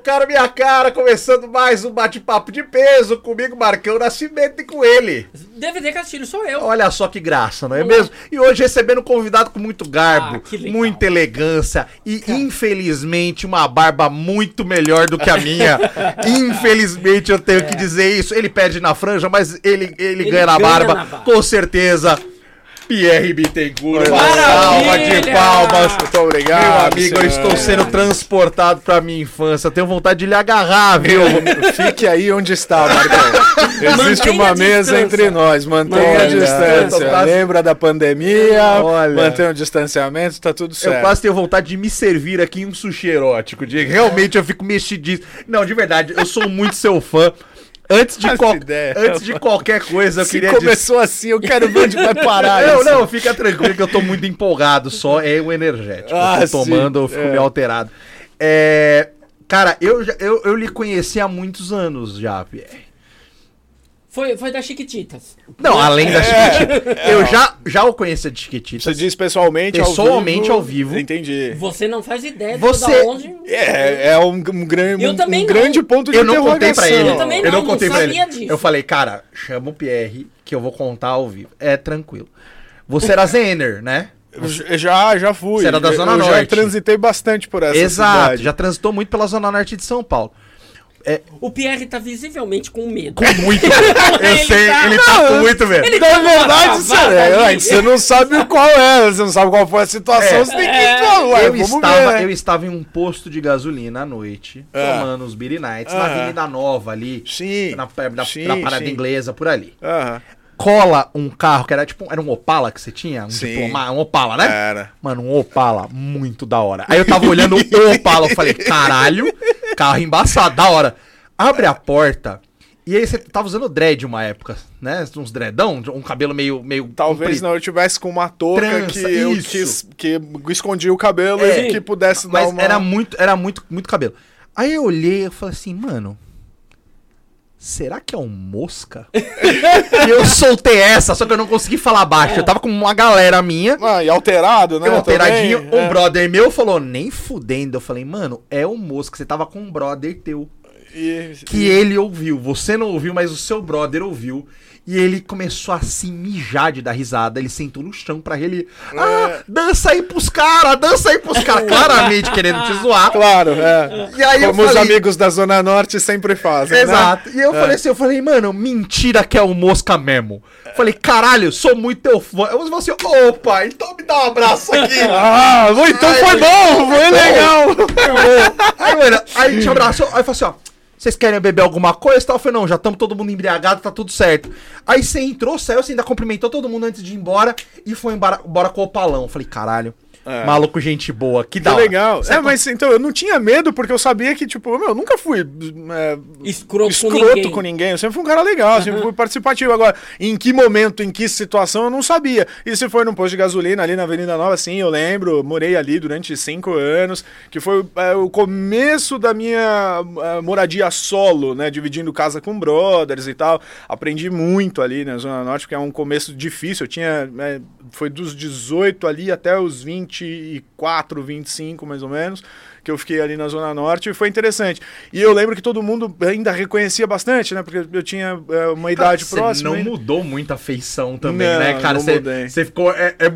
cara, minha cara, começando mais um bate-papo de peso, comigo, Marcão Nascimento, e com ele. DVD Castilho, sou eu. Olha só que graça, não é mesmo? E hoje recebendo um convidado com muito garbo, muita elegância e, infelizmente, uma barba muito melhor do que a minha. Infelizmente, eu tenho que dizer isso. Ele perde na franja, mas ele ganha na barba, com certeza. Pierre Bittencourt, uma salva de palmas. Muito obrigado. Meu amigo, eu estou sendo transportado pra minha infância. Tenho vontade de lhe agarrar, viu? Fique aí onde está, Marcão. Existe uma mesa entre nós. Mantenha a distância. Lembra da pandemia? Mantenha o distanciamento, tá tudo certo. Eu quase tenho vontade de me servir aqui em um sushi erótico, Diego. Realmente eu fico mexidíssimo. Não, de verdade, eu sou muito seu fã. Antes de qualquer coisa, eu queria dizer... começou assim, eu quero ver onde vai parar isso. Não, fica tranquilo que eu tô muito empolgado, só é o energético. Eu tô tomando, eu fico meio alterado. Cara, eu lhe conheci há muitos anos já, Pierre. Foi das Chiquititas. Não, além das Chiquititas. Eu já o conhecia de Chiquititas. Você diz pessoalmente ao vivo. Entendi. Você não faz ideia de onde... É um grande ponto de interrogação. Eu não contei pra ele. Eu não contei pra ele. Disso. Eu falei, cara, chama o Pierre que eu vou contar ao vivo. É tranquilo. Você era Zener, né? Já fui. Você era da Zona Norte. Eu já transitei bastante por essa cidade. Já transitou muito pela Zona Norte de São Paulo. O Pierre tá visivelmente com medo. Com muito medo. Eu sei, ele tá com muito medo. Na verdade, você não sabe qual é, você não sabe qual foi a situação, você tem que eu estava em um posto de gasolina à noite, tomando os Beer Nights, na Avenida Nova ali, na Parada Inglesa, por ali. Cola um carro que era um Opala que você tinha? Um Opala, né? Era. Mano, um Opala muito da hora. Aí eu tava olhando o Opala, eu falei, caralho, carro embaçado, da hora. Abre a porta, e aí você tava usando dread uma época, né? Uns dreadão, um cabelo meio talvez comprido. Não, eu tivesse com uma touca que escondia o cabelo e que pudesse dar uma... Era muito cabelo. Aí eu olhei e falei assim, mano... Será que é um mosca? E eu soltei essa, só que eu não consegui falar baixo. Eu tava com uma galera minha. E alterado, né? Alteradinho. Um brother meu falou, nem fudendo. Eu falei, mano, é um mosca. Você tava com um brother teu. Que ele ouviu. Você não ouviu, mas o seu brother ouviu. E ele começou a se mijar de dar risada. Ele sentou no chão pra ele... dança aí pros caras, claramente querendo te zoar. Claro, E aí como os amigos da Zona Norte sempre fazem, exato. Né? E eu falei, mano, mentira que é o mosca mesmo. Falei, caralho, sou muito teu fã. Eu falei assim, opa, então me dá um abraço aqui. Então foi bom, foi legal. Aí, mano, aí te abraçou, aí eu falei assim, vocês querem beber alguma coisa? Eu falei, não, já estamos todo mundo embriagado, tá tudo certo. Aí você entrou, saiu, você ainda cumprimentou todo mundo antes de ir embora e foi embora com o Opalão. Eu falei, caralho, maluco, gente boa, que da hora. Legal. Mas então, eu não tinha medo porque eu sabia que, tipo, eu nunca fui escroto com ninguém. Eu sempre fui um cara legal, sempre fui participativo. Agora, em que momento, em que situação, eu não sabia. E se foi num posto de gasolina ali na Avenida Nova, sim, eu lembro, morei ali durante 5 anos, que foi o começo da minha moradia solo, né, dividindo casa com brothers e tal. Aprendi muito ali na Zona Norte, porque é um começo difícil. Eu tinha, foi dos 18 ali até os 24, 25 mais ou menos, que eu fiquei ali na Zona Norte, e foi interessante. E eu lembro que todo mundo ainda reconhecia bastante, né? Porque eu tinha uma idade próxima. Você não mudou muito a feição também, né, cara? Você ficou...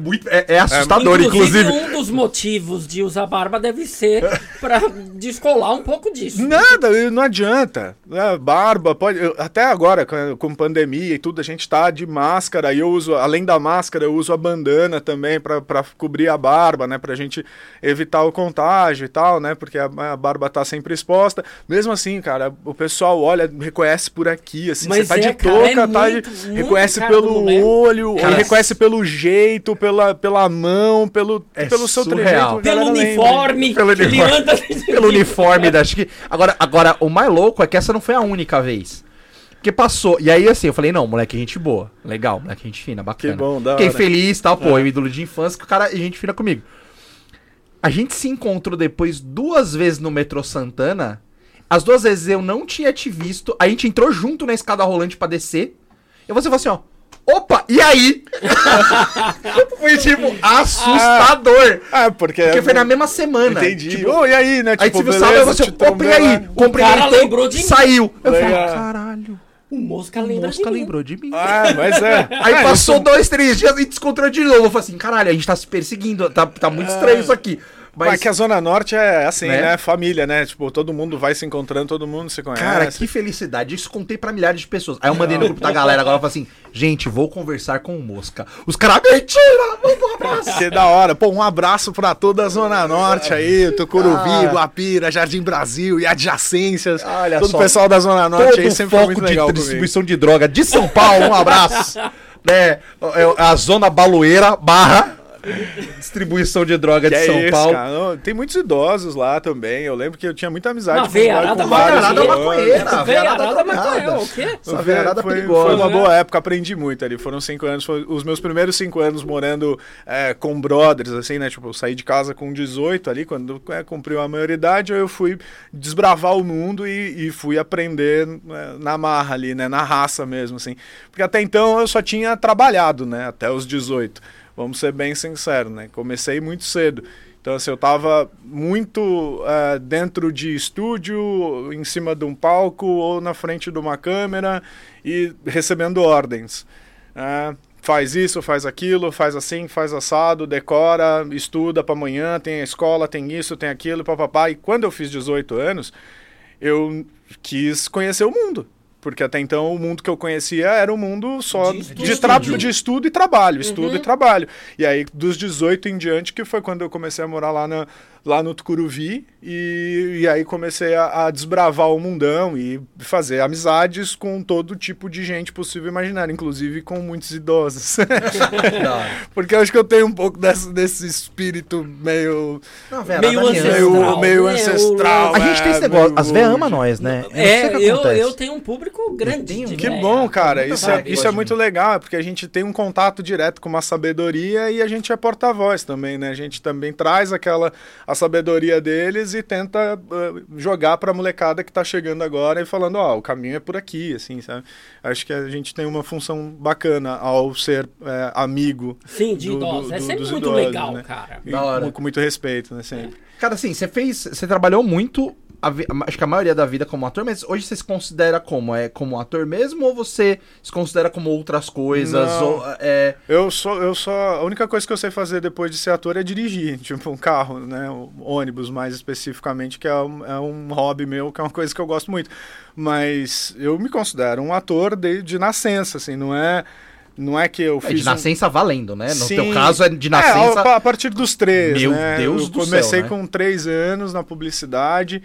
É assustador, inclusive. Um dos motivos de usar barba deve ser pra descolar um pouco disso. Nada, não adianta. Barba, pode... Até agora, com pandemia e tudo, a gente tá de máscara, e eu uso, além da máscara, eu uso a bandana também pra cobrir a barba, né? Pra gente evitar o contágio e tal, né? Porque a barba tá sempre exposta. Mesmo assim, cara, o pessoal olha, reconhece por aqui, assim, você tá de touca, reconhece pelo olho, reconhece pelo jeito, pela mão, pelo seu trejeito. Pelo uniforme. Pelo uniforme da Chique. Agora, o mais louco é que essa não foi a única vez. Porque passou. E aí, assim, eu falei, não, moleque, gente boa. Legal, moleque, gente fina, bacana. Que bom, da Fiquei hora. feliz, tal, pô, ídolo de infância, que o cara é gente fina comigo. A gente se encontrou depois 2 vezes no metrô Santana. As 2 vezes eu não tinha te visto. A gente entrou junto na escada rolante pra descer. E você falou assim, opa, e aí? Foi tipo, assustador. Porque foi na mesma semana. Entendi. Tipo, e aí, né? Aí Tipo, tive o sábado, você, opa, e aí? O cara lembrou de mim. Saiu. Eu falei, caralho. O Mosca lembrou de mim. Mas é. Aí passou 2, 3 dias e descontrolou de novo. Eu falei assim, caralho, a gente tá se perseguindo. Tá muito estranho isso aqui. Mas que a Zona Norte é assim, né? Família, né? Tipo, todo mundo vai se encontrando, todo mundo se conhece. Cara, que felicidade. Isso contei pra milhares de pessoas. Aí eu mandei no grupo da galera agora e falei assim, gente, vou conversar com o Mosca. Os caras, mentira, manda um abraço. Que da hora. Pô, um abraço pra toda a Zona Norte aí, Tucuruvi, Guapira, Jardim Brasil e adjacências. Olha todo só, o pessoal da Zona Norte todo aí sempre foi muito legal de distribuição de droga de São Paulo, um abraço. Né? A Zona Baloeira / distribuição de droga de São Paulo. Cara? Não, tem muitos idosos lá também. Eu lembro que eu tinha muita amizade com vários maconheira. Veiarada maconheira. O quê? Essa veiarada foi perigosa. Foi uma boa época, aprendi muito ali. Foram 5 anos, foi os meus primeiros 5 anos morando com brothers, assim, né? Tipo, eu saí de casa com 18 ali, quando cumpriu a maioridade, eu fui desbravar o mundo e fui aprender na marra ali, né? Na raça mesmo, assim. Porque até então eu só tinha trabalhado, né? Até os 18. Vamos ser bem sinceros, né? Comecei muito cedo. Então, assim, eu estava muito dentro de estúdio, em cima de um palco ou na frente de uma câmera e recebendo ordens. Faz isso, faz aquilo, faz assim, faz assado, decora, estuda para amanhã, tem a escola, tem isso, tem aquilo, papapá. E quando eu fiz 18 anos, eu quis conhecer o mundo. Porque até então o mundo que eu conhecia era um mundo só de estudo e trabalho, estudo e trabalho. E aí dos 18 em diante que foi quando eu comecei a morar lá no Tucuruvi e aí comecei a desbravar o mundão e fazer amizades com todo tipo de gente possível e imaginária, inclusive com muitos idosos. Porque eu acho que eu tenho um pouco desse espírito meio ancestral. A gente tem esse negócio, as véias amam nós, né? Eu tenho um público grande. Que bom, cara. Isso é muito legal, porque a gente tem um contato direto com uma sabedoria e a gente é porta-voz também, né? A gente também traz a sabedoria deles e tenta jogar pra molecada que tá chegando agora e falando, o caminho é por aqui, assim, sabe? Acho que a gente tem uma função bacana ao ser amigo. Sim, de idosos. É sempre muito legal, né? Cara. E, com muito respeito, né? Sempre. Cara, assim, você trabalhou muito, acho que a maioria da vida como ator, mas hoje você se considera como? Como ator mesmo ou você se considera como outras coisas? Não, eu só a única coisa que eu sei fazer depois de ser ator é dirigir, tipo um carro, né, um ônibus mais especificamente, que é um hobby meu, que é uma coisa que eu gosto muito. Mas eu me considero um ator de nascença, assim, não é que eu fiz... de nascença valendo, né? No teu caso é de nascença... a partir dos 3, Meu né? Deus do céu, comecei né? com 3 anos na publicidade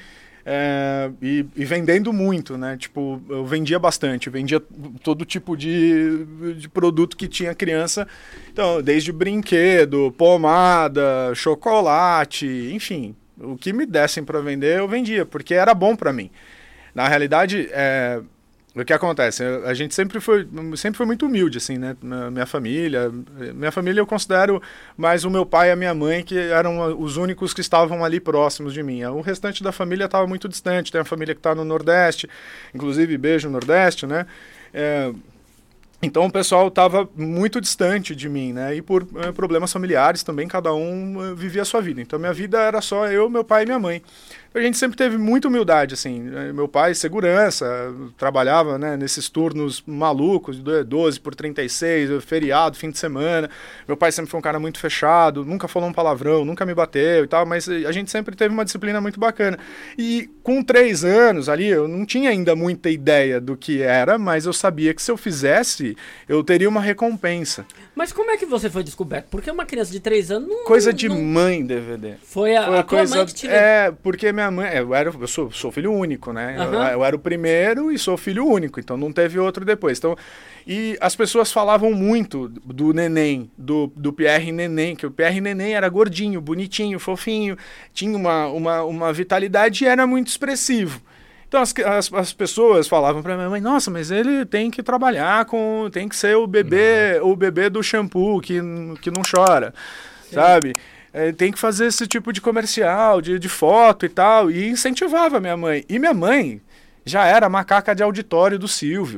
e vendendo muito, né? Tipo, eu vendia bastante, vendia todo tipo de produto que tinha criança. Então, desde brinquedo, pomada, chocolate, enfim. O que me dessem para vender, eu vendia, porque era bom para mim. Na realidade, o que acontece? A gente sempre foi muito humilde, assim, né? Minha família eu considero mais o meu pai e a minha mãe, que eram os únicos que estavam ali próximos de mim. O restante da família estava muito distante. Tem a família que está no Nordeste, inclusive beijo Nordeste, né? Então o pessoal estava muito distante de mim, né? E por problemas familiares também, cada um vivia a sua vida. Então minha vida era só eu, meu pai e minha mãe. A gente sempre teve muita humildade, assim. Meu pai, segurança, trabalhava, né, nesses turnos malucos, 12 por 36, feriado, fim de semana. Meu pai sempre foi um cara muito fechado, nunca falou um palavrão, nunca me bateu e tal, mas a gente sempre teve uma disciplina muito bacana. E com 3 anos ali, eu não tinha ainda muita ideia do que era, mas eu sabia que se eu fizesse, eu teria uma recompensa. Mas como é que você foi descoberto? Porque uma criança de 3 anos não... Coisa de mãe, DVD. Foi a tua mãe que te levou. Porque minha mãe... Eu sou filho único, né? Uhum. Eu era o primeiro e sou filho único, então não teve outro depois. Então, e as pessoas falavam muito do neném, do Pierre Neném, que o Pierre Neném era gordinho, bonitinho, fofinho, tinha uma vitalidade e era muito expressivo. Então as pessoas falavam pra minha mãe, nossa, mas ele tem que trabalhar tem que ser o bebê do shampoo que não chora, sabe? Tem que fazer esse tipo de comercial, de foto e tal, e incentivava minha mãe. E minha mãe já era macaca de auditório do Silvio.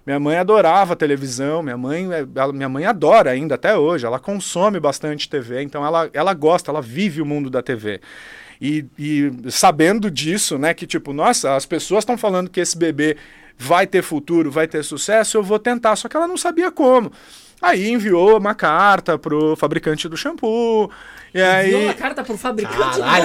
Minha mãe adorava televisão, minha mãe adora ainda até hoje, ela consome bastante TV, então ela gosta, ela vive o mundo da TV. E sabendo disso, né, que tipo, nossa, as pessoas estão falando que esse bebê vai ter futuro, vai ter sucesso, eu vou tentar, só que ela não sabia como. Aí enviou uma carta pro fabricante do shampoo. E aí... Enviou uma carta pro fabricante do shampoo.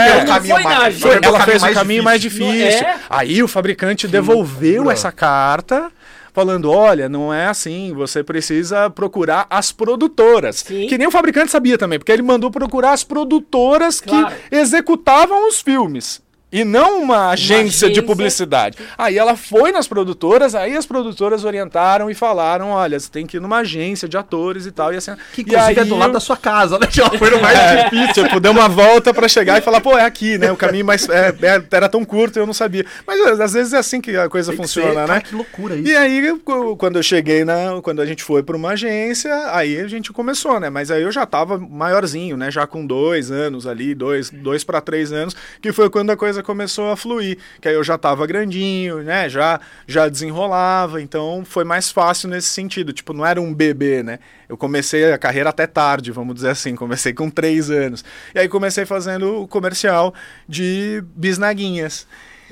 Ela fez o caminho mais difícil. Aí o fabricante devolveu essa carta, falando, olha, não é assim, você precisa procurar as produtoras. Sim. Que nem o fabricante sabia também, porque ele mandou procurar as produtoras que executavam os filmes. E não uma agência de publicidade. Aí ela foi nas produtoras, aí as produtoras orientaram e falaram, olha, você tem que ir numa agência de atores e tal. E assim, que inclusive é do lado da sua casa, né? Foi no mais difícil. Tipo, deu uma volta pra chegar e falar, pô, é aqui, né? O caminho mais era tão curto, eu não sabia. Mas às vezes é assim que a coisa funciona, né? Cara, que loucura isso. E aí, quando eu cheguei quando a gente foi pra uma agência, aí a gente começou, né? Mas aí eu já tava maiorzinho, né? Já com 2 anos ali, 2 para 3 anos, que foi quando a coisa começou a fluir, que aí eu já tava grandinho, né, já desenrolava, então foi mais fácil nesse sentido, tipo, não era um bebê, né, eu comecei a carreira até tarde, vamos dizer assim, comecei com 3 anos, e aí comecei fazendo o comercial de bisnaguinhas.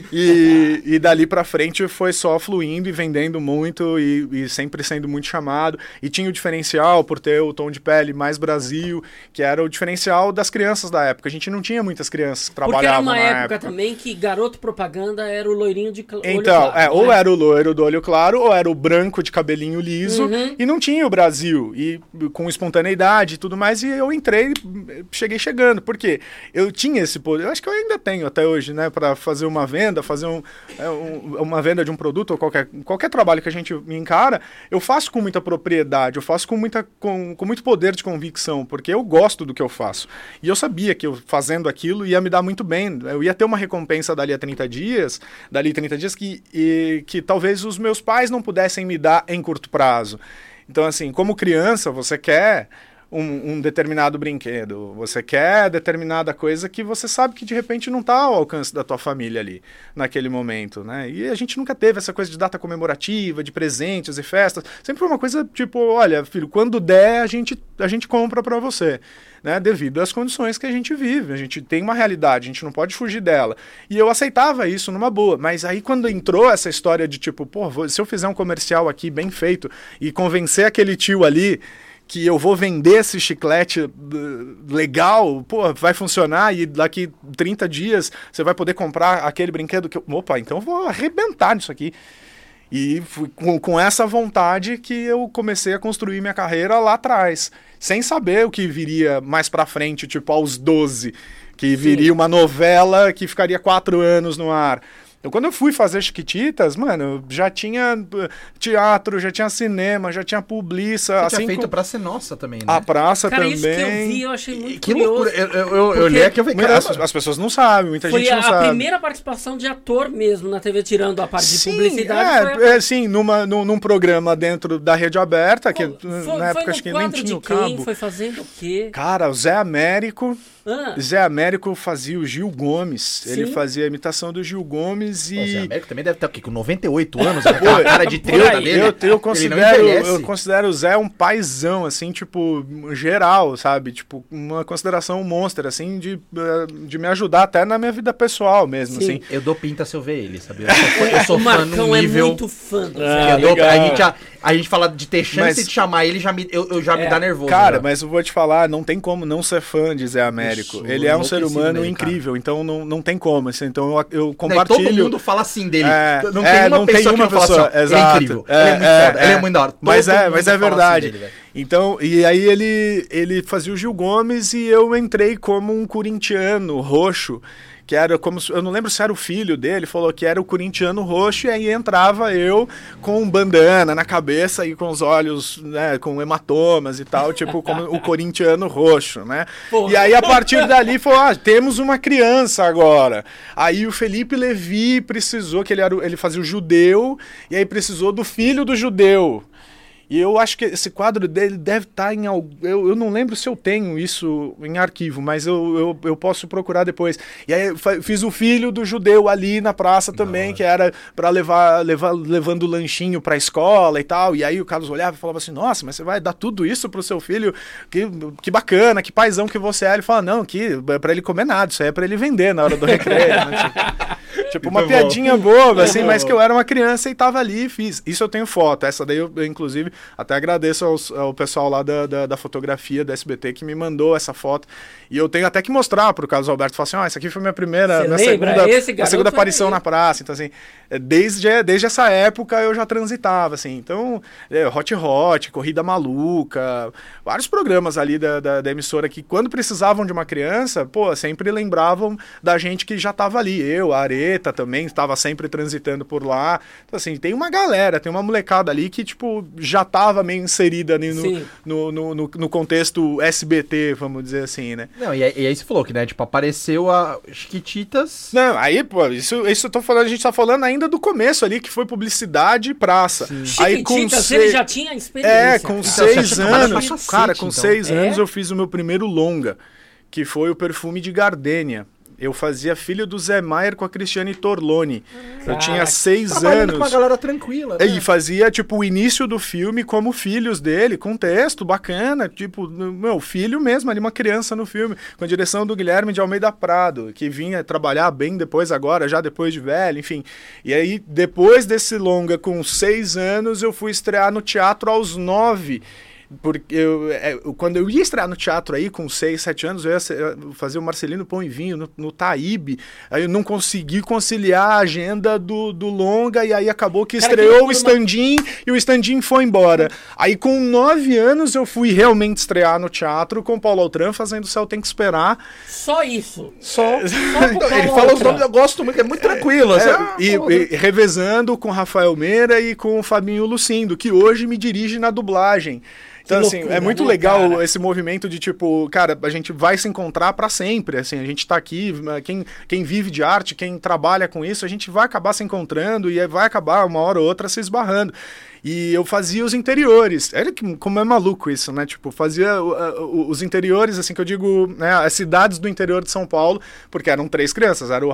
E dali pra frente foi só fluindo e vendendo muito e sempre sendo muito chamado. E tinha o diferencial por ter o tom de pele mais Brasil, que era o diferencial das crianças da época. A gente não tinha muitas crianças que trabalhavam na época. Porque era uma época também que garoto propaganda era o loirinho de olho claro. Então, ou era o loiro do olho claro, ou era o branco de cabelinho liso, e não tinha o Brasil, e com espontaneidade e tudo mais, e eu entrei, cheguei chegando. Por quê? Eu tinha esse poder, eu acho que eu ainda tenho até hoje, né, pra fazer uma venda, fazer uma venda de um produto ou qualquer trabalho que a gente encara, eu faço com muita propriedade, eu faço com muito poder de convicção, porque eu gosto do que eu faço. E eu sabia que eu fazendo aquilo ia me dar muito bem, eu ia ter uma recompensa dali a 30 dias que talvez os meus pais não pudessem me dar em curto prazo. Então, assim, como criança, você quer um determinado brinquedo, você quer determinada coisa que você sabe que de repente não está ao alcance da tua família ali, naquele momento, né? E a gente nunca teve essa coisa de data comemorativa, de presentes e festas, sempre foi uma coisa tipo, olha, filho, quando der a gente compra para você, né? Devido às condições que a gente vive, a gente tem uma realidade, a gente não pode fugir dela. E eu aceitava isso numa boa, mas aí quando entrou essa história de tipo, pô, se eu fizer um comercial aqui bem feito e convencer aquele tio ali que eu vou vender esse chiclete legal, pô, vai funcionar e daqui 30 dias você vai poder comprar aquele brinquedo que opa, então eu vou arrebentar nisso aqui. E fui com essa vontade que eu comecei a construir minha carreira lá atrás, sem saber o que viria mais pra frente, tipo aos 12, que viria uma novela que ficaria 4 anos no ar. Então, quando eu fui fazer Chiquititas, mano, já tinha teatro, já tinha cinema, já tinha publiça. Você tinha feito Praça Nossa também, né? A praça cara, também. Isso que eu vi, eu achei muito que curioso. Loucura. Eu olhei aqui, eu vi, as pessoas não sabem, muita gente não sabe. Foi a primeira participação de ator mesmo na TV, tirando a parte de publicidade. Sim, num programa dentro da rede aberta, que na época acho que nem tinha o cabo. Foi fazendo o quê? Cara, o Zé Américo... Zé Américo fazia o Gil Gomes. Sim. Ele fazia a imitação do Gil Gomes e... O Zé Américo também deve estar aqui com 98 anos, aquela cara de 30 dele. Eu considero o Zé um paizão, assim, tipo, geral, sabe? Tipo, uma consideração monstro, assim, de me ajudar até na minha vida pessoal mesmo, assim. Eu dou pinta se eu ver ele, sabe? Eu sou fã no nível... é muito fã do Zé. A gente fala de ter chance de chamar ele, eu já me dá nervoso. Cara, mas eu vou te falar, não tem como não ser fã de Zé Américo. Ele é um ser humano incrível, cara. Então não tem como. Assim, então eu compartilho. Todo mundo fala assim dele. Não tem uma pessoa que fala assim, exato. Ele é incrível, ele é muito foda, ele é muito da hora. Mas é verdade. Assim dele, então, e aí ele fazia o Gil Gomes e eu entrei como um corintiano roxo, que era como, eu não lembro se era o filho dele, falou que era o corintiano roxo, e aí entrava eu com um bandana na cabeça e com os olhos, né, com hematomas e tal, tipo como o corintiano roxo, né? Porra. E aí a partir dali falou, temos uma criança agora. Aí o Felipe Levi precisou, que ele fazia o judeu, e aí precisou do filho do judeu. E eu acho que esse quadro dele deve estar em algum... Eu não lembro se eu tenho isso em arquivo, mas eu posso procurar depois. E aí eu fiz o filho do judeu ali na praça também, que era para levando lanchinho pra escola e tal. E aí o Carlos olhava e falava assim, nossa, mas você vai dar tudo isso pro seu filho? Que bacana, que paizão que você é. Ele fala, não, que é pra ele comer nada, isso aí é pra ele vender na hora do recreio. Né? Tipo uma piadinha boba, assim, mas que eu era uma criança e tava ali e fiz. Isso eu tenho foto. Essa daí eu inclusive, até agradeço ao pessoal lá da fotografia da SBT que me mandou essa foto. E eu tenho até que mostrar pro Carlos Alberto. Falar assim, essa aqui foi minha primeira, minha segunda aparição na praça. Então, assim, desde essa época eu já transitava, assim. Então, Hot, Corrida Maluca, vários programas ali da emissora que, quando precisavam de uma criança, pô, sempre lembravam da gente que já tava ali. Eu, a Areta também, estava sempre transitando por lá. Então, assim, tem uma galera, tem uma molecada ali que, tipo, já tava meio inserida ali no contexto SBT, vamos dizer assim, né? Não, e aí você falou que, né, tipo, apareceu a Chiquititas... Não, aí, pô, isso eu tô falando, a gente tá falando ainda do começo ali, que foi publicidade e praça. Sim. Aí com ele já tinha experiência. Com 6 anos, cara, com 6 anos eu fiz o meu primeiro longa, que foi o Perfume de Gardênia. Eu fazia filho do Zé Maier com a Cristiane Torloni. Eu tinha 6 anos. Com uma galera tranquila, né? E fazia, tipo, o início do filme como filhos dele, com texto bacana. Tipo, meu filho mesmo, ali, uma criança no filme. Com a direção do Guilherme de Almeida Prado, que vinha trabalhar bem depois agora, já depois de velho, enfim. E aí, depois desse longa, com 6 anos, eu fui estrear no teatro aos 9. Porque quando eu ia estrear no teatro aí com 6, 7 anos, eu ia fazer o Marcelino Pão e Vinho no Taíbe. Aí eu não consegui conciliar a agenda do longa, e aí acabou que estreou o stand-in e o stand-in foi embora. Aí com 9 anos eu fui realmente estrear no teatro com o Paulo Altran fazendo O Céu Tem Que Esperar. Só isso? Só ele fala os nomes, eu gosto muito, é muito tranquilo. E revezando com Rafael Meira e com o Fabinho Lucindo, que hoje me dirige na dublagem. Então, assim, loucura, é muito legal, cara, esse movimento de, tipo, cara, a gente vai se encontrar pra sempre, assim, a gente tá aqui, quem vive de arte, quem trabalha com isso, a gente vai acabar se encontrando e vai acabar uma hora ou outra se esbarrando. E eu fazia os interiores. Olha como é maluco isso, né? Tipo, fazia os interiores, assim, que eu digo, né, as cidades do interior de São Paulo, porque eram 3 crianças. Era o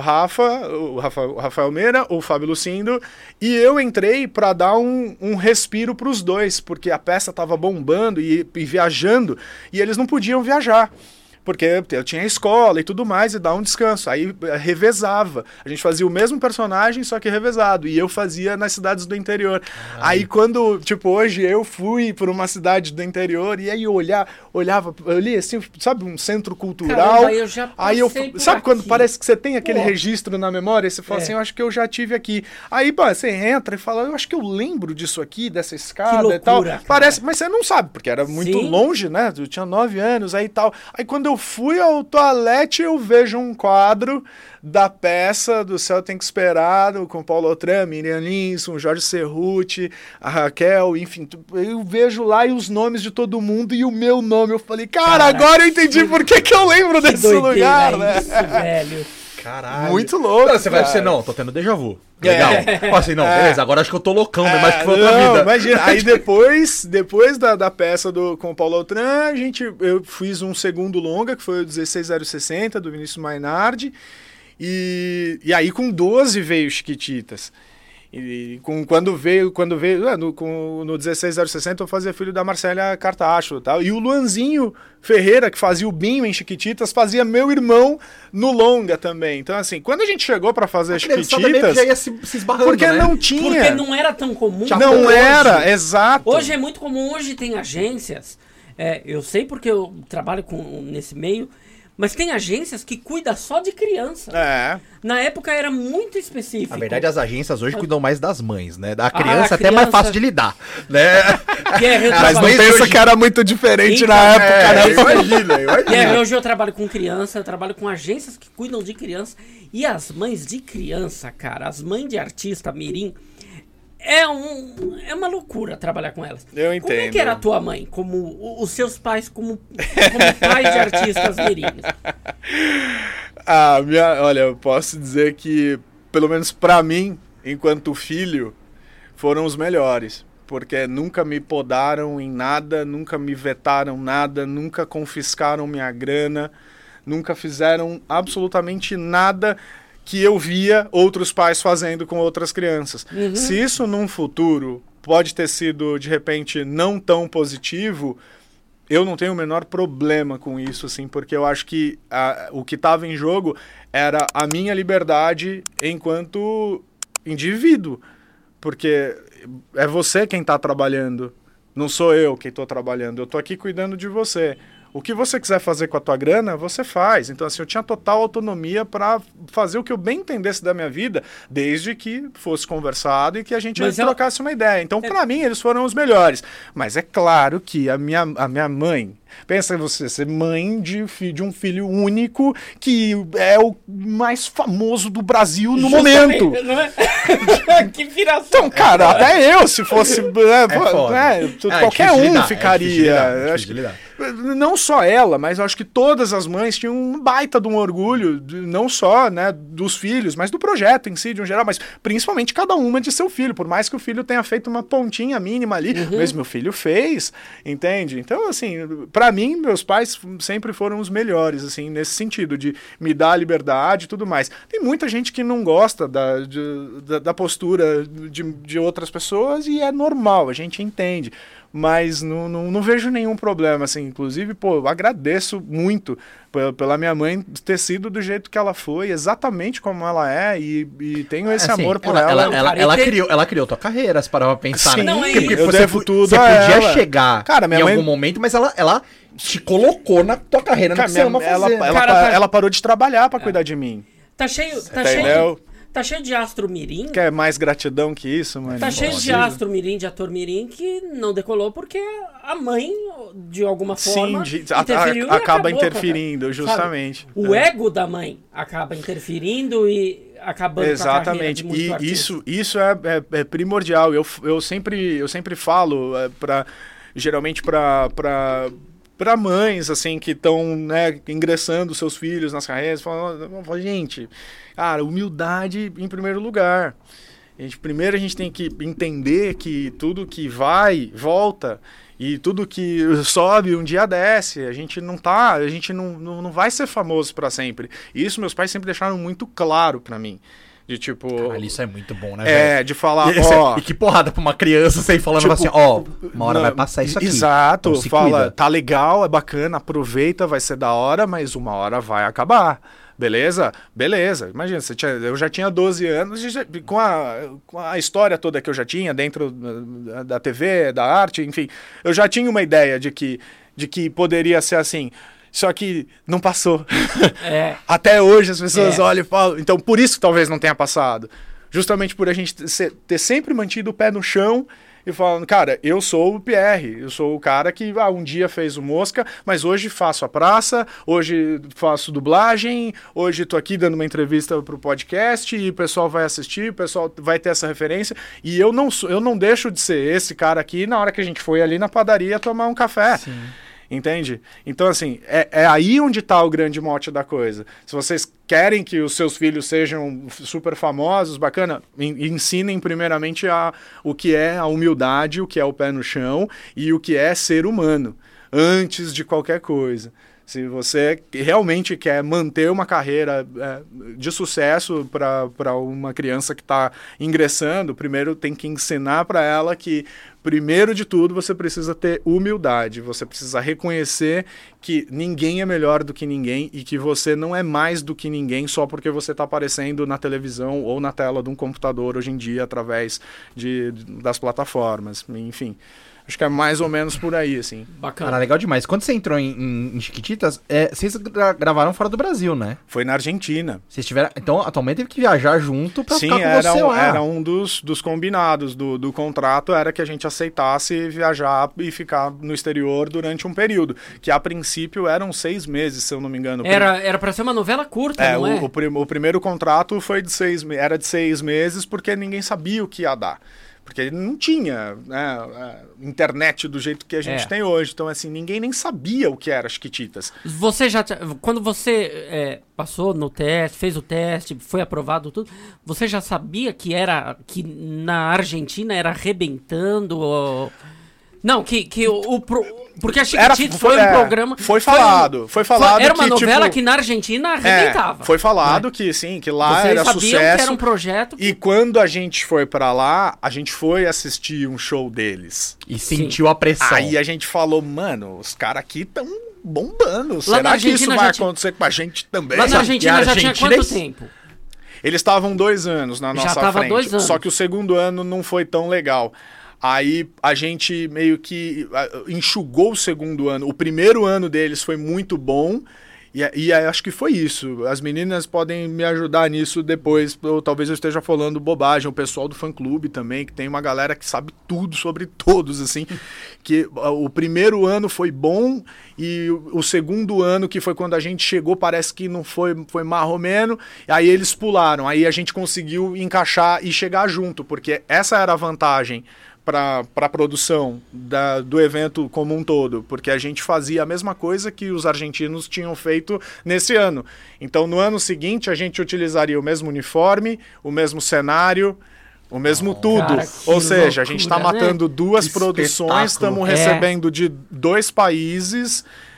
Rafael Meira, o Fábio Lucindo, e eu entrei para dar um respiro para os dois, porque a peça tava bombando e viajando, e eles não podiam viajar. Porque eu tinha escola e tudo mais, e dá um descanso. Aí revezava. A gente fazia o mesmo personagem, só que revezado. E eu fazia nas cidades do interior. Aí quando, tipo, hoje eu fui por uma cidade do interior, e aí eu olhava, eu li assim, sabe, um centro cultural. Caramba, eu já aí sabe quando parece que você tem aquele registro na memória, e você fala assim, eu acho que eu já tive aqui. Aí, você entra e fala, eu acho que eu lembro disso aqui, dessa escada loucura, e tal. Cara. Parece, mas você não sabe, porque era muito longe, né? Eu tinha 9 anos aí e tal. Aí quando eu fui ao toalete, eu vejo um quadro da peça do Céu Tem Que Esperar, com Paulo Altran, Miriam Linson, Jorge Cerruti, a Raquel, enfim, eu vejo lá e os nomes de todo mundo e o meu nome. Eu falei, cara, agora eu entendi por que eu lembro desse lugar, né? Isso, velho. Caralho. Muito louco. Você vai dizer, não, tô tendo déjà vu. Legal. Assim, não, beleza, agora acho que eu tô loucão, né? Mas que foi outra vida. Imagina. Aí depois da peça com o Paulo Altran, eu fiz um segundo longa, que foi o 16060, do Vinícius Mainardi. E aí com 12 veio Chiquititas. E quando veio no 16060 eu fazia filho da Marcélia Cartacho e tal. E o Luanzinho Ferreira, que fazia o Binho em Chiquititas, fazia meu irmão no longa também. Então, assim, quando a gente chegou pra fazer Chiquititas... já ia se esbarrando, porque né? Não tinha. Porque não era tão comum. Não era, exato. Hoje é muito comum, hoje tem agências, eu sei porque eu trabalho nesse meio, mas tem agências que cuidam só de criança. Na época era muito específico. Na verdade, as agências hoje cuidam mais das mães, né? Da criança até é mais fácil de lidar, né? Mas não pensa que era muito diferente na época, né? Imagina. Hoje eu trabalho com criança, eu trabalho com agências que cuidam de criança. E as mães de criança, cara, as mães de artista mirim, é uma loucura trabalhar com elas. Eu entendo. Como é que era a tua mãe? Como os seus pais, como pais de artistas mirins? Olha, eu posso dizer que, pelo menos pra mim, enquanto filho, foram os melhores. porque nunca me podaram em nada, nunca me vetaram nada, nunca confiscaram minha grana, nunca fizeram absolutamente nada que eu via outros pais fazendo com outras crianças. Se isso num futuro pode ter sido, de repente, não tão positivo, eu não tenho o menor problema com isso, assim, porque eu acho que o que estava em jogo era a minha liberdade enquanto indivíduo, porque é você quem está trabalhando, não sou eu quem estou trabalhando, eu estou aqui cuidando de você. O que você quiser fazer com a tua grana, você faz. Então, assim, eu tinha total autonomia para fazer o que eu bem entendesse da minha vida, desde que fosse conversado e que a gente trocasse uma ideia. Então, para mim, eles foram os melhores. Mas é claro que a minha mãe... Pensa em você ser mãe de um filho único que é o mais famoso do Brasil no momento. Não é? Que viração. Então, cara, até eu, se fosse... qualquer um ficaria. Não só ela, mas eu acho que todas as mães tinham um baita de um orgulho, não só, né, dos filhos, mas do projeto em si, de um geral, mas principalmente cada uma de seu filho, por mais que o filho tenha feito uma pontinha mínima ali, mas meu filho fez, entende? Então, assim, pra mim, meus pais sempre foram os melhores, assim, nesse sentido, de me dar liberdade e tudo mais. Tem muita gente que não gosta da postura de outras pessoas e é normal, a gente entende. Mas não vejo nenhum problema, assim, inclusive, pô, eu agradeço muito pela minha mãe ter sido do jeito que ela foi, exatamente como ela é, e tenho esse amor por ela. Ela criou tua carreira, se parar pra pensar. Sim, né? porque eu devo tudo você a podia ela. chegar cara, minha em mãe... algum momento, mas ela te colocou na tua carreira, cara, no que você ama fazer. Ela parou de trabalhar pra cuidar de mim. Tá cheio de astro mirim. Quer mais gratidão que isso, mano? Tá cheio de astro mirim, de ator mirim, que não decolou porque a mãe, de alguma forma, acaba interferindo, justamente. Sabe? O ego da mãe acaba interferindo e acabando exatamente. Com a carreira de muito artista. Isso é primordial. Eu sempre falo geralmente para mães assim que estão, né, ingressando seus filhos nas carreiras, falando, gente, cara, humildade em primeiro lugar. Primeiro a gente tem que entender que tudo que vai, volta, e tudo que sobe um dia desce. A gente não vai ser famoso para sempre. E isso meus pais sempre deixaram muito claro para mim. De tipo... Caralho, isso é muito bom, né, velho? De falar, e que porrada pra uma criança você ir falando tipo, assim, uma hora vai passar isso aqui. Exato, então fala, tá legal, é bacana, aproveita, vai ser da hora, mas uma hora vai acabar. Beleza? Beleza. Imagina, eu já tinha 12 anos, com a história toda que eu já tinha dentro da TV, da arte, enfim, eu já tinha uma ideia de que poderia ser assim. Só que não passou. Até hoje as pessoas olham e falam... Então, por isso talvez não tenha passado. Justamente por a gente ter sempre mantido o pé no chão e falando, cara, eu sou o Pierre, eu sou o cara que um dia fez o Mosca, mas hoje faço a praça, hoje faço dublagem, hoje tô aqui dando uma entrevista pro podcast e o pessoal vai assistir, o pessoal vai ter essa referência, e eu não deixo de ser esse cara aqui na hora que a gente foi ali na padaria tomar um café. Sim. Entende? Então, assim, é aí onde está o grande mote da coisa. Se vocês querem que os seus filhos sejam super famosos, bacana, ensinem primeiramente o que é a humildade, o que é o pé no chão e o que é ser humano, antes de qualquer coisa. Se você realmente quer manter uma carreira de sucesso para uma criança que está ingressando, primeiro tem que ensinar para ela que, primeiro de tudo, você precisa ter humildade. Você precisa reconhecer que ninguém é melhor do que ninguém e que você não é mais do que ninguém só porque você está aparecendo na televisão ou na tela de um computador hoje em dia através das plataformas. Enfim. Acho que é mais ou menos por aí, assim. Bacana. Cara, legal demais. Quando você entrou em Chiquititas, vocês gravaram fora do Brasil, né? Foi na Argentina. Vocês tiveram... Então, atualmente teve que viajar junto pra Sim, ficar com você lá. Era um dos combinados do contrato, era que a gente aceitasse viajar e ficar no exterior durante um período. Que, a princípio, eram 6 meses, se eu não me engano. Era pra ser uma novela curta, não é? O primeiro contrato foi era de 6 meses, porque ninguém sabia o que ia dar. Porque não tinha, né, internet do jeito que a gente tem hoje. Então, assim, ninguém nem sabia o que era Chiquititas. Quando você passou no teste, fez o teste, foi aprovado tudo, você já sabia que na Argentina era arrebentando? Não, porque a Chiquititas foi um programa... Foi falado era uma que, novela tipo, que na Argentina arrebentava. Foi falado que sim, que lá Vocês era sabiam sucesso. Que era um projeto. E quando a gente foi pra lá, a gente foi assistir um show deles. E sentiu a pressão. Aí a gente falou, mano, os caras aqui estão bombando. Será que isso vai acontecer com a gente também? Lá na Argentina já tinha quanto tempo? Eles estavam 2 anos na nossa frente. Já tava 2 anos. Só que o segundo ano não foi tão legal. Aí a gente meio que enxugou o segundo ano. O primeiro ano deles foi muito bom. E acho que foi isso. As meninas podem me ajudar nisso depois. Ou talvez eu esteja falando bobagem. O pessoal do fã-clube também, que tem uma galera que sabe tudo sobre todos, assim. Que o primeiro ano foi bom e o segundo ano, que foi quando a gente chegou, parece que não foi marromeno. Aí eles pularam. Aí a gente conseguiu encaixar e chegar junto, porque essa era a vantagem para a produção do evento como um todo, porque a gente fazia a mesma coisa que os argentinos tinham feito nesse ano. Então, no ano seguinte, a gente utilizaria o mesmo uniforme, o mesmo cenário, o mesmo tudo. Cara, ou seja, loucura, a gente está matando duas produções, estamos recebendo de 2 países,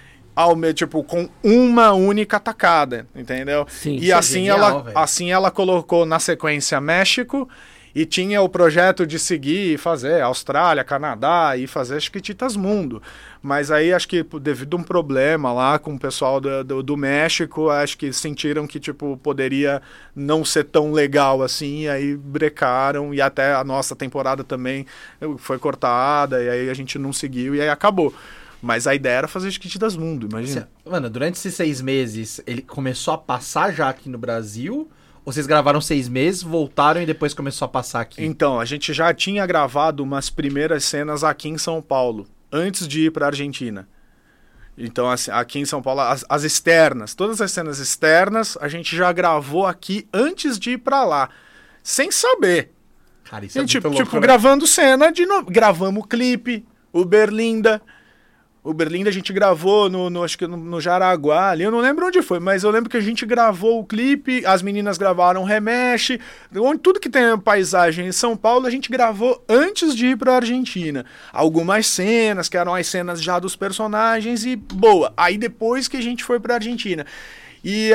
tipo, com uma única tacada, entendeu? Sim, e assim, assim ela colocou na sequência México. E tinha o projeto de seguir e fazer Austrália, Canadá e fazer Chiquititas Mundo. Mas aí acho que devido a um problema lá com o pessoal do México, acho que sentiram que tipo, poderia não ser tão legal assim, e aí brecaram, e até a nossa temporada também foi cortada, e aí a gente não seguiu, e aí acabou. Mas a ideia era fazer Chiquititas Mundo, imagina. Mano, durante esses 6 meses, ele começou a passar já aqui no Brasil... Ou vocês gravaram 6 meses, voltaram e depois começou a passar aqui? Então, a gente já tinha gravado umas primeiras cenas aqui em São Paulo, antes de ir para a Argentina. Então, assim, aqui em São Paulo, as externas, todas as cenas externas, a gente já gravou aqui antes de ir para lá, sem saber. Cara, isso é muito louco, tipo, né? gravando cena de novo. Gravamos o clipe, Uberlinda. O Berlinda a gente gravou acho que no Jaraguá ali, eu não lembro onde foi, mas eu lembro que a gente gravou o clipe, as meninas gravaram Remexe, tudo que tem paisagem em São Paulo a gente gravou antes de ir pra Argentina. Algumas cenas, que eram as cenas já dos personagens e boa. Aí depois que a gente foi pra Argentina. E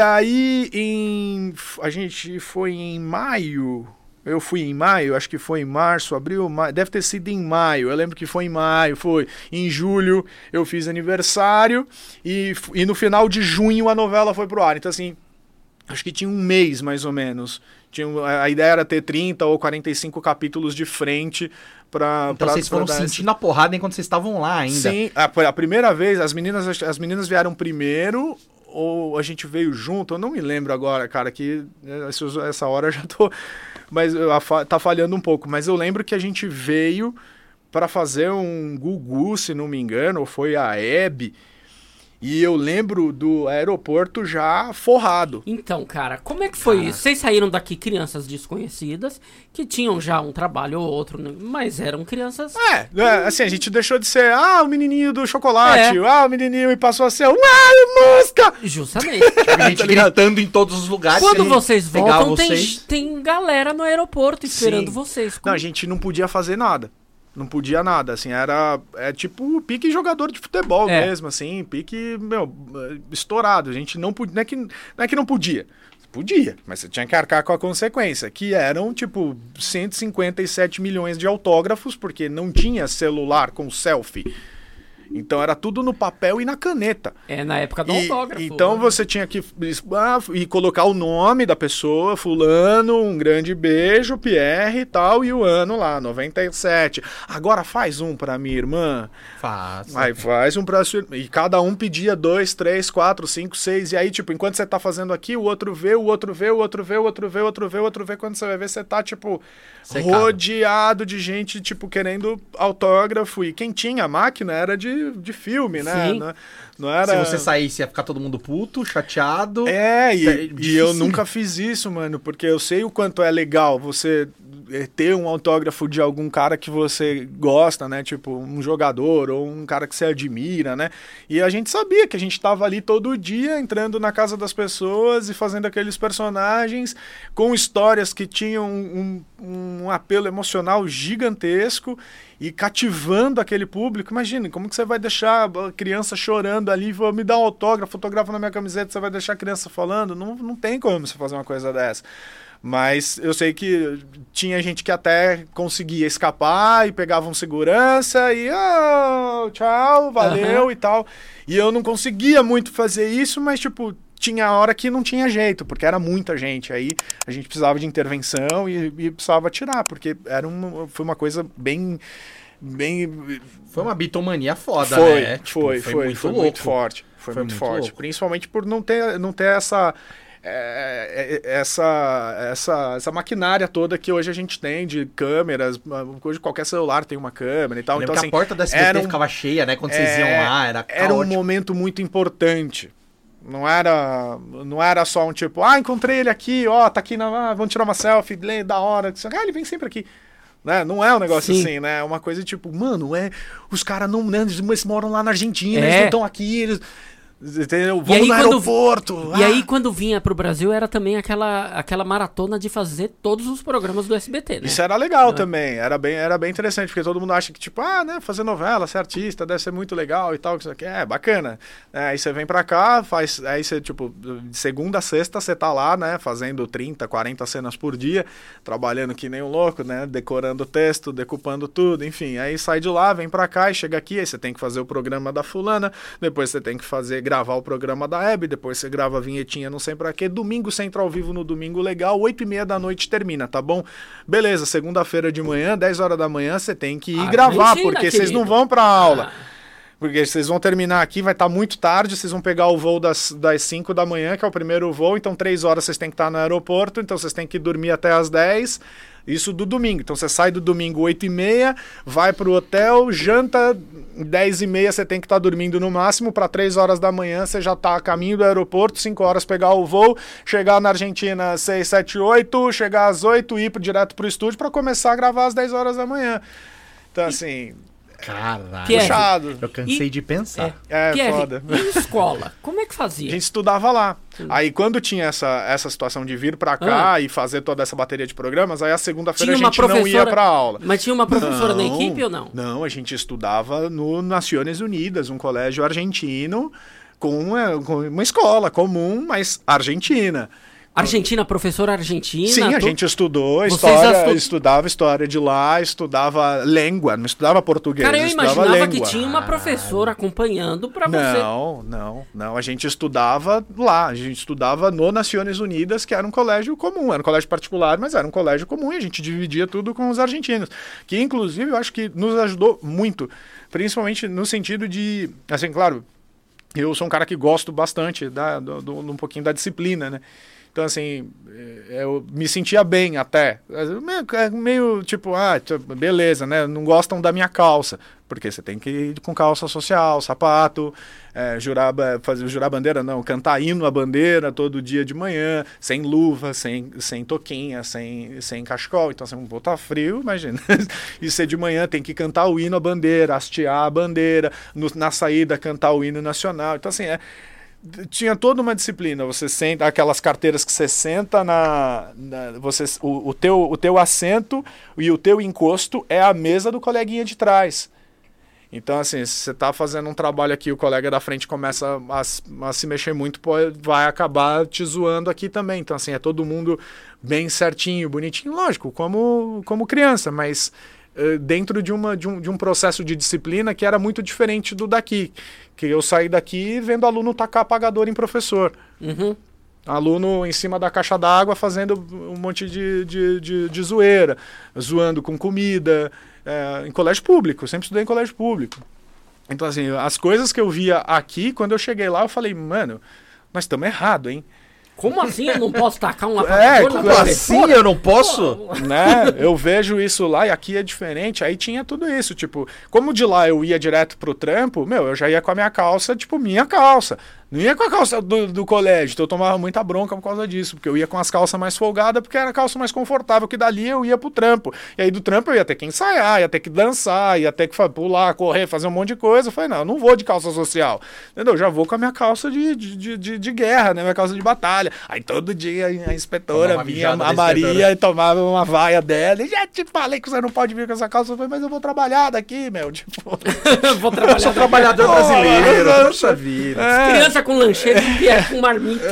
aí a gente foi em maio... Eu fui em maio, acho que foi em março, abril, maio, deve ter sido em maio, eu lembro que foi em maio, foi em julho, eu fiz aniversário e no final de junho a novela foi pro ar, então assim, acho que tinha um mês mais ou menos, a ideia era ter 30 ou 45 capítulos de frente pra... Então vocês foram sentindo a porrada enquanto vocês estavam lá ainda. Sim, a primeira vez, as meninas vieram primeiro, ou a gente veio junto, eu não me lembro agora, cara, que essa hora eu já tô... Mas tá falhando um pouco. Mas eu lembro que a gente veio para fazer um Gugu, se não me engano, ou foi a Hebe. E eu lembro do aeroporto já forrado. Então, cara, como é que foi isso? Vocês saíram daqui crianças desconhecidas, que tinham já um trabalho ou outro, mas eram crianças... assim, a gente deixou de ser, o menininho do chocolate, o menininho, e passou a ser, mosca! Justamente. A gente gritando em todos os lugares. Quando vocês voltam, tem galera no aeroporto esperando vocês. Não, a gente não podia fazer nada. Não podia nada, assim, tipo pique jogador de futebol mesmo, assim, pique, estourado. A gente não podia, não é que não podia, podia, mas você tinha que arcar com a consequência, que eram, tipo, 157 milhões de autógrafos, porque não tinha celular com selfie. Então era tudo no papel e na caneta. Na época do autógrafo. Então você tinha que e colocar o nome da pessoa, fulano, um grande beijo, Pierre e tal, e o ano lá, 97. Agora faz um pra minha irmã. Faz. Aí faz um pra sua irmã. E cada um pedia 2, 3, 4, 5, 6. E aí, tipo, enquanto você tá fazendo aqui, o outro vê, o outro vê, o outro vê, o outro vê, o outro vê, o outro vê. Quando você vai ver, você tá, tipo, rodeado de gente, tipo, querendo autógrafo. E quem tinha a máquina era de filme, né? Sim. Não era... Se você saísse, ia ficar todo mundo puto, chateado. E eu nunca fiz isso, mano, porque eu sei o quanto é legal você ter um autógrafo de algum cara que você gosta, né? Tipo, um jogador ou um cara que você admira, né? E a gente sabia que a gente estava ali todo dia entrando na casa das pessoas e fazendo aqueles personagens com histórias que tinham um apelo emocional gigantesco e cativando aquele público. Imagina, como que você vai deixar a criança chorando ali, vou me dar um autógrafo, fotografa na minha camiseta, você vai deixar a criança falando? Não tem como você fazer uma coisa dessa. Mas eu sei que tinha gente que até conseguia escapar e pegava um segurança e tchau, valeu e tal. E eu não conseguia muito fazer isso, mas tipo, tinha hora que não tinha jeito, porque era muita gente. Aí a gente precisava de intervenção e precisava tirar, porque foi uma coisa bem... Foi uma bitomania foda, né? Tipo, foi muito forte. Foi muito forte. Louco. Principalmente por não ter essa maquinária toda que hoje a gente tem de câmeras. Hoje qualquer celular tem uma câmera e tal. Então, assim, a porta da SBT ficava cheia, né? Quando vocês iam lá, era um momento muito importante. Não era só um tipo, encontrei ele aqui, tá aqui, vamos tirar uma selfie, da hora. Ele vem sempre aqui. Né? Não é um negócio assim, né? É uma coisa tipo, mano, os caras não, né? Eles moram lá na Argentina, eles não estão aqui, eles... Entendeu? Vamos no aeroporto. E aí, quando vinha pro Brasil, era também aquela maratona de fazer todos os programas do SBT, né? Isso era legal também. Era bem interessante, porque todo mundo acha que, tipo, né, fazer novela, ser artista, deve ser muito legal e tal. Isso aqui é bacana. Aí você vem pra cá, aí você, tipo, de segunda a sexta, você tá lá, né, fazendo 30, 40 cenas por dia, trabalhando que nem um louco, né, decorando o texto, decupando tudo, enfim. Aí sai de lá, vem pra cá e chega aqui, aí você tem que fazer o programa da fulana, depois você tem que gravar o programa da Hebe, depois você grava a vinhetinha não sei pra quê, domingo você entra ao vivo no Domingo Legal, 8h30 da noite termina, tá bom? Beleza, segunda-feira de manhã, 10 horas da manhã, você tem que ir gravar, porque vocês não vão pra aula. Porque vocês vão terminar aqui, vai estar muito tarde, vocês vão pegar o voo das 5 da manhã, que é o primeiro voo, então 3 horas vocês têm que estar no aeroporto, então vocês têm que dormir até as 10, isso do domingo. Então você sai do domingo 8h30, vai pro hotel, janta, 10h30 você tem que estar dormindo no máximo, para 3 horas da manhã você já está a caminho do aeroporto, 5 horas pegar o voo, chegar na Argentina 6, 7, 8, chegar às 8, ir direto pro estúdio para começar a gravar às 10 horas da manhã. Então assim... Caralho, puxado. Eu cansei de pensar. Pierre, foda. E escola? Como é que fazia? A gente estudava lá. Aí quando tinha essa situação de vir pra cá e fazer toda essa bateria de programas, aí a segunda-feira a gente não ia pra aula. Mas tinha uma professora na equipe ou não? Não, a gente estudava no Nações Unidas, um colégio argentino com uma escola comum, mas argentina. Argentina, professora argentina? Sim, a gente estudou estudava história de lá, estudava língua, não estudava português. Cara, eu imaginava que tinha uma professora acompanhando pra você. Não, a gente estudava lá, a gente estudava no Nações Unidas, que era um colégio comum, era um colégio particular, mas era um colégio comum e a gente dividia tudo com os argentinos, que inclusive eu acho que nos ajudou muito, principalmente no sentido de, assim, claro, eu sou um cara que gosto bastante um pouquinho da disciplina, né? Então, assim, eu me sentia bem até. Meio tipo, beleza, né? Não gostam da minha calça. Porque você tem que ir com calça social, sapato, jurar bandeira, não, cantar hino à bandeira todo dia de manhã, sem luva, sem toquinha, sem cachecol. Então, assim, tá frio, imagina. E você de manhã tem que cantar o hino à bandeira, hastear a bandeira, na saída cantar o hino nacional. Então, assim, tinha toda uma disciplina. Você senta, aquelas carteiras que você senta o teu assento e o teu encosto é a mesa do coleguinha de trás. Então, assim, se você tá fazendo um trabalho aqui, o colega da frente começa a se mexer muito, vai acabar te zoando aqui também. Então, assim, é todo mundo bem certinho, bonitinho, lógico, como criança, mas dentro de um processo de disciplina que era muito diferente do daqui. Que eu saí daqui vendo aluno tacar apagador em professor. Uhum. Aluno em cima da caixa d'água fazendo um monte de zoeira, zoando com comida, em colégio público, eu sempre estudei em colégio público. Então, assim, as coisas que eu via aqui, quando eu cheguei lá, eu falei, mano, nós estamos errados, hein? Como assim eu não posso tacar um apagador na professora? Assim eu não posso? Né? Eu vejo isso lá e aqui é diferente. Aí tinha tudo isso, tipo, como de lá eu ia direto pro trampo, eu já ia com a minha calça, tipo, minha calça. Não ia com a calça do colégio, então eu tomava muita bronca por causa disso, porque eu ia com as calças mais folgadas, porque era a calça mais confortável, que dali eu ia pro trampo. E aí do trampo eu ia ter que ensaiar, ia ter que dançar, ia ter que pular, correr, fazer um monte de coisa. Eu falei, não, eu não vou de calça social, entendeu? Eu já vou com a minha calça de guerra, né? Minha calça de batalha. Aí todo dia a inspetora vinha, a Maria, e tomava uma vaia dela, e já te falei que você não pode vir com essa calça. Eu falei, mas eu vou trabalhar daqui, meu, tipo... Vou trabalhar. Eu sou trabalhador brasileiro, poxa vida. Criança com lancheira e pia com marmita.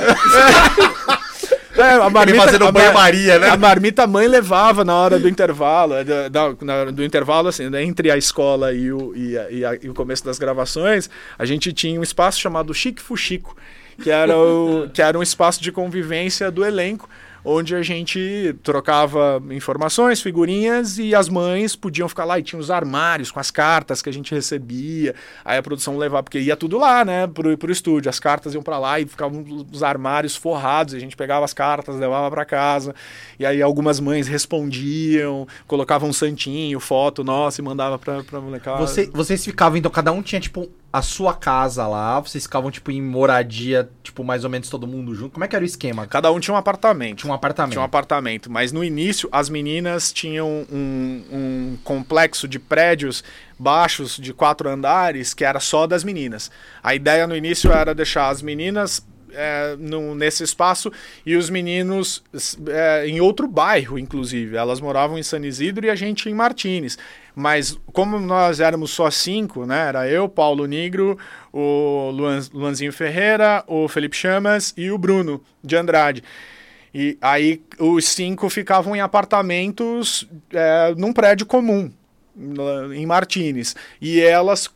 A marmita fazendo banho-maria, né? A marmita a mãe levava na hora do intervalo, do intervalo, assim, né, entre a escola e o começo das gravações, a gente tinha um espaço chamado Chique Fuxico, que era um espaço de convivência do elenco, onde a gente trocava informações, figurinhas, e as mães podiam ficar lá, e tinha os armários com as cartas que a gente recebia, aí a produção levava, porque ia tudo lá, né, pro estúdio, as cartas iam pra lá e ficavam os armários forrados, e a gente pegava as cartas, levava pra casa, e aí algumas mães respondiam, colocavam um santinho, foto nossa, e mandava pra molecada. Vocês ficavam, então, cada um tinha, tipo, a sua casa lá, vocês ficavam, tipo, em moradia, tipo, mais ou menos todo mundo junto? Como é que era o esquema? Cada um tinha um apartamento. Tinha um apartamento, mas no início as meninas tinham um complexo de prédios baixos de 4 andares que era só das meninas. A ideia no início era deixar as meninas nesse espaço e os meninos em outro bairro, inclusive. Elas moravam em San Isidro e a gente em Martins. Mas como nós éramos só 5, né? Era eu, Paulo Nigro, o Luanzinho Ferreira, o Felipe Chamas e o Bruno de Andrade. E aí os 5 ficavam em apartamentos num prédio comum, em Martins. E elas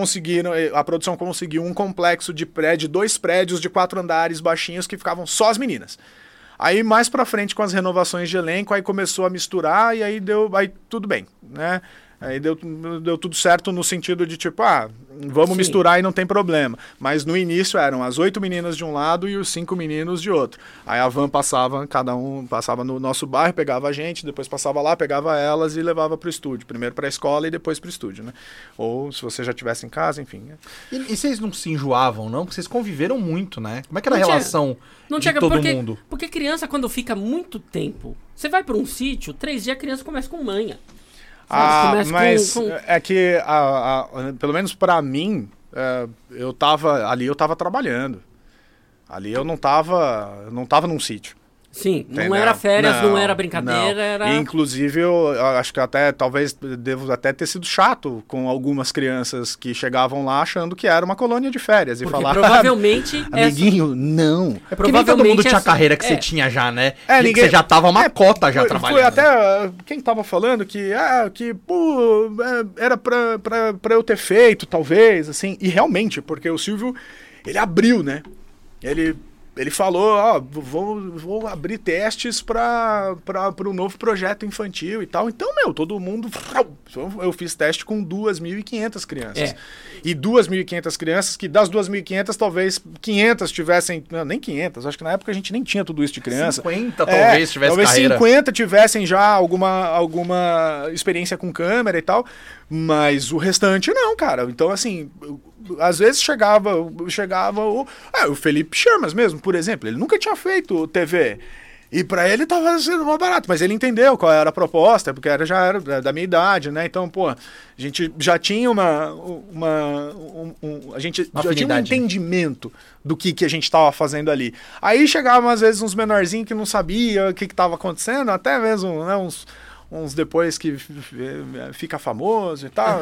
a produção conseguiu um complexo de 2 prédios de 4 andares baixinhos que ficavam só as meninas. Aí mais pra frente com as renovações de elenco, aí começou a misturar e aí tudo bem, né? Aí deu tudo certo no sentido de tipo, vamos misturar e não tem problema. Mas no início eram as 8 meninas de um lado e os 5 meninos de outro. Aí a van passava, cada um passava no nosso bairro, pegava a gente, depois passava lá, pegava elas e levava pro estúdio. Primeiro pra escola e depois pro estúdio, né? Ou se você já estivesse em casa, enfim. E vocês não se enjoavam, não? Porque vocês conviveram muito, né? Como é que era a relação de todo mundo? Porque criança, quando fica muito tempo, você vai pra um sítio, 3 dias a criança começa com manha. Mas é que, pelo menos pra mim, eu tava trabalhando. Ali eu não tava num sítio. Sim, entendeu? Não era férias, não era brincadeira, era... E, inclusive, eu acho que talvez devo até ter sido chato com algumas crianças que chegavam lá achando que era uma colônia de férias. Porque e falar, provavelmente... amiguinho, não. Porque nem todo mundo tinha a carreira que você tinha já, né? Você já tava uma cota já trabalhando. Foi até quem tava falando que era pra eu ter feito, talvez, assim. E realmente, porque o Silvio, ele abriu, né? Ele falou, vou abrir testes para um novo projeto infantil e tal. Então, todo mundo... Eu fiz teste com 2.500 crianças. E 2.500 crianças, que das 2.500, talvez 500 tivessem... Não, nem 500, acho que na época a gente nem tinha tudo isso de criança. 50 talvez tivesse carreira. Talvez 50 tivessem já alguma experiência com câmera e tal. Mas o restante não, cara. Então, assim... Às vezes chegava o Felipe Chamas mesmo, por exemplo, ele nunca tinha feito TV. E pra ele tava sendo mó barato, mas ele entendeu qual era a proposta, porque já era da minha idade, né? Então, a gente já tinha a gente já tinha um entendimento do que a gente tava fazendo ali. Aí chegavam às vezes uns menorzinhos que não sabia o que tava acontecendo, até mesmo, né, uns depois que fica famoso e tal.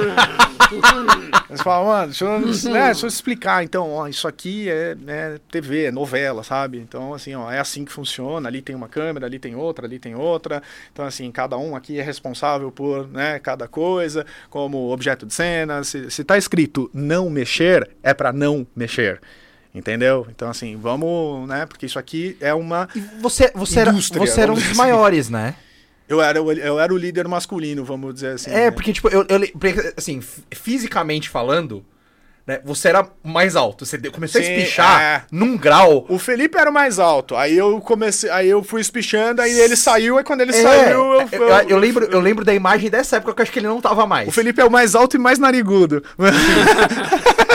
Você fala, mano, deixa eu explicar. Então, isso aqui é TV, é novela, sabe? Então, assim, é assim que funciona. Ali tem uma câmera, ali tem outra, ali tem outra. Então, assim, cada um aqui é responsável por, né, cada coisa, como objeto de cena. Se tá escrito não mexer, é pra não mexer. Entendeu? Então, assim, vamos, né? Porque isso aqui é uma você era um dos maiores, né? Eu era o líder masculino, vamos dizer assim. Porque, tipo, assim, fisicamente falando, né, você era mais alto. Você começou a espichar num grau. O Felipe era o mais alto. Aí eu fui espichando, aí ele saiu, aí quando ele saiu... Eu lembro da imagem dessa época que eu acho que ele não tava mais. O Felipe é o mais alto e mais narigudo.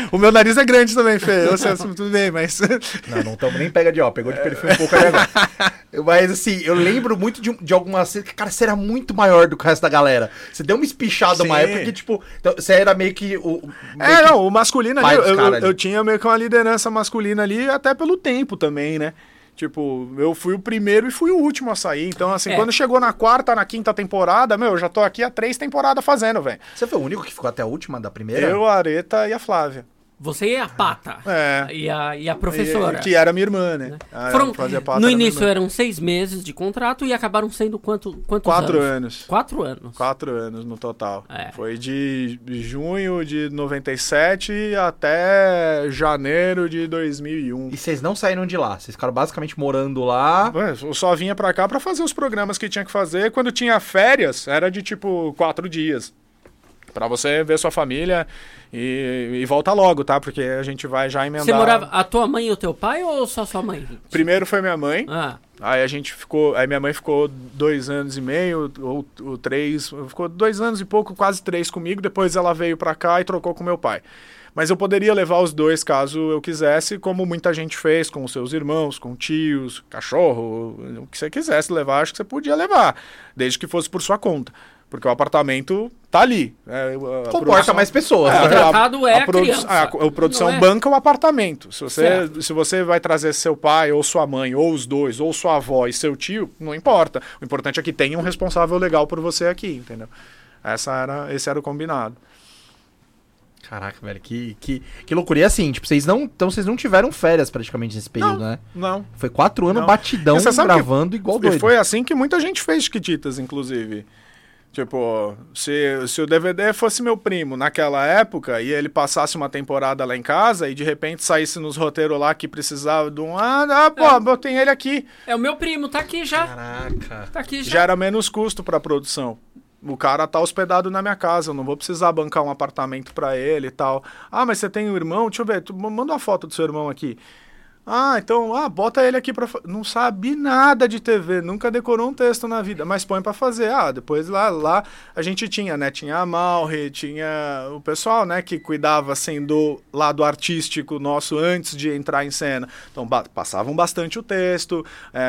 O meu nariz é grande também, Fê. Tudo bem, mas... Não estamos nem pega de ó. Pegou de perfil um pouco ali agora. Mas assim, eu lembro muito de algumas cenas que, cara, você era muito maior do que o resto da galera. Você deu uma espichada uma época que, tipo, então, você era meio que o masculino ali, eu tinha meio que uma liderança masculina ali, até pelo tempo também, né? Tipo, eu fui o primeiro e fui o último a sair. Então, assim, quando chegou na 4ª, na 5ª temporada, eu já tô aqui há 3 temporadas fazendo, velho. Você foi o único que ficou até a última da primeira? Eu, a Areta e a Flávia. Você e a Pata. E a professora. Que era minha irmã, né? No início eram 6 meses de contrato e acabaram sendo quantos 4 anos? 4 anos. 4 anos no total. Foi de junho de 97 até janeiro de 2001. E vocês não saíram de lá? Vocês ficaram basicamente morando lá? Eu só vinha pra cá pra fazer os programas que tinha que fazer. Quando tinha férias, era de tipo 4 dias. Pra você ver sua família e volta logo, tá? Porque a gente vai já emendar... Você morava... A tua mãe e o teu pai ou só sua mãe? Primeiro foi minha mãe. Aí a gente ficou... Aí minha mãe ficou 2 anos e meio ou 3... Ficou 2 anos e pouco, quase 3 comigo. Depois ela veio pra cá e trocou com meu pai. Mas eu poderia levar os dois caso eu quisesse, como muita gente fez com os seus irmãos, com tios, cachorro, o que você quisesse levar, acho que você podia levar. Desde que fosse por sua conta. Porque o apartamento tá ali. Comporta mais pessoas. O contratado é a criança. A produção banca o apartamento. Se você vai trazer seu pai, ou sua mãe, ou os dois, ou sua avó e seu tio, não importa. O importante é que tenha um responsável legal por você aqui, entendeu? Esse era o combinado. Caraca, velho, que loucura. E assim, tipo, vocês não tiveram férias praticamente nesse período, né? Não. Foi 4 anos batidão, gravando igual doido. E foi assim que muita gente fez Chiquititas, inclusive. Tipo, se o DVD fosse meu primo naquela época e ele passasse uma temporada lá em casa e de repente saísse nos roteiros lá que precisava de um... botei ele aqui. É o meu primo, tá aqui já. Caraca. Tá aqui já. Já era menos custo pra produção. O cara tá hospedado na minha casa, eu não vou precisar bancar um apartamento pra ele e tal. Mas você tem um irmão? Deixa eu ver, manda uma foto do seu irmão aqui. Então, bota ele aqui pra... Não sabe nada de TV, nunca decorou um texto na vida, mas põe pra fazer. Depois lá a gente tinha, né? Tinha a Malri, tinha o pessoal, né? Que cuidava, assim, do lado artístico nosso antes de entrar em cena. Então, passavam bastante o texto,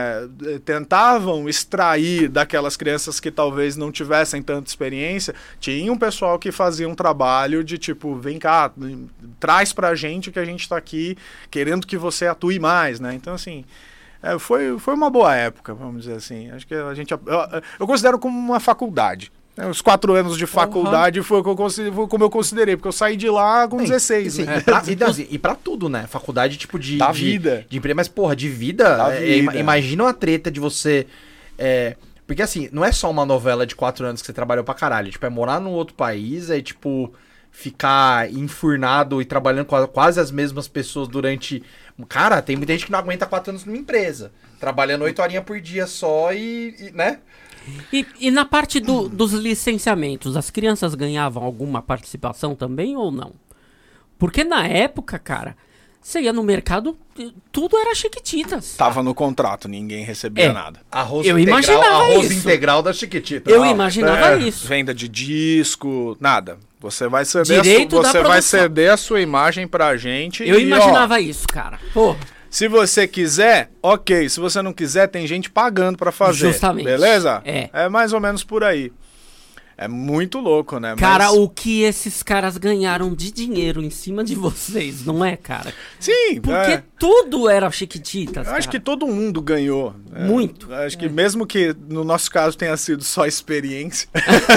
tentavam extrair daquelas crianças que talvez não tivessem tanta experiência. Tinha um pessoal que fazia um trabalho de, tipo, vem cá, traz pra gente que a gente tá aqui querendo que você atue mais, né? Então, assim, foi uma boa época, vamos dizer assim. Acho que eu considero como uma faculdade. Os 4 anos de faculdade foi como eu considerei, porque eu saí de lá com 16. Sim, né? E pra tudo, né? Faculdade, tipo, da vida. De emprego, mas, porra, de vida. Imagina uma treta de você... porque, assim, não é só uma novela de 4 anos que você trabalhou pra caralho. Tipo, é morar num outro país, tipo... Ficar enfurnado e trabalhando com quase as mesmas pessoas durante... Cara, tem muita gente que não aguenta 4 anos numa empresa. Trabalhando 8 horinhas por dia só né? E na parte dos licenciamentos, as crianças ganhavam alguma participação também ou não? Porque na época, cara, você ia no mercado, tudo era Chiquititas. Tava no contrato, ninguém recebia nada. Arroz integral da Chiquitita. Eu imaginava isso. Venda de disco, nada. Você vai ceder a sua imagem pra gente. Eu imaginava isso, cara. Porra. Se você quiser, ok. Se você não quiser, tem gente pagando pra fazer. Justamente. Beleza? É mais ou menos por aí. É muito louco, né? Cara, o que esses caras ganharam de dinheiro em cima de vocês, não é, cara? Sim. Porque tudo era Chiquititas, Eu acho que todo mundo ganhou. Muito. Acho que mesmo que no nosso caso tenha sido só experiência.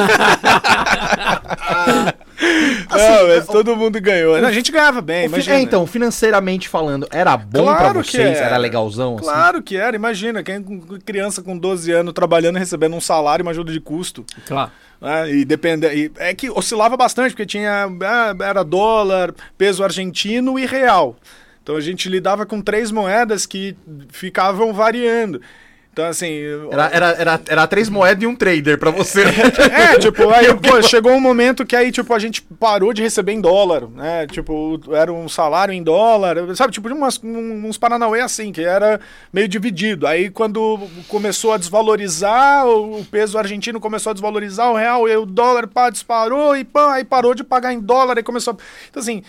Mas todo mundo ganhou. A gente ganhava bem, imagina. Então, financeiramente falando, era bom pra vocês? Era legalzão? Claro assim? que era. Imagina, criança com 12 anos trabalhando e recebendo um salário e uma ajuda de custo. Claro. É que oscilava bastante, porque era dólar, peso argentino e real. Então a gente lidava com 3 moedas que ficavam variando. Então, assim... Era 3 moedas e um trader pra você. Aí chegou um momento que aí, tipo, a gente parou de receber em dólar, né? Tipo, era um salário em dólar, sabe? Tipo, uns paranauê assim, que era meio dividido. Aí, quando começou a desvalorizar, o peso argentino começou a desvalorizar o real, e o dólar disparou, e aí parou de pagar em dólar, aí começou... Então, assim...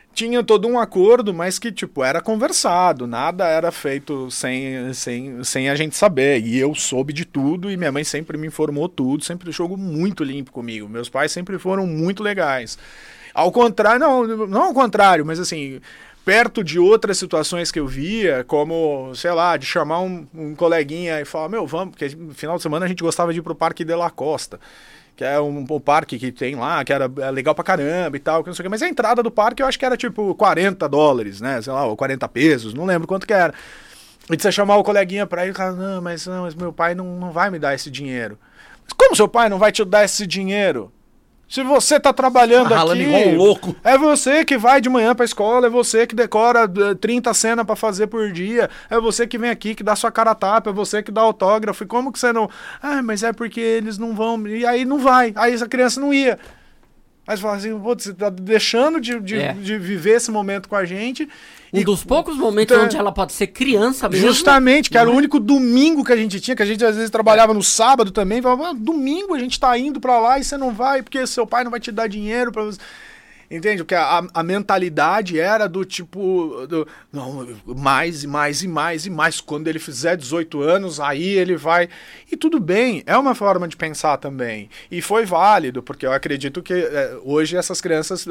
tinha todo um acordo, mas que, tipo, era conversado, nada era feito sem a gente saber. E eu soube de tudo e minha mãe sempre me informou tudo, sempre deixou algo muito limpo comigo. Meus pais sempre foram muito legais. Ao contrário, não ao contrário, mas assim, perto de outras situações que eu via, como, sei lá, de chamar um coleguinha e falar, meu, vamos, porque no final de semana a gente gostava de ir pro Parque de la Costa, que é um parque que tem lá, que era legal pra caramba e tal, que não sei o que. Mas a entrada do parque eu acho que era tipo $40, né? Sei lá, ou 40 pesos, não lembro quanto que era. E você chamar o coleguinha pra ir e falar, não, mas meu pai não vai me dar esse dinheiro. Mas como seu pai não vai te dar esse dinheiro? Se você tá trabalhando aqui, igual um louco. É você que vai de manhã pra escola, é você que decora 30 cenas pra fazer por dia, é você que vem aqui, que dá sua cara a tapa, é você que dá autógrafo, e como que você não... Ah, mas é porque eles não vão... E aí não vai, aí essa criança não ia. Aí você fala assim, você tá deixando de viver esse momento com a gente... Um dos poucos momentos onde ela pode ser criança mesmo. Justamente, que era o único domingo que a gente tinha, que a gente às vezes trabalhava no sábado também, falava, domingo a gente tá indo pra lá e você não vai, porque seu pai não vai te dar dinheiro pra você... Entende? Porque a mentalidade era do tipo, não, mais e mais e mais e mais. Quando ele fizer 18 anos, aí ele vai... E tudo bem, é uma forma de pensar também. E foi válido, porque eu acredito que hoje essas crianças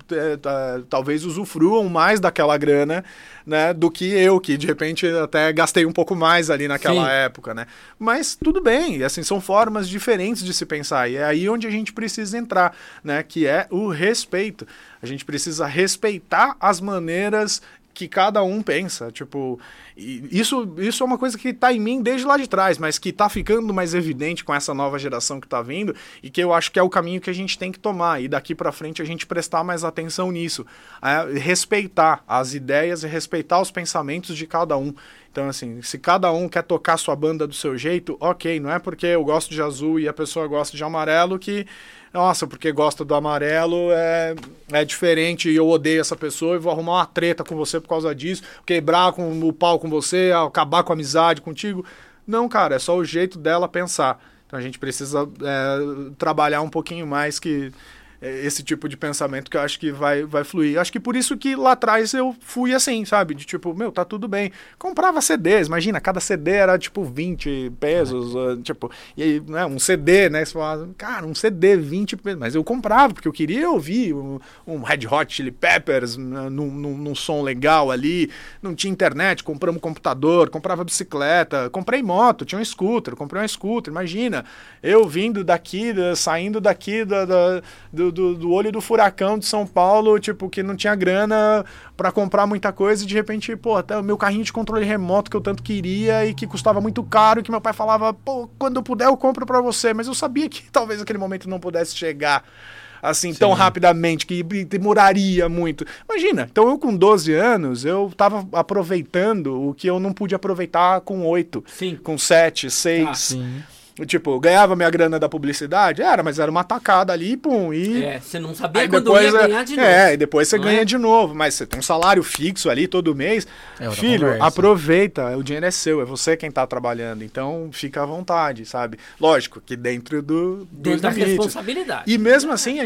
talvez usufruam mais daquela grana, né, do que eu, que de repente até gastei um pouco mais ali naquela época, né? Mas tudo bem, assim, são formas diferentes de se pensar. E é aí onde a gente precisa entrar, né? Que é o respeito. A gente precisa respeitar as maneiras que cada um pensa, tipo, isso é uma coisa que tá em mim desde lá de trás, mas que tá ficando mais evidente com essa nova geração que tá vindo e que eu acho que é o caminho que a gente tem que tomar e daqui pra frente a gente prestar mais atenção nisso, respeitar as ideias e respeitar os pensamentos de cada um. Então, assim, se cada um quer tocar sua banda do seu jeito, ok, não é porque eu gosto de azul e a pessoa gosta de amarelo que, nossa, porque gosta do amarelo é diferente e eu odeio essa pessoa e vou arrumar uma treta com você por causa disso, quebrar o pau com você, acabar com a amizade contigo. Não, cara, é só o jeito dela pensar. Então a gente precisa trabalhar um pouquinho mais que esse tipo de pensamento que eu acho que vai fluir. Acho que por isso que lá atrás eu fui assim, sabe? De tipo, meu, tá tudo bem. Comprava CDs, imagina, cada CD era tipo 20 pesos, tipo, e aí, né, um CD, né? Você falava, cara, um CD 20 pesos, mas eu comprava, porque eu queria ouvir um Red Hot Chili Peppers num som legal ali, não tinha internet, compramos computador, comprava bicicleta, comprei moto, tinha um scooter, comprei uma scooter, imagina, eu vindo daqui, saindo daqui do olho do furacão de São Paulo, tipo, que não tinha grana pra comprar muita coisa e de repente, pô, até o meu carrinho de controle remoto que eu tanto queria e que custava muito caro e que meu pai falava, pô, quando eu puder eu compro pra você, mas eu sabia que talvez aquele momento não pudesse chegar assim, tão rapidamente, que demoraria muito. Imagina, então eu com 12 anos, eu tava aproveitando o que eu não pude aproveitar com 8, com 7, 6... Tipo, eu ganhava minha grana da publicidade? Mas era uma tacada ali, pum, e... você não sabia quando ia ganhar de novo. E depois você ganha de novo, mas você tem um salário fixo ali todo mês. Filho, aproveita, o dinheiro é seu, é você quem tá trabalhando, então fica à vontade, sabe? Lógico, que dentro da responsabilidade. E mesmo assim,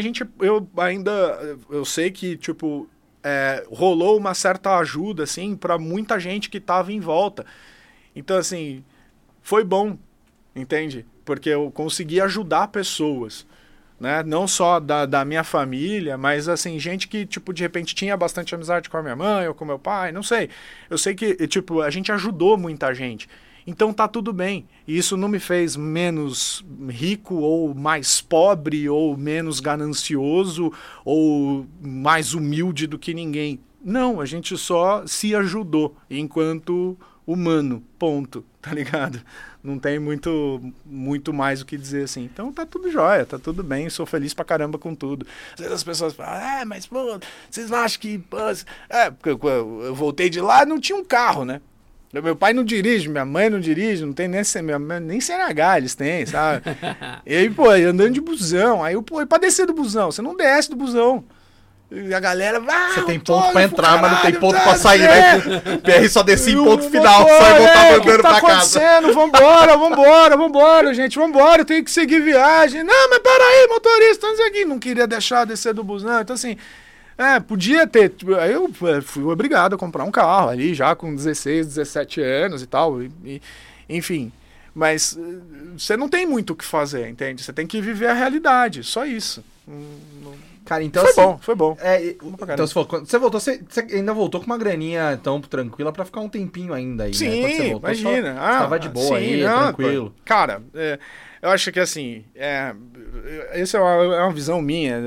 eu sei que, tipo, rolou uma certa ajuda, assim, pra muita gente que tava em volta. Então, assim, foi bom. Entende? Porque eu consegui ajudar pessoas, né? Não só da minha família, mas assim, gente que, tipo, de repente tinha bastante amizade com a minha mãe ou com meu pai, não sei. Eu sei que, tipo, a gente ajudou muita gente. Então tá tudo bem. E isso não me fez menos rico ou mais pobre ou menos ganancioso ou mais humilde do que ninguém. Não, a gente só se ajudou enquanto humano, ponto, tá ligado? Não tem muito mais o que dizer assim. Então tá tudo jóia, tá tudo bem, sou feliz pra caramba com tudo. Às vezes as pessoas falam, mas pô, vocês acham que... porque eu voltei de lá, não tinha um carro, né? Meu pai não dirige, minha mãe não dirige, não tem nem CNH eles têm, sabe? E aí, pô, andando de busão, aí, pô, e pra descer do busão? Você não desce do busão. E a galera vai. Você tem ponto pra entrar, caralho, mas não tem ponto pra sair, né? O PR só descia em ponto final, só e voltar andando pra casa. Vambora, gente, vambora, eu tenho que seguir viagem. Não, mas peraí, motorista, não sei aqui. Não queria deixar descer do busão. Então, assim, Podia ter. Aí eu fui obrigado a comprar um carro ali, já com 16, 17 anos e tal. Enfim. Mas você não tem muito o que fazer, entende? Você tem que viver a realidade, só isso. Cara, então foi bom. Então você voltou, você ainda voltou com uma graninha tão tranquila pra ficar um tempinho ainda aí, sim, né? Quando você voltou, imagina. Você tava de boa aí, tranquilo. Cara, eu acho que assim, essa é uma visão minha,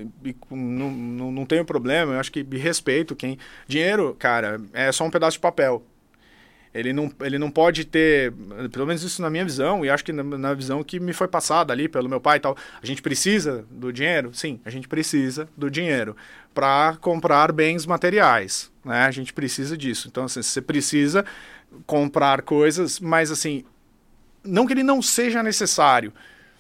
não tenho problema, eu acho que respeito quem... Dinheiro, cara, é só um pedaço de papel. Ele não pode ter, pelo menos isso na minha visão, e acho que na visão que me foi passada ali pelo meu pai e tal, a gente precisa do dinheiro? Sim, a gente precisa do dinheiro para comprar bens materiais, né? A gente precisa disso. Então, assim, você precisa comprar coisas, mas assim, não que ele não seja necessário,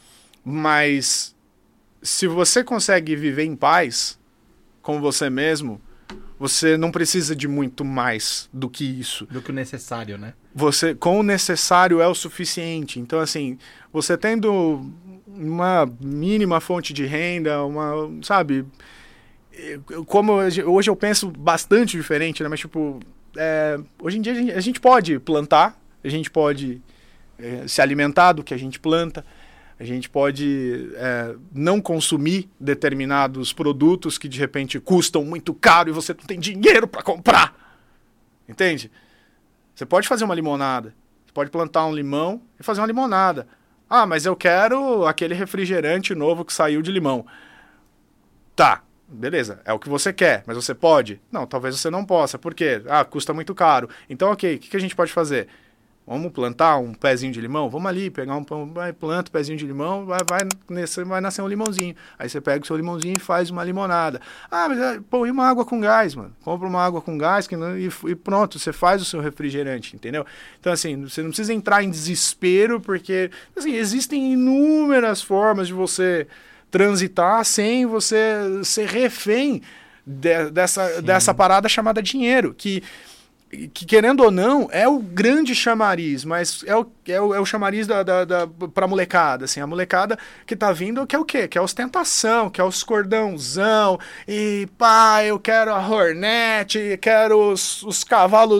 mas se você consegue viver em paz com você mesmo, você não precisa de muito mais do que isso. Do que o necessário, né? Com o necessário é o suficiente. Então, assim, você tendo uma mínima fonte de renda, sabe? Como hoje eu penso bastante diferente, né? Mas, tipo, hoje em dia a gente pode plantar, a gente pode se alimentar do que a gente planta, a gente pode não consumir determinados produtos que de repente custam muito caro e você não tem dinheiro para comprar. Entende? Você pode fazer uma limonada. Você pode plantar um limão e fazer uma limonada. Ah, mas eu quero aquele refrigerante novo que saiu de limão. Tá, beleza. É o que você quer, mas você pode? Não, talvez você não possa. Por quê? Ah, custa muito caro. Então, ok, o que a gente pode fazer? Vamos plantar um pezinho de limão? Vamos ali, pegar planta um pezinho de limão, vai nascer um limãozinho. Aí você pega o seu limãozinho e faz uma limonada. Ah, mas põe uma água com gás, mano. Compra uma água com gás e pronto, você faz o seu refrigerante, entendeu? Então, assim, você não precisa entrar em desespero, porque assim, existem inúmeras formas de você transitar sem você ser refém dessa parada chamada dinheiro, que querendo ou não, é o grande chamariz, mas é o chamariz pra molecada, assim, a molecada que tá vindo, que é o quê? Que é a ostentação, que é os cordãozão, e pá, eu quero a Hornet, quero os cavalos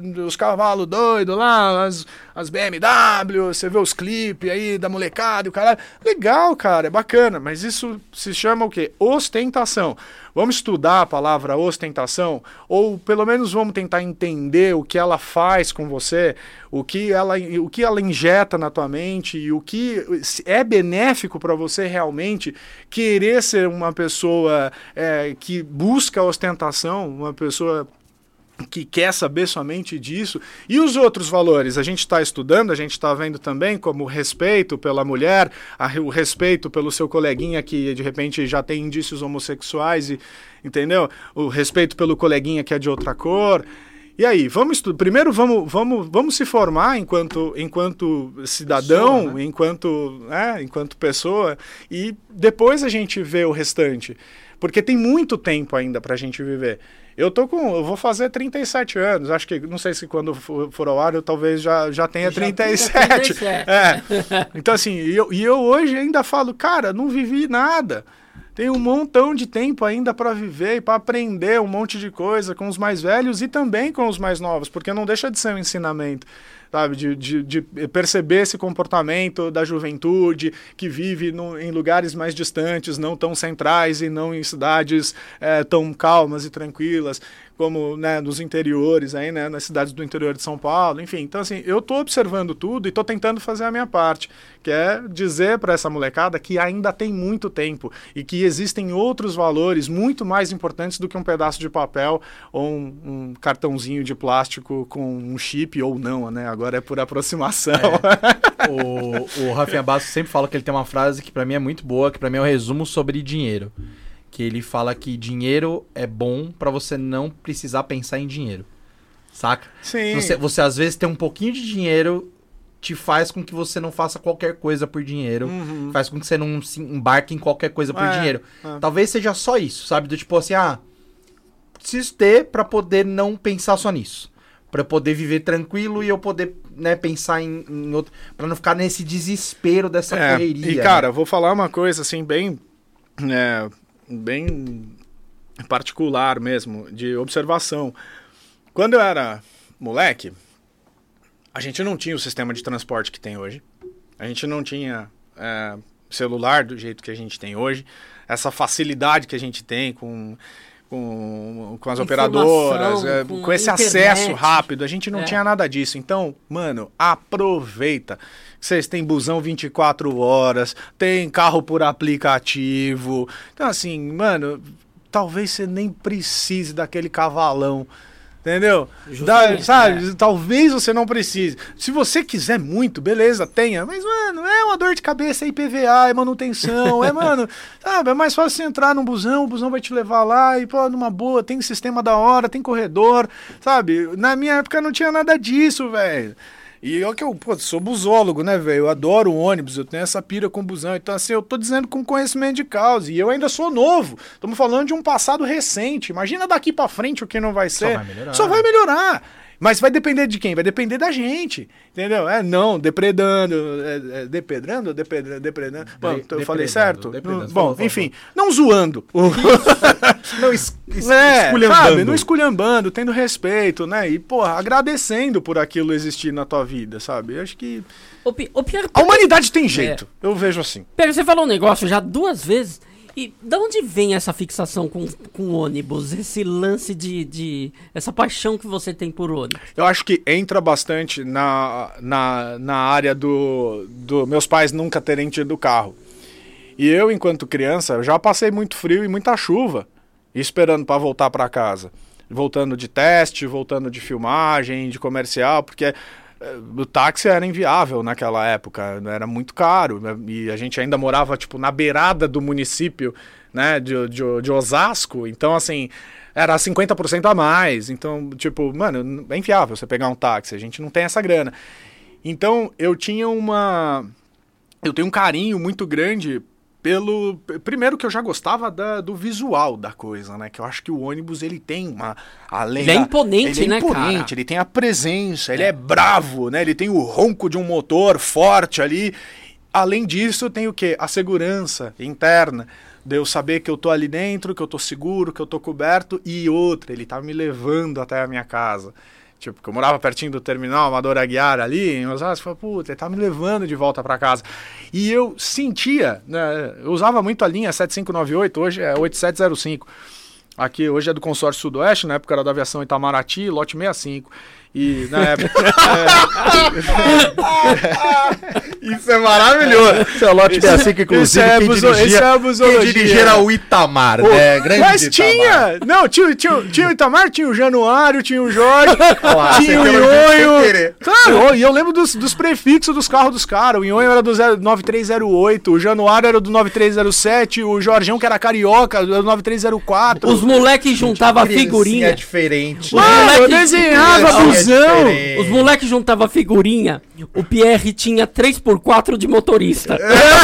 doidos lá, as BMW, você vê os clipes aí da molecada e o caralho. Legal, cara, é bacana, mas isso se chama o quê? Ostentação. Vamos estudar a palavra ostentação, ou pelo menos vamos tentar entender o que ela faz com você, o que ela injeta na tua mente e o que é benéfico para você realmente querer ser uma pessoa que busca a ostentação, uma pessoa que quer saber somente disso. E os outros valores? A gente está estudando, a gente está vendo também como o respeito pela mulher, o respeito pelo seu coleguinha que de repente já tem indícios homossexuais, entendeu? O respeito pelo coleguinha que é de outra cor. E aí, primeiro vamos se formar enquanto cidadão, pessoa, né? enquanto pessoa, e depois a gente vê o restante. Porque tem muito tempo ainda pra gente viver. Eu vou fazer 37 anos, acho que, não sei se quando for ao ar eu talvez já tenha 37. Então assim, eu hoje ainda falo, cara, não vivi nada. Tem um montão de tempo ainda para viver e para aprender um monte de coisa com os mais velhos e também com os mais novos, porque não deixa de ser um ensinamento, sabe? De perceber esse comportamento da juventude que vive em lugares mais distantes, não tão centrais e não em cidades tão calmas e tranquilas, como, né, nos interiores, aí, né, nas cidades do interior de São Paulo, enfim. Então, assim, eu estou observando tudo e estou tentando fazer a minha parte, que é dizer para essa molecada que ainda tem muito tempo e que existem outros valores muito mais importantes do que um pedaço de papel ou um cartãozinho de plástico com um chip ou não, né? Agora é por aproximação. O Rafinha Bastos sempre fala que ele tem uma frase que para mim é muito boa, que para mim é um resumo sobre dinheiro. Que ele fala que dinheiro é bom pra você não precisar pensar em dinheiro. Saca? Sim. Você às vezes ter um pouquinho de dinheiro te faz com que você não faça qualquer coisa por dinheiro. Uhum. Faz com que você não se embarque em qualquer coisa por dinheiro. Talvez seja só isso, sabe? Do tipo assim, preciso ter pra poder não pensar só nisso. Pra eu poder viver tranquilo e eu poder, né, pensar em outro... Pra não ficar nesse desespero dessa correria. E, cara, vou falar uma coisa assim, bem particular mesmo, de observação. Quando eu era moleque, a gente não tinha o sistema de transporte que tem hoje. A gente não tinha celular do jeito que a gente tem hoje. Essa facilidade que a gente tem com as operadoras, com esse acesso rápido. A gente não tinha nada disso. Então, mano, aproveita. Vocês têm busão 24 horas, tem carro por aplicativo. Então, assim, mano, talvez você nem precise daquele cavalão. Entendeu? Sabe? Talvez você não precise. Se você quiser muito, beleza, tenha. Mas, mano, é uma dor de cabeça, é IPVA, é manutenção, mano, sabe? É mais fácil você entrar num busão, o busão vai te levar lá e, pô, numa boa, tem sistema da hora, tem corredor, sabe? Na minha época não tinha nada disso, velho. E eu que sou busólogo, né, velho? Eu adoro o ônibus, eu tenho essa pira com busão. Então, assim, eu tô dizendo com conhecimento de causa. E eu ainda sou novo. Estamos falando de um passado recente. Imagina daqui pra frente o que não vai ser. Só vai melhorar. Mas vai depender de quem? Vai depender da gente. Entendeu? Não, depredando. Depredando? Bom, eu falei certo? Bom, enfim, não zoando. Não esculhambando. Sabe? Não esculhambando, tendo respeito, né? E, porra, agradecendo por aquilo existir na tua vida, sabe? Eu acho que... a humanidade tem jeito. Eu vejo assim. Pedro, você falou um negócio já 2 vezes. E de onde vem essa fixação com ônibus? Esse lance essa paixão que você tem por ônibus? Eu acho que entra bastante na área do meus pais nunca terem tido carro. E eu, enquanto criança, já passei muito frio e muita chuva, esperando para voltar para casa. Voltando de teste, voltando de filmagem, de comercial, porque... o táxi era inviável naquela época, era muito caro, e a gente ainda morava, tipo, na beirada do município, né, de Osasco, então, assim, era 50% a mais, então, tipo, mano, é inviável você pegar um táxi, a gente não tem essa grana. Então, eu tenho um carinho muito grande primeiro que eu já gostava do visual da coisa, né? Que eu acho que o ônibus, ele tem ele é imponente, né, cara? Ele tem a presença, ele é bravo, né? Ele tem o ronco de um motor forte ali. Além disso, tem o quê? A segurança interna. De eu saber que eu tô ali dentro, que eu tô seguro, que eu tô coberto. E outra, ele tá me levando até a minha casa. Tipo, porque eu morava pertinho do terminal Amador Aguiar ali, em Osasco, eu falei, puta, ele tá me levando de volta pra casa. E eu sentia, né, eu usava muito a linha 7598, hoje é 8705. Aqui, hoje é do Consórcio Sudoeste, na época era da Aviação Itamaraty, lote 65. E na época... Isso é maravilhoso. Esse é o lote 65, inclusive, quem dirigia era o Itamar, né? Grande mas tinha! Itamar. Não, tinha o Itamar, tinha o Januário, tinha o Jorge, tinha o Nhonho. Claro, e eu lembro dos prefixos dos carros dos caras. O Nhonho era do 9308, o Januário era do 9307, o Jorgeão, que era carioca, era do 9304. Os moleques juntavam figurinha. É diferente. Eu desenhava busão. Os moleques juntavam figurinha. O Pierre tinha 3x4 de motorista.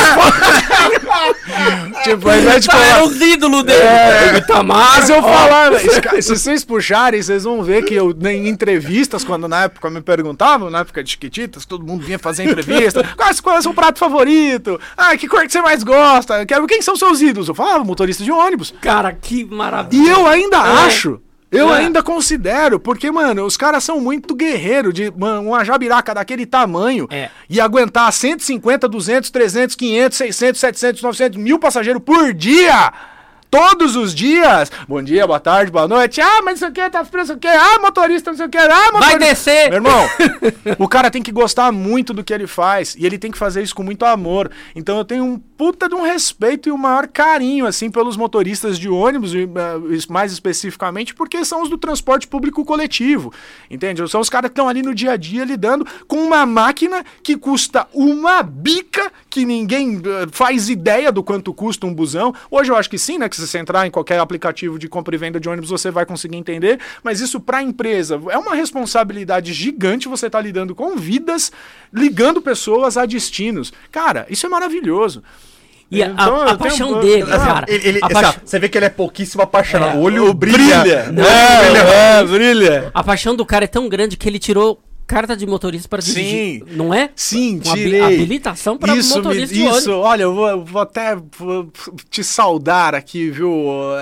Tipo, ao invés de falar... Era os ídolos dele. Mas eu falava... Se vocês puxarem, vocês vão ver que eu, em entrevistas, quando na época me perguntavam, na época de Chiquititas, todo mundo vinha fazer entrevista. Qual é o seu prato favorito? Que cor que você mais gosta? Quem são seus ídolos? Eu falava, motorista de ônibus. Cara, que maravilha. E eu ainda acho... Eu ainda considero, porque, mano, os caras são muito guerreiros de uma jabiraca daquele tamanho e aguentar 150, 200, 300, 500, 600, 700, 900, 1000 passageiros por dia. Todos os dias. Bom dia, boa tarde, boa noite. Mas não sei o que, tá preso, não sei o que. Motorista, não sei o que. Motorista. Vai descer. Meu irmão, o cara tem que gostar muito do que ele faz. E ele tem que fazer isso com muito amor. Então eu tenho um puta de um respeito e um maior carinho, assim, pelos motoristas de ônibus, mais especificamente, porque são os do transporte público coletivo. Entende? São os caras que estão ali no dia a dia lidando com uma máquina que custa uma bica, que ninguém faz ideia do quanto custa um busão. Hoje eu acho que sim, né? Que se você entrar em qualquer aplicativo de compra e venda de ônibus, você vai conseguir entender, mas isso para a empresa é uma responsabilidade gigante. Você tá lidando com vidas, ligando pessoas a destinos. Cara, isso é maravilhoso. E a paixão dele, cara. Você vê que ele é pouquíssimo apaixonado. O olho brilha. Brilha. Brilha. A paixão do cara é tão grande que ele tirou carta de motorista para dirigir, não é? Sim, com tirei. Habilitação para motorista de ônibus. Olha, eu vou até te saudar aqui, viu?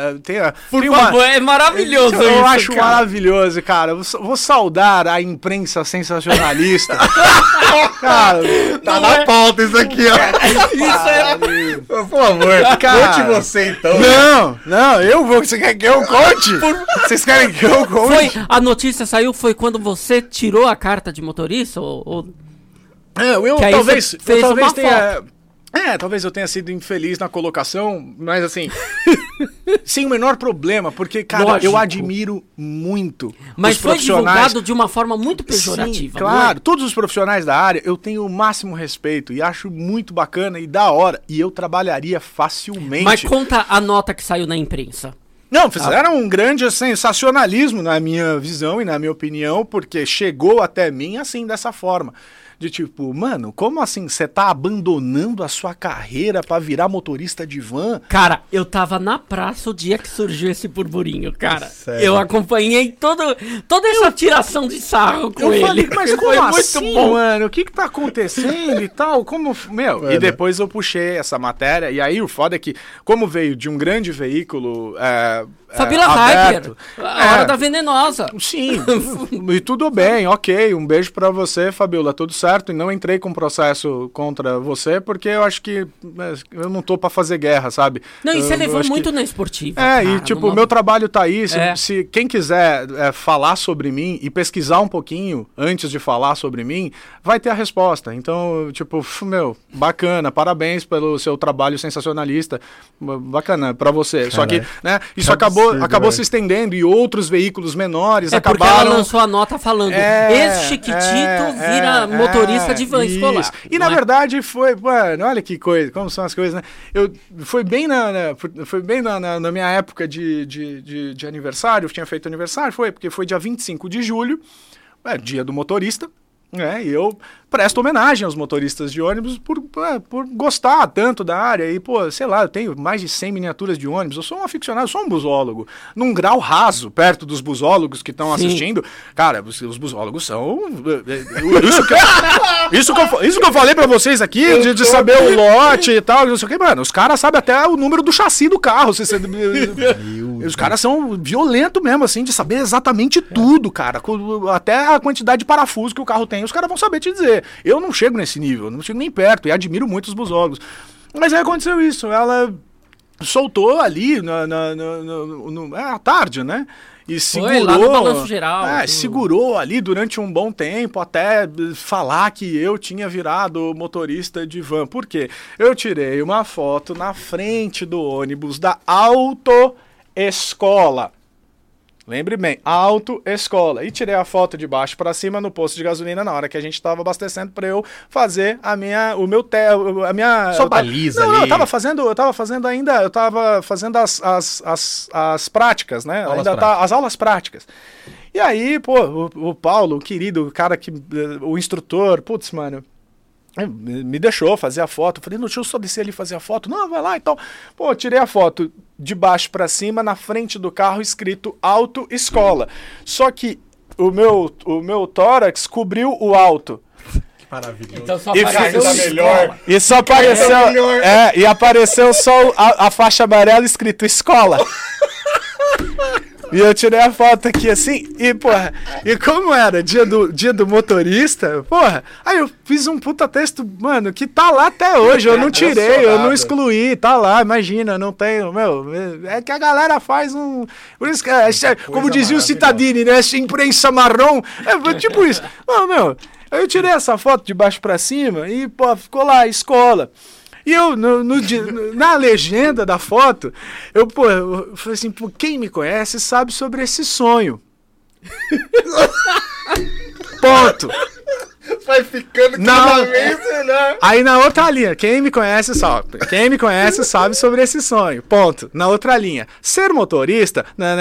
Por favor, é maravilhoso eu isso, acho cara. maravilhoso, cara. Eu vou saudar a imprensa sensacionalista. Cara, tá na pauta isso aqui, ó. Isso é... Por favor, conte você então. Não, eu vou. Você quer que eu conte? Vocês querem que eu conte? A notícia saiu, foi quando você tirou a carta de motorista? Ou... Eu talvez tenha... talvez eu tenha sido infeliz na colocação, mas assim, sem o menor problema, porque, cara, lógico, eu admiro muito mas os foi profissionais... divulgado de uma forma muito pejorativa. Sim, claro, todos os profissionais da área, eu tenho o máximo respeito e acho muito bacana e da hora, e eu trabalharia facilmente. Mas conta a nota que saiu na imprensa. Não, fizeram um grande sensacionalismo na minha visão e na minha opinião, porque chegou até mim assim, dessa forma. De tipo, mano, como assim? Você tá abandonando a sua carreira pra virar motorista de van? Cara, eu tava na praça o dia que surgiu esse burburinho, cara. Sério? Eu acompanhei toda essa tiração de sarro com ele. Falei, mas como foi assim, muito bom, mano? O que tá acontecendo e tal? Como... Meu, mano. E depois eu puxei essa matéria, e aí o foda é que, como veio de um grande veículo... Fabíola Hyper, a Hora da Venenosa. Sim, e tudo bem, ok, um beijo pra você, Fabíola, tudo certo, e não entrei com processo contra você, porque eu acho que eu não tô pra fazer guerra, sabe? Não, e você levou muito na esportiva. Cara, e tipo, meu trabalho tá aí, se quem quiser falar sobre mim e pesquisar um pouquinho antes de falar sobre mim, vai ter a resposta. Então, tipo, bacana, parabéns pelo seu trabalho sensacionalista, bacana pra você. Cara, só que, né, isso acabou se estendendo e outros veículos menores acabaram... porque ela lançou a nota falando, esse Chiquitito vira motorista de van escolar. E na verdade foi, mano, olha que coisa, como são as coisas, né? Foi bem na minha época de aniversário, eu tinha feito aniversário, porque foi dia 25 de julho, dia do motorista, e eu presto homenagem aos motoristas de ônibus por gostar tanto da área e, sei lá, eu tenho mais de 100 miniaturas de ônibus, eu sou um aficionado, eu sou um busólogo, num grau raso, perto dos busólogos que estão assistindo, cara, os busólogos são... Isso que eu falei pra vocês aqui, de saber o lote e tal, não sei o que, mano, os caras sabem até o número do chassi do carro, os caras são violentos mesmo, assim, de saber exatamente tudo, cara, até a quantidade de parafuso que o carro tem, os caras vão saber te dizer. Eu não chego nesse nível, não chego nem perto, e admiro muito os busólogos. Mas aí aconteceu isso, ela soltou ali à tarde, né? E segurou, lá no Balanço Geral. Segurou ali durante um bom tempo até falar que eu tinha virado motorista de van. Por quê? Eu tirei uma foto na frente do ônibus da autoescola. Lembre bem, autoescola. E tirei a foto de baixo para cima no posto de gasolina na hora que a gente estava abastecendo para eu fazer Só baliza ali. Não, eu tava fazendo as práticas, né? As aulas práticas. E aí, o Paulo, o querido, o cara o instrutor, putz, mano, me deixou fazer a foto. Eu falei, não, deixa eu só descer ali e fazer a foto. Não, vai lá e tal. Tirei a foto de baixo pra cima, na frente do carro, escrito autoescola. Só que o meu tórax cobriu o alto. Que maravilhoso. Então só apareceu melhor. E só apareceu... e apareceu só a faixa amarela escrito escola. E eu tirei a foto aqui assim, e como era dia do motorista, aí eu fiz um puta texto, mano, que tá lá até hoje, eu não tirei, eu não excluí, tá lá, imagina, não tenho, é que a galera faz por isso que, como dizia o Cittadini, né, imprensa marrom, tipo isso, aí eu tirei essa foto de baixo pra cima e, ficou lá, escola. E eu, na legenda da foto, eu falei assim, quem me conhece sabe sobre esse sonho. Ponto. Vai ficando cada vez melhor. Aí na outra linha, quem me conhece sabe sobre esse sonho. Ponto. Na outra linha, ser motorista,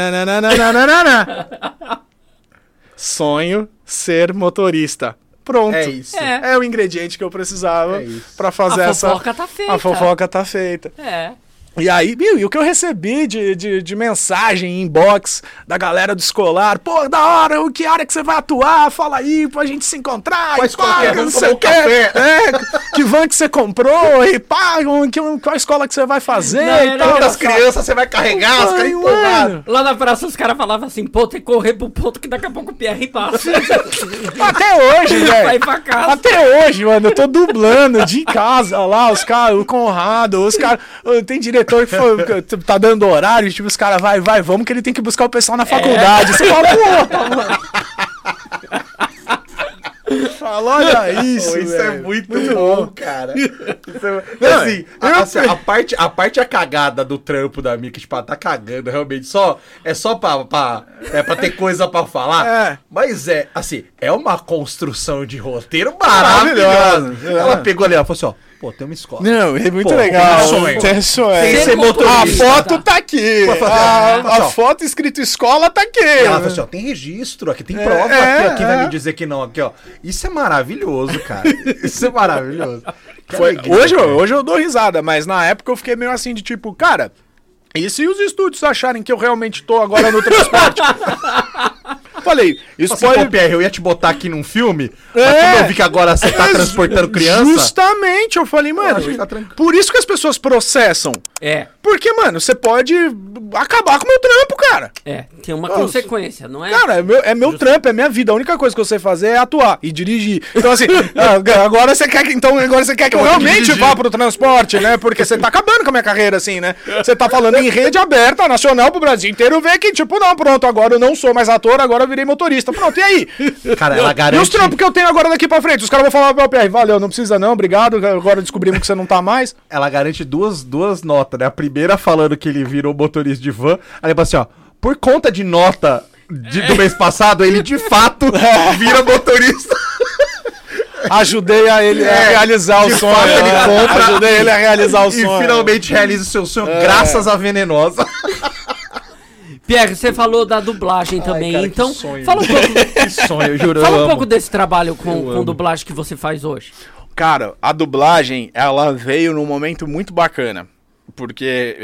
sonho, ser motorista. Pronto. É isso. É o ingrediente que eu precisava pra fazer essa... A fofoca tá feita. A fofoca tá feita. E aí, e o que eu recebi de mensagem, inbox da galera do escolar, pô, da hora, que hora que você vai atuar? Fala aí pra gente se encontrar. Qual escola que é? Não sei o que. Que van que você comprou e pá, qual escola que você vai fazer e tal. Quantas crianças você vai carregar, os caras empolgados. Lá na praça os caras falavam assim, pô, tem que correr pro ponto que daqui a pouco o Pierre passa. Até hoje, velho. Vai pra casa. Até hoje, mano, eu tô dublando de casa lá, os caras, o Conrado, os caras, tem diretor que tá dando horário, tipo, os caras, vai, vamos que ele tem que buscar o pessoal na faculdade. Você fala, porra, mano. Fala, olha isso, isso é muito bom, cara. A parte a cagada do trampo da Mica, tipo, ela tá cagando realmente, é só pra ter coisa pra falar, mas é uma construção de roteiro maravilhosa. Ela pegou ali, ela falou assim, ó, pô, tem uma escola. Não, é muito legal. Tem sonho. Tem ser motorista. A foto tá aqui. A foto escrito escola tá aqui. E ela falou assim, ó, tem registro, aqui tem prova, aqui vai me dizer que não, aqui, ó. Isso é maravilhoso, cara. Isso é maravilhoso. Hoje eu dou risada, mas na época eu fiquei meio assim de tipo, cara, e se os estúdios acharem que eu realmente tô agora no transporte? Falei, isso pode... Pô, Pierre, eu ia te botar aqui num filme, mas como eu vi que agora você tá transportando criança... Justamente, eu falei, mano, por isso que as pessoas processam. Porque, mano, você pode acabar com o meu trampo, cara. Tem uma consequência, não é? Cara, é meu trampo, é minha vida. A única coisa que eu sei fazer é atuar e dirigir. Então, assim, agora você quer que eu realmente vá pro transporte, né? Porque você tá acabando com a minha carreira, assim, né? Você tá falando em rede aberta, nacional, pro Brasil inteiro ver que, tipo, não, pronto, agora eu não sou mais ator, agora eu virei motorista. Pronto, e aí? Cara, ela garante... E os trampos que eu tenho agora daqui pra frente? Os caras vão falar, meu PR, valeu, não precisa não, obrigado, agora descobrimos que você não tá mais. Ela garante duas notas, né? A primeira falando que ele virou motorista de van, aí fala assim, ó, por conta de nota do mês passado, ele de fato vira motorista. Ajudei a ele a realizar o sonho. Ajudei ele a realizar o sonho. E finalmente realiza o seu sonho graças à Venenosa. Pierre, você falou da dublagem também, cara, então fala um pouco. Que sonho, juro. Fala um pouco desse trabalho com dublagem que você faz hoje. Cara, a dublagem, ela veio num momento muito bacana, porque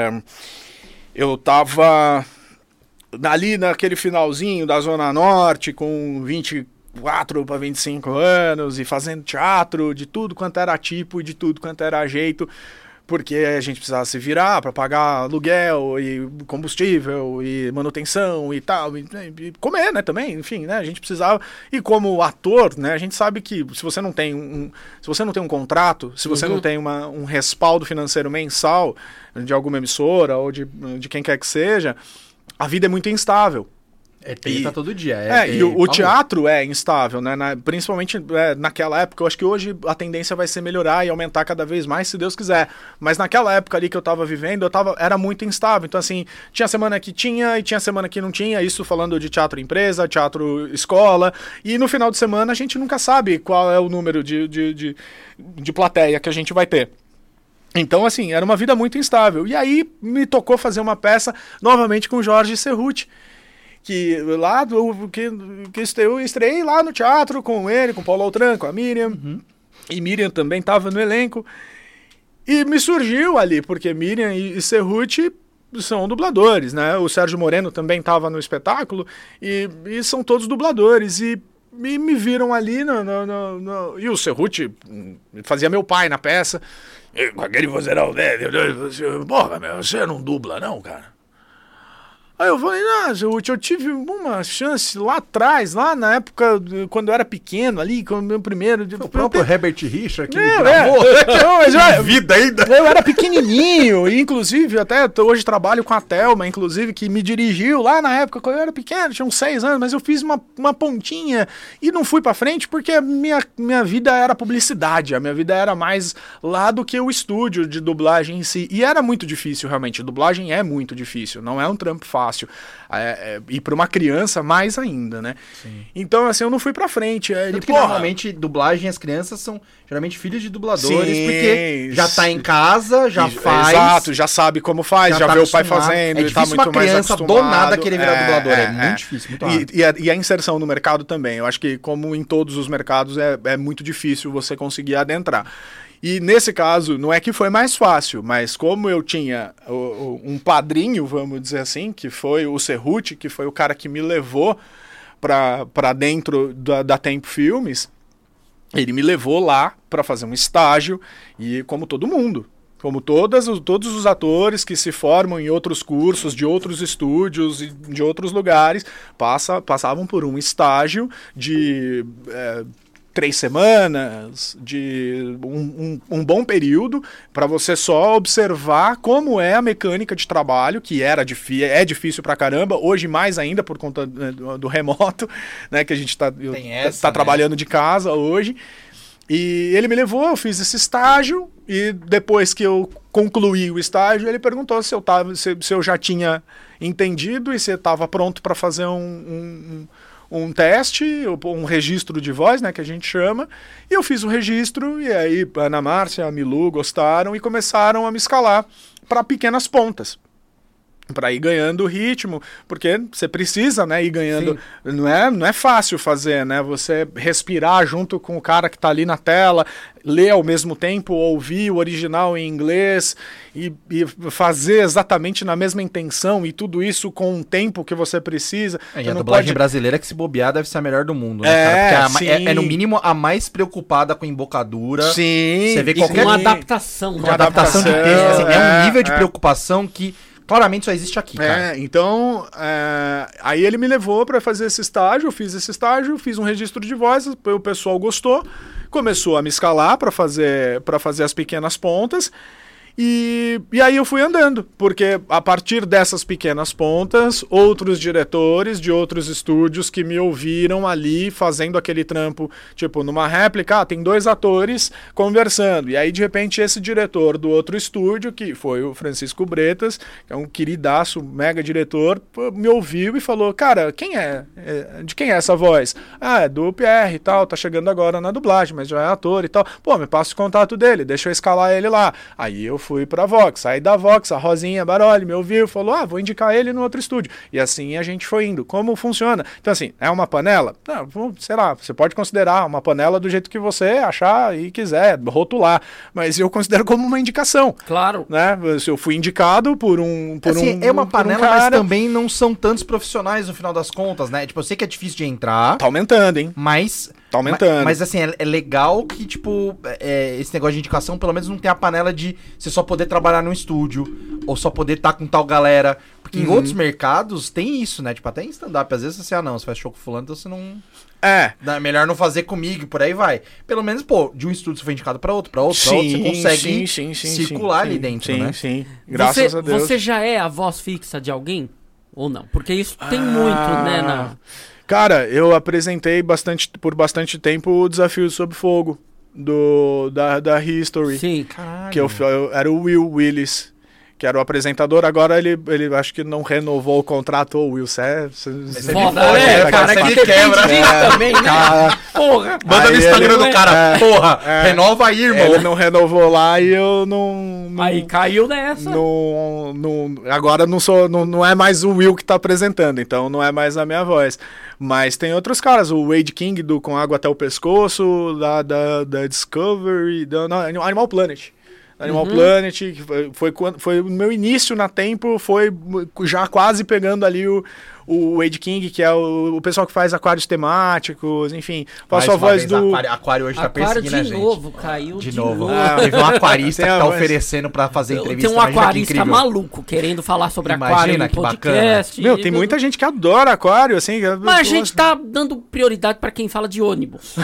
eu tava ali naquele finalzinho da Zona Norte, com 24 para 25 anos, e fazendo teatro de tudo quanto era tipo e de tudo quanto era jeito, porque a gente precisava se virar para pagar aluguel e combustível e manutenção e tal, e comer, né, também, enfim, né, a gente precisava, e como ator, né, a gente sabe que se você não tem um contrato, se você não tem um respaldo financeiro mensal de alguma emissora ou de quem quer que seja, a vida é muito instável. Tá todo dia. E o teatro é instável, né? Principalmente naquela época. Eu acho que hoje a tendência vai ser melhorar e aumentar cada vez mais, se Deus quiser. Mas naquela época ali que eu tava vivendo, era muito instável. Então, assim, tinha semana que tinha e tinha semana que não tinha. Isso falando de teatro empresa, teatro escola. E no final de semana a gente nunca sabe qual é o número de plateia que a gente vai ter. Então, assim, era uma vida muito instável. E aí me tocou fazer uma peça novamente com o Jorge Cerruti. Que lá, eu estreiei lá no teatro com ele, com o Paulo Altran, com a Miriam. E Miriam também estava no elenco. E me surgiu ali, porque Miriam e Cerruti são dubladores, né? O Sérgio Moreno também estava no espetáculo. E são todos dubladores. E me viram ali, e o Cerruti fazia meu pai na peça. E, com aquele vozeirão dele. Porra, você não dubla não, cara? Aí eu falei, eu tive uma chance lá atrás, lá na época, quando eu era pequeno, ali, com o meu primeiro... O próprio Herbert Richard, que me gravou. Que vida ainda. Eu era pequenininho, e inclusive, até hoje trabalho com a Thelma, inclusive, que me dirigiu lá na época, quando eu era pequeno, tinha uns 6 anos, mas eu fiz uma pontinha e não fui pra frente, porque a minha vida era publicidade, a minha vida era mais lá do que o estúdio de dublagem em si. E era muito difícil, realmente. Dublagem é muito difícil, não é um trampo fácil. E para uma criança mais ainda, né? Sim. Então, assim, eu não fui pra frente. Normalmente, dublagem, as crianças são geralmente filhos de dubladores, porque já tá em casa, já faz. Exato, já sabe como faz, já vê o pai fazendo, e tá muito mais acostumado. Do nada querer virar dublador, é muito difícil, muito rápido. E a inserção no mercado também, eu acho que como em todos os mercados é muito difícil você conseguir adentrar. E nesse caso, não é que foi mais fácil, mas como eu tinha um padrinho, vamos dizer assim, que foi o Cerruti, que foi o cara que me levou para dentro da Tempo Filmes, ele me levou lá para fazer um estágio, e como todo mundo, como todos os atores que se formam em outros cursos, de outros estúdios e de outros lugares, passavam por um estágio de 3 semanas, de um bom período, para você só observar como é a mecânica de trabalho, que é difícil pra caramba, hoje mais ainda por conta do remoto, né, que a gente tá trabalhando de casa hoje. E ele me levou, eu fiz esse estágio, e depois que eu concluí o estágio, ele perguntou se eu já tinha entendido e se eu estava pronto para fazer um teste, um registro de voz, né, que a gente chama, e eu fiz o registro, e aí a Ana Márcia, a Milu gostaram e começaram a me escalar para pequenas pontas, para ir ganhando ritmo, porque você precisa, né, ir ganhando. Não é fácil fazer, né, você respirar junto com o cara que está ali na tela, ler ao mesmo tempo, ouvir o original em inglês e fazer exatamente na mesma intenção, e tudo isso com um tempo que você precisa. E a dublagem brasileira, que se bobear, deve ser a melhor do mundo, né, cara? Porque é no mínimo a mais preocupada com embocadura. Sim. Você vê qualquer... com adaptação. Com adaptação de texto. Assim, é um nível de preocupação que claramente só existe aqui, cara. Então, aí ele me levou para fazer esse estágio, eu fiz esse estágio, fiz um registro de voz, o pessoal gostou, começou a me escalar para fazer as pequenas pontas, e aí eu fui andando, porque a partir dessas pequenas pontas, outros diretores de outros estúdios que me ouviram ali fazendo aquele trampo, tipo, numa réplica, tem 2 atores conversando, e aí de repente esse diretor do outro estúdio, que foi o Francisco Bretas, que é um queridaço, mega diretor, me ouviu e falou, cara, de quem é essa voz? Ah, é do Pierre e tal, tá chegando agora na dublagem, mas já é ator e tal. Pô, me passa o contato dele, deixa eu escalar ele lá. Aí eu fui pra Vox, saí da Vox, a Rosinha Baroli me ouviu, falou, vou indicar ele no outro estúdio. E assim a gente foi indo. Como funciona? Então assim, é uma panela? Não, sei lá, você pode considerar uma panela do jeito que você achar e quiser, rotular, mas eu considero como uma indicação. Claro. Né? Se eu fui indicado por é uma panela, mas também não são tantos profissionais no final das contas, né? Tipo, eu sei que é difícil de entrar. Tá aumentando, hein? Mas... Tá aumentando. Mas assim, é legal que, tipo, esse negócio de indicação, pelo menos não tem a panela de você só poder trabalhar num estúdio, ou só poder estar com tal galera. Porque em outros mercados tem isso, né? Tipo, até em stand-up, às vezes você, você faz show com fulano, então você não... melhor não fazer comigo, por aí vai. Pelo menos, pô, de um estúdio você foi indicado pra outro, você consegue circular ali dentro, né? Sim, graças a Deus. Você já é a voz fixa de alguém? Ou não? Porque isso tem muito, né, Cara, eu apresentei por bastante tempo o Desafio Sob Fogo da History. Sim, caralho. Que eu era o Will Willis, que era o apresentador. Agora ele acho que não renovou o contrato. Ô, Will, você cara, que quebra também, né? Porra, manda no Instagram do cara, renova aí, irmão. Ele não renovou lá e eu não aí caiu nessa. Agora não é mais o Will que tá apresentando, então não é mais a minha voz. Mas tem outros caras, o Wade King do Com Água Até o Pescoço, da Discovery, Animal Planet. Animal Planet, que foi o meu início na Tempo, foi já quase pegando ali o Wade King, que é o pessoal que faz aquários temáticos, enfim. Faço a voz do... Aquário hoje tá perseguindo a gente. Caiu de novo. Teve um aquarista que tá oferecendo pra fazer entrevista. Tem um aquarista maluco querendo falar sobre aquário no podcast. Meu, tem muita gente que adora aquário, assim. Mas a gente tá dando prioridade pra quem fala de ônibus.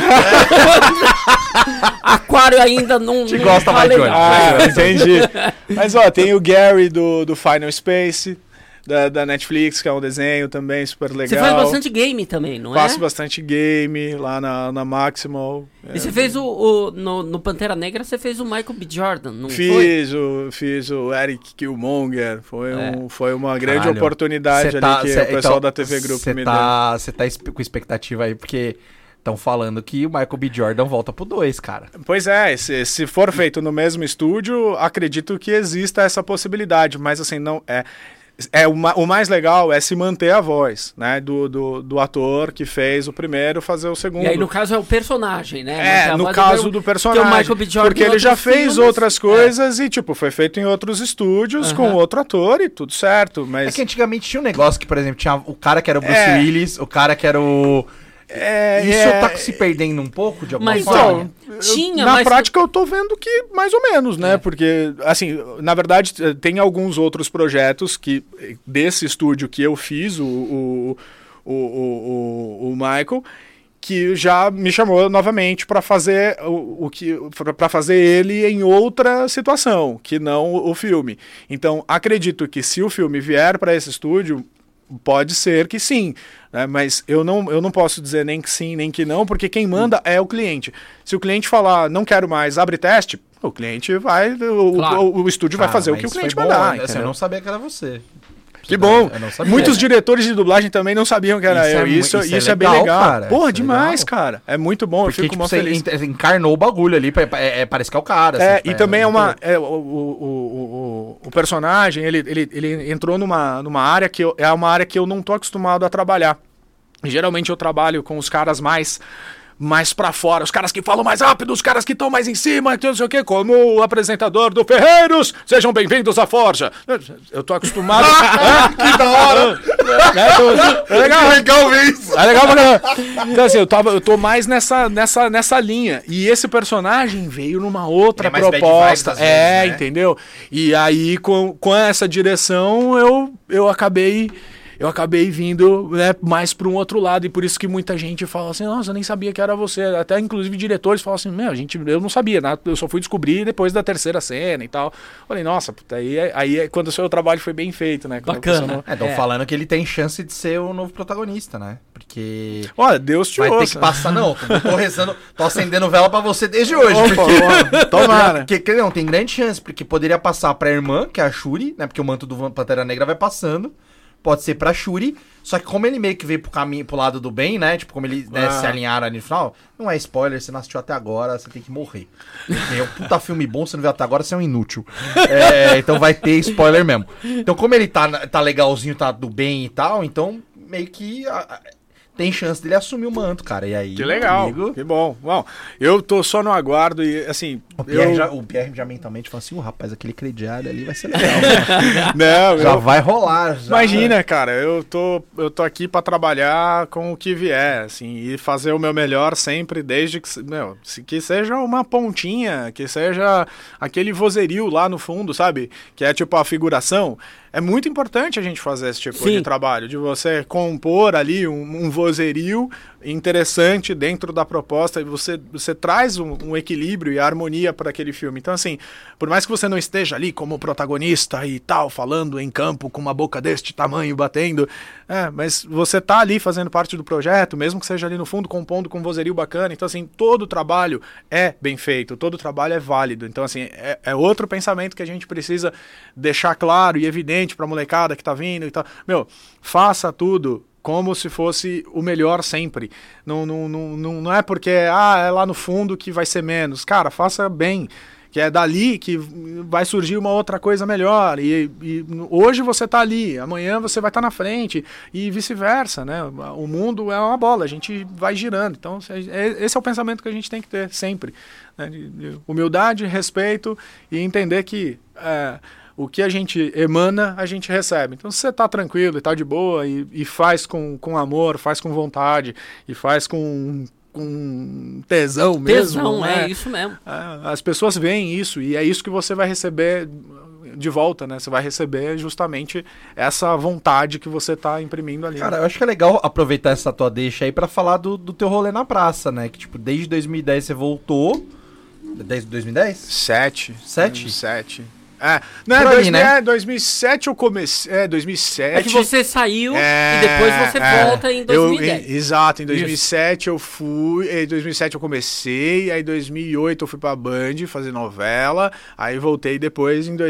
Aquário ainda não... Te gosta mais de ônibus. Entendi. Mas, tem o Gary do Final Space, da Netflix, que é um desenho também super legal. Você faz bastante game também, não Faço bastante game lá na Maximal. E você fez no Pantera Negra, você fez o Michael B. Jordan, não fiz o Eric Killmonger. Foi uma grande oportunidade ali que o pessoal da TV Grupo me deu. Você tá com expectativa aí, porque... Estão falando que o Michael B. Jordan volta pro 2, cara. Pois é, se for feito no mesmo estúdio, acredito que exista essa possibilidade, mas assim, não é... o mais legal é se manter a voz, né, do ator que fez o primeiro fazer o segundo. E aí, no caso, é o personagem, né? No caso do personagem. Porque ele já fez outras coisas e, tipo, foi feito em outros estúdios com outro ator e tudo certo. Mas... É que antigamente tinha um negócio que, por exemplo, tinha o cara que era o Bruce Willis, o cara que era o... Isso tá se perdendo um pouco de alguma forma? Na prática eu tô vendo que mais ou menos, né? Porque, assim, na verdade tem alguns outros projetos que desse estúdio que eu fiz, o Michael, que já me chamou novamente para fazer para fazer ele em outra situação, que não o filme. Então, acredito que se o filme vier para esse estúdio, pode ser que sim, né? Mas eu não posso dizer nem que sim, nem que não, porque quem manda é o cliente. Se o cliente falar, não quero mais, abre teste, o cliente vai, o estúdio vai fazer o que o cliente mandar. Eu não sabia que era você. Que bom. Muitos diretores de dublagem também não sabiam que era eu. Isso é bem legal. Cara. Porra, demais, cara. É muito bom. Porque, eu fico muito feliz. Você encarnou o bagulho ali, parece que é o cara. Assim, e também o personagem, ele entrou numa área que é uma área que eu não tô acostumado a trabalhar. Geralmente eu trabalho com os caras mais pra fora, os caras que falam mais rápido, os caras que estão mais em cima, não sei o que, como o apresentador do Ferreiros, sejam bem-vindos à Forja. Eu tô acostumado. Que da hora! É legal ver isso. É legal pra... Então assim, eu tô mais nessa linha. E esse personagem veio numa outra proposta. Vezes, né? Entendeu? E aí, com essa direção, eu acabei vindo, né, mais para um outro lado, e por isso que muita gente fala assim, nossa, eu nem sabia que era você, até inclusive diretores falam assim, eu não sabia, né? Eu só fui descobrir depois da terceira cena e tal. Falei, nossa, puta, aí quando o seu trabalho foi bem feito, né? Bacana. Estão falando que ele tem chance de ser o novo protagonista, né? Porque... Olha, Deus te ouça. Vai ter que passar, não, tô rezando, tô acendendo vela pra você desde hoje. Tomara. Porque não, tem grande chance, porque poderia passar pra irmã, que é a Shuri, né? Porque o manto do Pantera Negra vai passando. Pode ser pra Shuri, só que como ele meio que veio pro lado do bem, né? Tipo, como ele se alinharam ali no final, não é spoiler, você não assistiu até agora, você tem que morrer. É um puta filme bom, você não viu até agora, você é um inútil. Então vai ter spoiler mesmo. Então como ele tá legalzinho, tá do bem e tal, então meio que... tem chance dele assumir o manto, cara. E aí, que legal, amigo... que bom. Bom, eu tô só no aguardo e, assim... O Pierre já mentalmente falou assim, rapaz, aquele crediário ali vai ser legal. Não, vai rolar. Já. Imagina, cara, eu tô aqui pra trabalhar com o que vier, assim, e fazer o meu melhor sempre, desde que seja uma pontinha, que seja aquele vozerio lá no fundo, sabe? Que é tipo a figuração. É muito importante a gente fazer esse tipo de trabalho, de você compor ali um vozerio interessante dentro da proposta, e você traz um equilíbrio e harmonia para aquele filme. Então, assim, por mais que você não esteja ali como protagonista e tal, falando em campo com uma boca deste tamanho, batendo, mas você tá ali fazendo parte do projeto, mesmo que seja ali no fundo, compondo com um vozerio bacana. Então, assim, todo trabalho é bem feito, todo trabalho é válido. Então, assim, é outro pensamento que a gente precisa deixar claro e evidente pra molecada que tá vindo e tal. Faça tudo como se fosse o melhor sempre. Não é porque é lá no fundo que vai ser menos. Cara, faça bem, que é dali que vai surgir uma outra coisa melhor. E hoje você tá ali, amanhã você vai estar na frente e vice-versa, né? O mundo é uma bola, a gente vai girando. Então, esse é o pensamento que a gente tem que ter sempre, né? De humildade, respeito e entender que... o que a gente emana, a gente recebe. Então, se você tá tranquilo e tá de boa e faz com amor, faz com vontade e faz com tesão mesmo. É isso mesmo. As pessoas veem isso e é isso que você vai receber de volta, né? Você vai receber justamente essa vontade que você tá imprimindo ali. Cara, eu acho que é legal aproveitar essa tua deixa aí pra falar do teu rolê na praça, né? Que, tipo, desde 2010 você voltou. Desde 2010? 7. 7? Não, ali, né? 2007 eu comecei. 2007. É que você saiu e depois você volta em 2010. Exato, em 2007 eu fui. Em 2007 eu comecei, aí em 2008 eu fui pra Band fazer novela, aí voltei depois em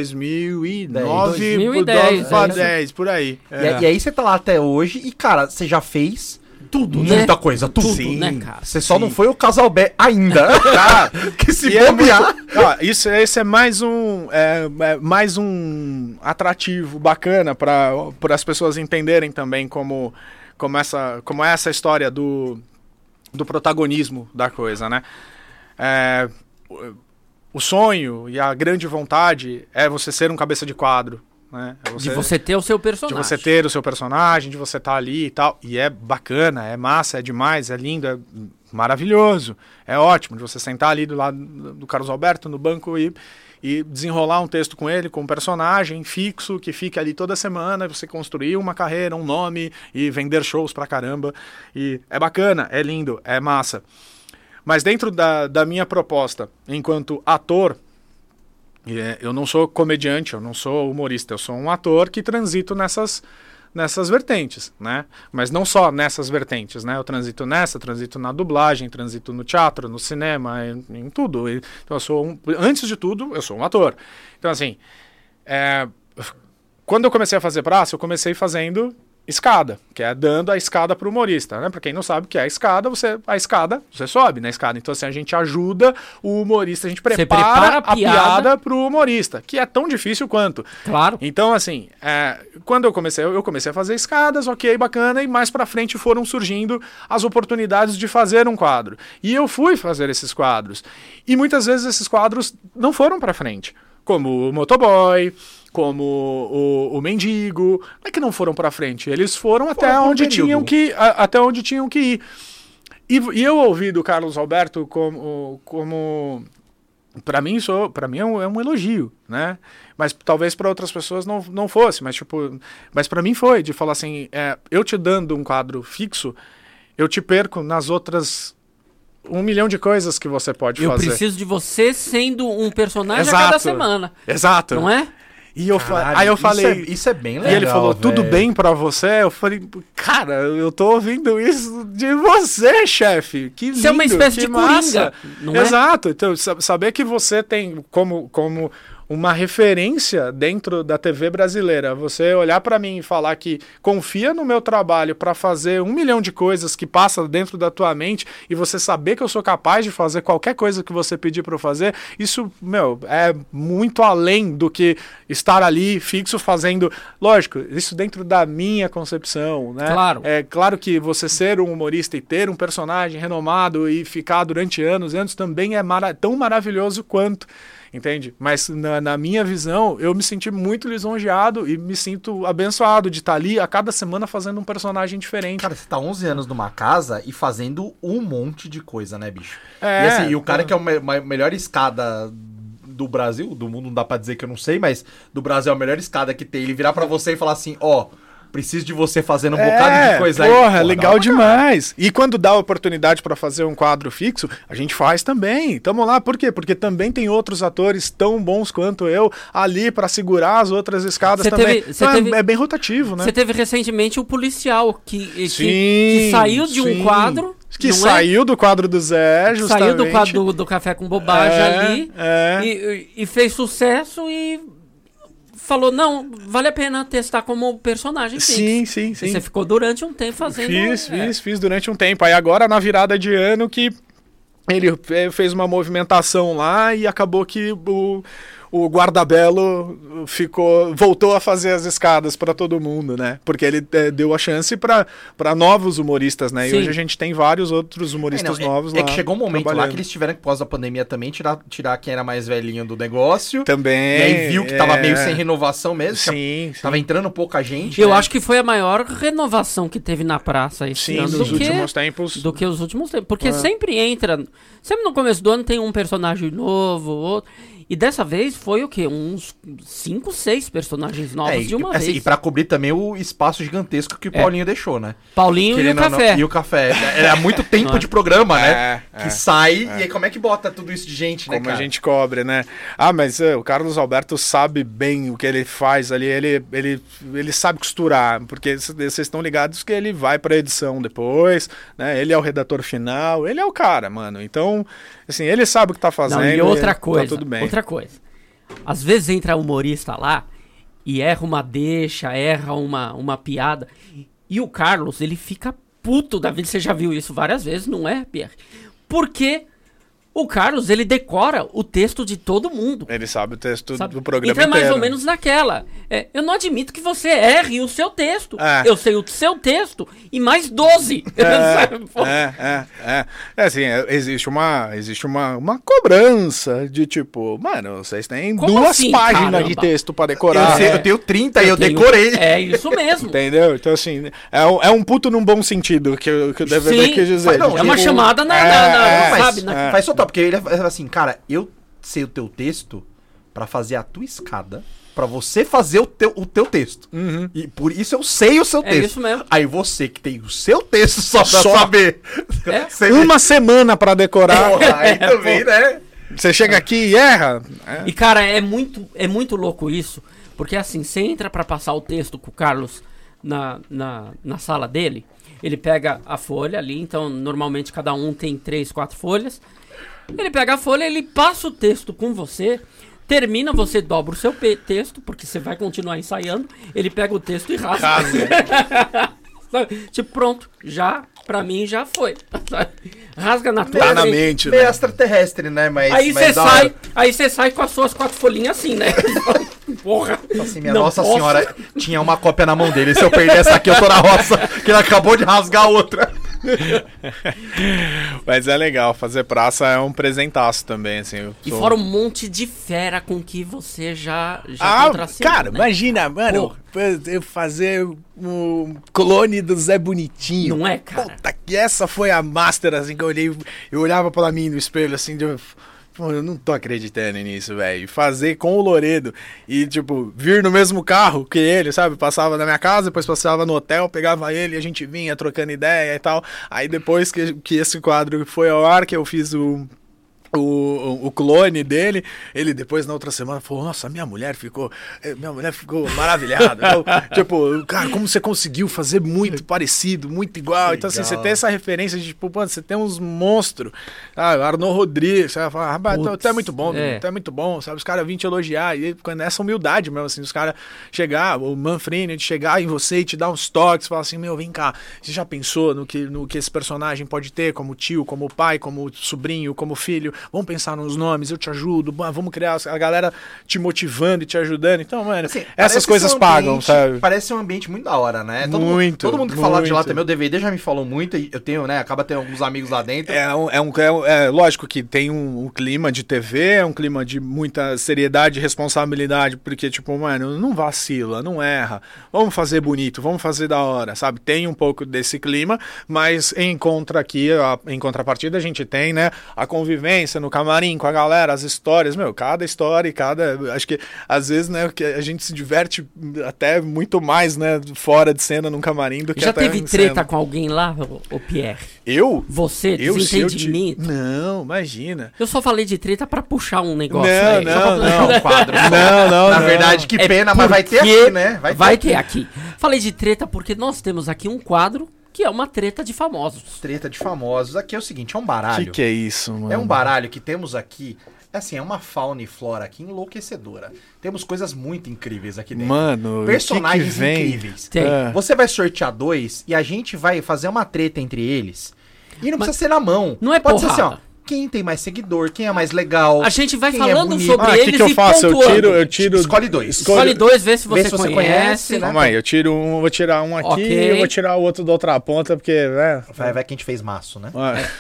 2009 2010 pra 10, por aí. E aí você tá lá até hoje e, cara, você já fez tudo, Muita coisa, tudo. Sim, né, cara? Você só não foi o casal B ainda. Que se bobear. Esse é mais um atrativo bacana para as pessoas entenderem também como é essa história do protagonismo da coisa, né? O sonho e a grande vontade é você ser um cabeça de quadro, né? De você ter o seu personagem. De você ter o seu personagem, de você estar ali e tal. E é bacana, é massa, é demais, é lindo, é maravilhoso. É ótimo de você sentar ali do lado do Carlos Alberto no banco e desenrolar um texto com ele, com um personagem fixo que fica ali toda semana, você construir uma carreira, um nome e vender shows pra caramba. E é bacana, é lindo, é massa. Mas dentro da minha proposta, enquanto ator, eu não sou comediante, eu não sou humorista, eu sou um ator que transito nessas vertentes, né? Mas não só nessas vertentes, né? Eu transito na dublagem, transito no teatro, no cinema, em tudo. Então antes de tudo, eu sou um ator. Então assim, quando eu comecei a fazer praça, eu comecei fazendo escada, que é dando a escada para o humorista, né? Para quem não sabe o que é a escada, você sobe na escada. Então assim, a gente ajuda o humorista, a gente prepara a piada para o humorista, que é tão difícil quanto. Claro. Então assim, quando eu comecei a fazer escadas, ok, bacana, e mais para frente foram surgindo as oportunidades de fazer um quadro. E eu fui fazer esses quadros. E muitas vezes esses quadros não foram para frente, como o Motoboy, como o Mendigo, não é que não foram pra frente, eles foram até onde tinham que ir. E eu ouvi do Carlos Alberto como para mim é um elogio, né? Mas talvez para outras pessoas não fosse, mas para mim foi de falar assim, eu te dando um quadro fixo, eu te perco nas outras 1 milhão de coisas que você pode fazer. Eu preciso de você sendo um personagem a cada semana. Exato. Não é? E aí eu falei... Isso é bem legal, e ele falou, tudo bem pra você? Eu falei, cara, eu tô ouvindo isso de você, chefe. Que lindo, isso é uma espécie de coringa, não é? Exato. Então, saber que você tem como uma referência dentro da TV brasileira, você olhar pra mim e falar que confia no meu trabalho pra fazer 1 milhão de coisas que passa dentro da tua mente e você saber que eu sou capaz de fazer qualquer coisa que você pedir pra eu fazer, isso, é muito além do que estar ali fixo fazendo, lógico, isso dentro da minha concepção, né? Claro. É claro que você ser um humorista e ter um personagem renomado e ficar durante anos e anos também é tão maravilhoso quanto, entende? Mas na minha visão, eu me senti muito lisonjeado e me sinto abençoado de estar ali a cada semana fazendo um personagem diferente. Cara, você tá 11 anos numa casa e fazendo um monte de coisa, né, bicho? E assim, o cara que é a melhor escada do Brasil, do mundo não dá pra dizer que eu não sei, mas do Brasil é a melhor escada que tem, ele virar pra você e falar assim, preciso de você fazendo um bocado de coisa aí. Porra, legal demais. E quando dá a oportunidade pra fazer um quadro fixo, a gente faz também. Tamo lá, por quê? Porque também tem outros atores tão bons quanto eu ali pra segurar as outras escadas também. É bem rotativo, né? Você teve recentemente o policial que saiu de um quadro... Que saiu do quadro do Zé, justamente. Saiu do quadro do Café com Bobagem ali e fez sucesso e... falou, não, vale a pena testar como personagem fixo. Sim. E você ficou durante um tempo fazendo... Fiz durante um tempo. Aí agora, na virada de ano, que ele fez uma movimentação lá e acabou que o Guardabelo voltou a fazer as escadas para todo mundo, né? Porque ele deu a chance para novos humoristas, né? Sim. E hoje a gente tem vários outros humoristas novos lá. É que chegou um momento lá que eles tiveram que, pós a pandemia também, tirar quem era mais velhinho do negócio. Também. E aí viu que tava meio sem renovação mesmo. Sim. Tava entrando pouca gente. Eu acho que foi a maior renovação que teve na praça esse ano. Nos últimos tempos. Do que os últimos tempos. Porque sempre no começo do ano tem um personagem novo, outro... E dessa vez foi o quê? Uns 5, 6 personagens novos de uma vez. E pra cobrir também o espaço gigantesco que o Paulinho deixou, né? Paulinho e o Café. E o Café. Era muito tempo de programa, né? Que sai, e aí como é que bota tudo isso de gente, né, cara? Como a gente cobre, né? Mas o Carlos Alberto sabe bem o que ele faz ali, ele sabe costurar, porque vocês estão ligados que ele vai pra edição depois, né? Ele é o redator final, ele é o cara, mano. Então, assim, ele sabe o que tá fazendo. Não, e outra coisa, tá tudo bem. Outra coisa. Às vezes entra humorista lá e erra uma deixa, erra uma piada. E o Carlos, ele fica puto da vida, você já viu isso várias vezes, não é, Pierre? Porque o Carlos, ele decora o texto de todo mundo. Ele sabe o texto Sabe? do programa então é mais inteiro. ou menos naquela. Eu não admito que você erre o seu texto. Eu sei o seu texto e mais 12. Assim, existe uma cobrança de tipo, mano, vocês têm Como 2 assim, páginas caramba? de texto pra decorar. Eu tenho 30 e eu decorei. É isso mesmo. Entendeu? Então, assim, é um puto num bom sentido que o DVD Sim, quis dizer. mas não, é uma Tipo, chamada sabe? Faz total, porque ele é assim, cara, eu sei o teu texto pra fazer a tua escada, pra você fazer o teu texto. E por isso eu sei o seu texto. Isso mesmo. Aí você que tem o seu texto só pra saber. Uma semana pra decorar. Aí também, né? Você chega aqui e erra. E, cara, é muito louco isso. Porque, assim, você entra pra passar o texto com o Carlos na sala dele, ele pega a folha ali, então, normalmente, cada um tem 3, 4 folhas. Ele pega a folha, ele passa o texto com você, termina, você dobra o seu texto, porque você vai continuar ensaiando, ele pega o texto e rasga. Tipo, pronto, pra mim já foi. Rasga na tua Tá na mente, meio né? extraterrestre, né? Mas, aí você sai com as suas 4 folhinhas assim, né? Porra. Assim, minha Nossa Senhora tinha uma cópia na mão dele. Se eu perder essa aqui, eu tô na roça, que ele acabou de rasgar a outra. Mas é legal, fazer praça é um presentaço também, assim. E fora um monte de fera com que você já contracenou, cara, né? imagina, mano, eu fazer o clone do Zé Bonitinho. Não é, cara? Puta, que essa foi a master, assim, que eu olhava pra mim no espelho, assim, pô, eu não tô acreditando nisso, velho. Fazer com o Loredo e, tipo, vir no mesmo carro que ele, sabe? Passava na minha casa, depois passava no hotel, pegava ele e a gente vinha trocando ideia e tal. Aí depois que esse quadro foi ao ar, que eu fiz o clone dele, ele depois na outra semana falou, nossa, minha mulher ficou maravilhada. Então, tipo, cara, como você conseguiu fazer muito parecido, muito igual. Legal. Então, assim, você tem essa referência de, tipo, mano, você tem uns monstros, Arnaud Rodrigues, você vai falar, rapaz, tu é muito bom, tu é muito bom, sabe? Os caras vêm te elogiar, e nessa humildade mesmo, assim, os caras chegar, o Manfrini, de chegar em você e te dar uns toques, falar assim, meu, vem cá, você já pensou no que esse personagem pode ter, como tio, como pai, como sobrinho, como filho? Vamos pensar nos nomes, eu te ajudo, vamos criar a galera te motivando e te ajudando. Então, mano, assim, essas coisas pagam, sabe? Parece um ambiente muito da hora, né? Todo mundo que fala de lá também, o DVD já me falou muito, e eu tenho, né, acaba tendo alguns amigos lá dentro. É lógico que tem um clima de TV, é um clima de muita seriedade e responsabilidade, porque, tipo, mano, não vacila, não erra, vamos fazer bonito, vamos fazer da hora, sabe? Tem um pouco desse clima, mas em contrapartida a gente tem, né, a convivência no camarim com a galera, as histórias, cada história e acho que às vezes, né, que a gente se diverte até muito mais, né, fora de cena num camarim do que já até teve treta com alguém lá, o Pierre? Eu? Você desentendimento? Não, imagina. Eu só falei de treta pra puxar um negócio. Não, quadro. Não. Na verdade, que pena, mas vai ter aqui, né? Vai ter aqui. Falei de treta porque nós temos aqui um quadro que é uma treta de famosos. Treta de famosos. Aqui é o seguinte, é um baralho. Que é isso, mano? É um baralho que temos aqui, assim, é uma fauna e flora aqui enlouquecedora. Temos coisas muito incríveis aqui dentro. Mano, personagens que vem? incríveis. Tem. Você vai sortear 2 e a gente vai fazer uma treta entre eles. E não precisa ser na mão. Não é Pode porrada. ser assim, ó. Quem tem mais seguidor, quem é mais legal. A gente vai quem falando é sobre eles que eu e faço? pontuando. Eu tiro... Escolhe 2. Escolhe 2, vê se você conhece. né? Calma aí, eu tiro um, vou tirar um aqui e eu vou tirar o outro da outra ponta, porque, né? Vai que a gente fez maço, né?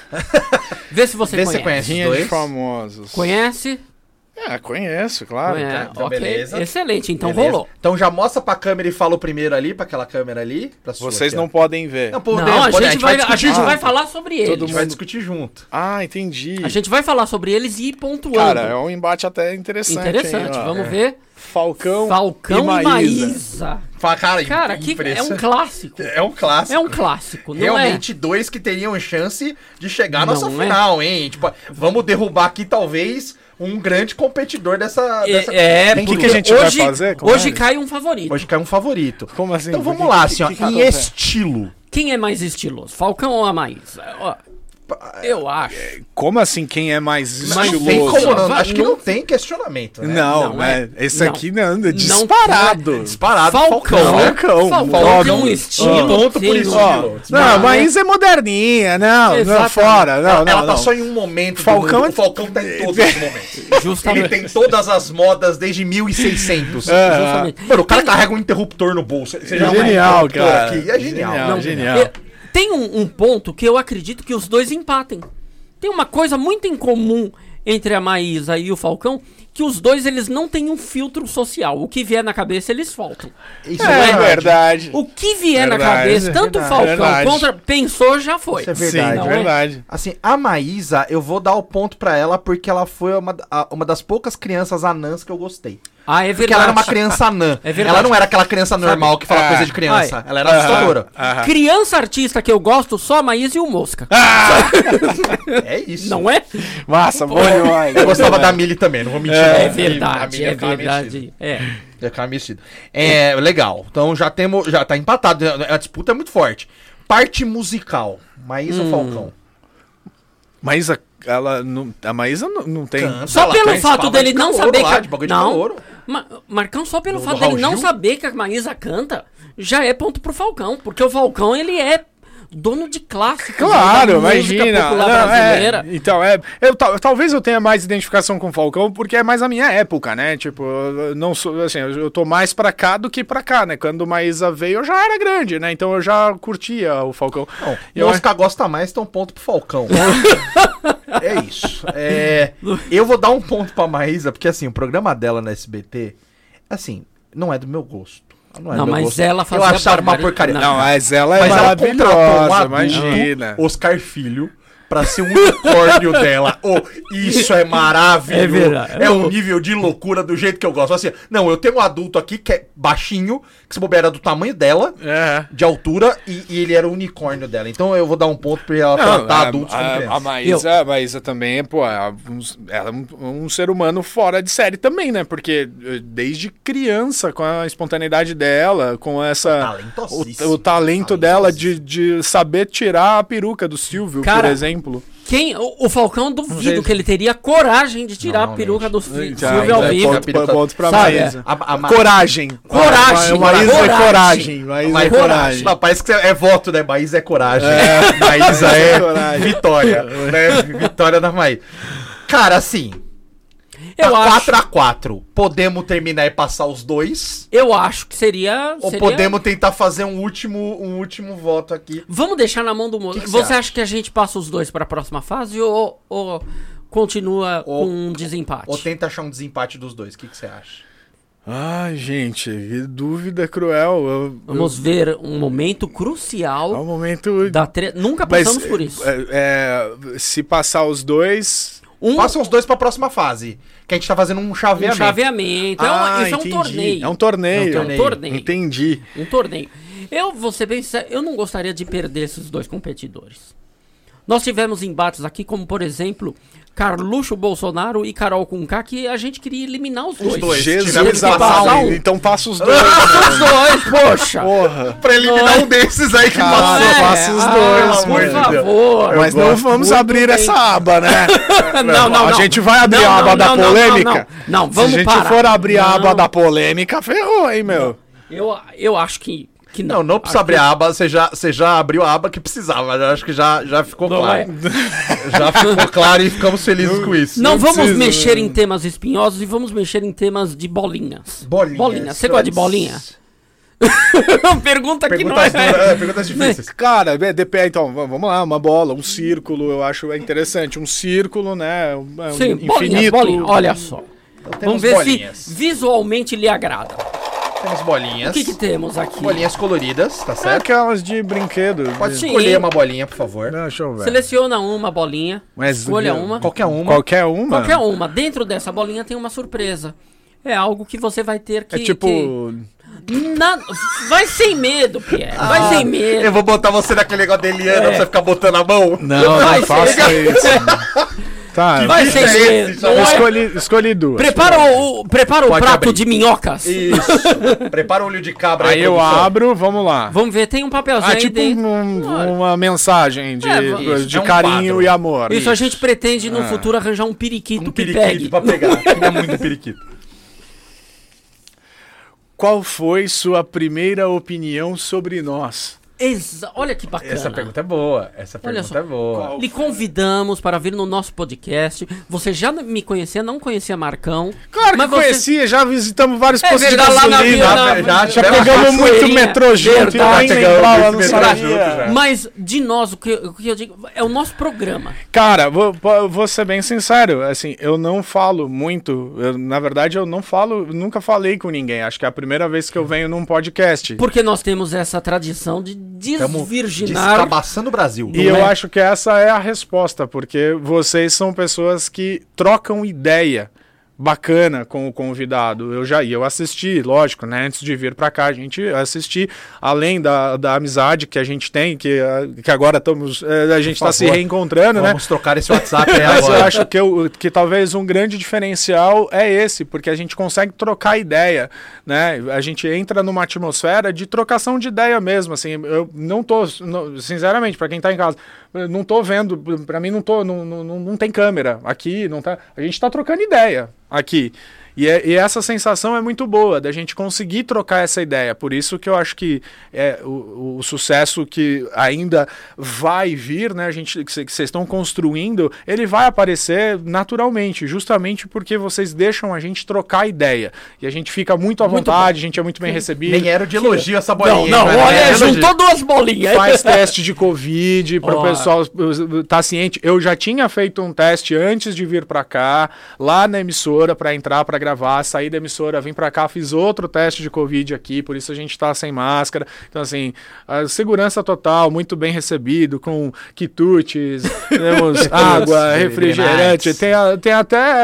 Vê se você conhece. Conhece os De dois. famosos. Conhece? Conheço, claro. Então, ok, beleza. excelente, então Beleza. rolou. Então já mostra pra câmera e fala o primeiro ali, pra aquela câmera ali. Pra sua Vocês aqui, não ó. podem ver. Não, a gente vai discutir falar sobre eles. A gente vai discutir junto. Entendi. A gente vai falar sobre eles e ir pontuando. Cara, é um embate até interessante. Interessante, hein, ó. vamos ver. Falcão e Maísa. Cara, que é um clássico. É um clássico. É um clássico, não Realmente, 2 que teriam chance de chegar à nossa Não é? final, hein? Tipo, vamos derrubar aqui, talvez, um grande competidor dessa... O que a gente vai fazer com hoje eles? cai um favorito. Hoje cai um favorito. Como assim? Então vamos lá, assim, ó, em estilo. Quem é mais estiloso, Falcão ou a Maísa? Ó, Eu acho. Como assim quem é mais estiloso? Não tem como, não. Acho que não tem questionamento, né? Não, esse aqui não, é disparado. Disparado. Falcão tem um estilo. Ponto por estilo. Não, mas é moderninha, não, fora. Não, ela tá só em um momento. O Falcão tá em todos os momentos. Justamente. Ele tem todas as modas desde 1600. Justamente. Mano, o cara carrega um interruptor no bolso. É genial, cara. Aqui. É genial. Genial. Tem um ponto que eu acredito que os dois empatem. Tem uma coisa muito em comum entre a Maísa e o Falcão, que os dois eles não têm um filtro social. O que vier na cabeça, eles faltam. Isso é verdade. O que vier na cabeça, tanto o Falcão contra... Pensou, já foi. Isso é verdade. Sim, verdade. Assim, a Maísa, eu vou dar o ponto pra ela porque ela foi uma das poucas crianças anãs que eu gostei. Ah, é verdade. Porque ela era uma criança anã. É verdade. Ela não era aquela criança normal que fala coisa de criança. Ela era assustadora. Criança artista que eu gosto, só a Maísa e o Mosca. É isso. Não é? Massa, bom demais. Eu gostava da Millie também, não vou mentir. É verdade, é verdade. Já ficava mexido. É, legal. Então já tá empatado. A disputa é muito forte. Parte musical. Maísa ou Falcão? Maísa, a Maísa não tem... Canta, só pelo fato dele não saber que... Não, Marcão, só pelo fato dele não saber que a Maísa canta, já é ponto pro Falcão. Porque o Falcão, ele é dono de clássicos. Claro, imagina. Brasileira. Então, talvez eu tenha mais identificação com o Falcão, porque é mais a minha época, né? Tipo, eu não sou, assim, eu tô mais pra cá do que pra cá, né? Quando o Maísa veio, eu já era grande, né? Então eu já curtia o Falcão. Não, o Oscar gosta mais, então ponto pro Falcão. É isso. Eu vou dar um ponto pra Maísa, porque assim, o programa dela na SBT, assim, não é do meu gosto. Não, mas ela fazia... Eu achava uma porcaria. Não, mas ela é maravilhosa, imagina. Oscar Filho, pra ser um unicórnio dela. Isso é maravilhoso. É verdade. É um nível de loucura do jeito que eu gosto. Assim, não, eu tenho um adulto aqui que é baixinho, que se bobear era do tamanho dela, de altura, e ele era o unicórnio dela. Então eu vou dar um ponto pra ela tratar adultos como criança. A Maísa também, pô, ela é um ser humano fora de série também, né? Porque desde criança, com a espontaneidade dela, com essa... O talento dela de saber tirar a peruca do Silvio, por exemplo. O Falcão, duvido que ele teria coragem de tirar a peruca do Silvio ao vivo. Ponto pra Maísa. Coragem. Maísa é coragem. Maísa é coragem. Não, parece que é voto, né? Maísa é coragem. Maísa é vitória. Né? Vitória da Maísa. Cara, assim... Eu acho... 4x4. Podemos terminar e passar os dois? Eu acho que seria... Ou podemos tentar fazer um último voto aqui? Vamos deixar na mão do mundo. Você acha que a gente passa os dois para a próxima fase ou continua com um desempate? Ou tenta achar um desempate dos dois? O que você acha? Ai, gente, dúvida cruel. Vamos ver um momento crucial. É um momento... Nunca passamos por isso. Se passar os dois... Passam os dois pra próxima fase. Que a gente tá fazendo um chaveamento. Isso é um torneio. É um torneio. Entendi. Um torneio. Eu vou ser bem sincero, eu não gostaria de perder esses dois competidores. Nós tivemos embates aqui, como por exemplo, Carluxo Bolsonaro e Carol Conká, que a gente queria eliminar os dois. Jesus, então passa os dois. Passa os dois, poxa. Porra. Pra eliminar um desses aí que passa os dois, por favor. Mas não vamos abrir essa aba, né? Não. A gente vai abrir a aba da polêmica? Não, vamos parar. Se a gente for abrir a aba da polêmica, ferrou, hein, meu? Eu acho que não. Não precisa abrir a aba, você já abriu a aba que precisava. Eu acho que já ficou claro. Já ficou claro e ficamos felizes com isso. Não vamos mexer em temas espinhosos e vamos mexer em temas de bolinhas. Bolinhas. Você gosta de bolinha? Pergunta que não é. Perguntas difíceis. Cara, então, vamos lá, uma bola, um círculo, eu acho interessante. Um círculo, né? Sim, infinito. Bolinha, olha só. Então, vamos ver se visualmente lhe agrada. Temos bolinhas. O que temos aqui? Bolinhas coloridas, tá certo? Aquelas de brinquedo. Pode escolher uma bolinha, por favor. Deixa eu ver. Seleciona uma bolinha. Escolha uma. Qualquer uma. Qualquer uma? Qualquer uma. Dentro dessa bolinha tem uma surpresa. É algo que você vai ter que... É tipo... Vai sem medo, Pierre. Vai sem medo. Eu vou botar você naquele negócio de Eliana pra você ficar botando a mão. Não faça isso. Tá, vai ser esse, escolhi duas. Prepara o prato abrir. de minhocas. Isso. Prepara o olho de cabra Aí eu abro, vamos lá. Vamos ver, tem um papelzinho aí tipo dentro. uma mensagem de um carinho quadro. e amor. Isso, a gente pretende no futuro arranjar um periquito que pegue. Pra pegar. Queria muito periquito. Qual foi sua primeira opinião sobre nós? Olha que bacana. Essa pergunta é boa. Essa pergunta é boa. Lhe convidamos para vir no nosso podcast. Você já me conhecia, não conhecia Marcão. Claro que conhecia, já visitamos vários postos de verdade, lá na gasolina. Vila, Já pegamos muito metrô junto, eu nem lembrava, não sabia. Mas de nós, o que eu digo, é o nosso programa. Cara, vou ser bem sincero, assim, eu não falo muito, na verdade eu não falo, nunca falei com ninguém, acho que é a primeira vez que eu venho num podcast. Porque nós temos essa tradição de desvirginar... Descabaçando o Brasil. E eu acho que essa é a resposta, porque vocês são pessoas que trocam ideia bacana com o convidado. Eu assisti, lógico, né? Antes de vir pra cá, a gente assisti, além da amizade que a gente tem, que agora estamos, a gente tá se reencontrando, né? Vamos trocar esse WhatsApp aí Mas agora. eu acho que talvez um grande diferencial é esse, porque a gente consegue trocar ideia, né? A gente entra numa atmosfera de trocação de ideia mesmo, assim, eu não tô, sinceramente, pra quem tá em casa, eu não tô vendo, pra mim não tem câmera aqui, não tá, a gente tá trocando ideia aqui. E essa sensação é muito boa, da gente conseguir trocar essa ideia. Por isso que eu acho que o sucesso que ainda vai vir, né, que vocês estão construindo, ele vai aparecer naturalmente, justamente porque vocês deixam a gente trocar ideia. E a gente fica muito à vontade, a gente é muito bem recebido. Nem era de elogio essa bolinha. Não, olha, juntou duas bolinhas. Faz teste de Covid para o pessoal estar ciente. Eu já tinha feito um teste antes de vir para cá, lá na emissora, para entrar, para gravar, sair da emissora, vim pra cá, fiz outro teste de Covid aqui, por isso a gente tá sem máscara. Então, assim, a segurança total, muito bem recebido, com quitutes, temos água, refrigerante, tem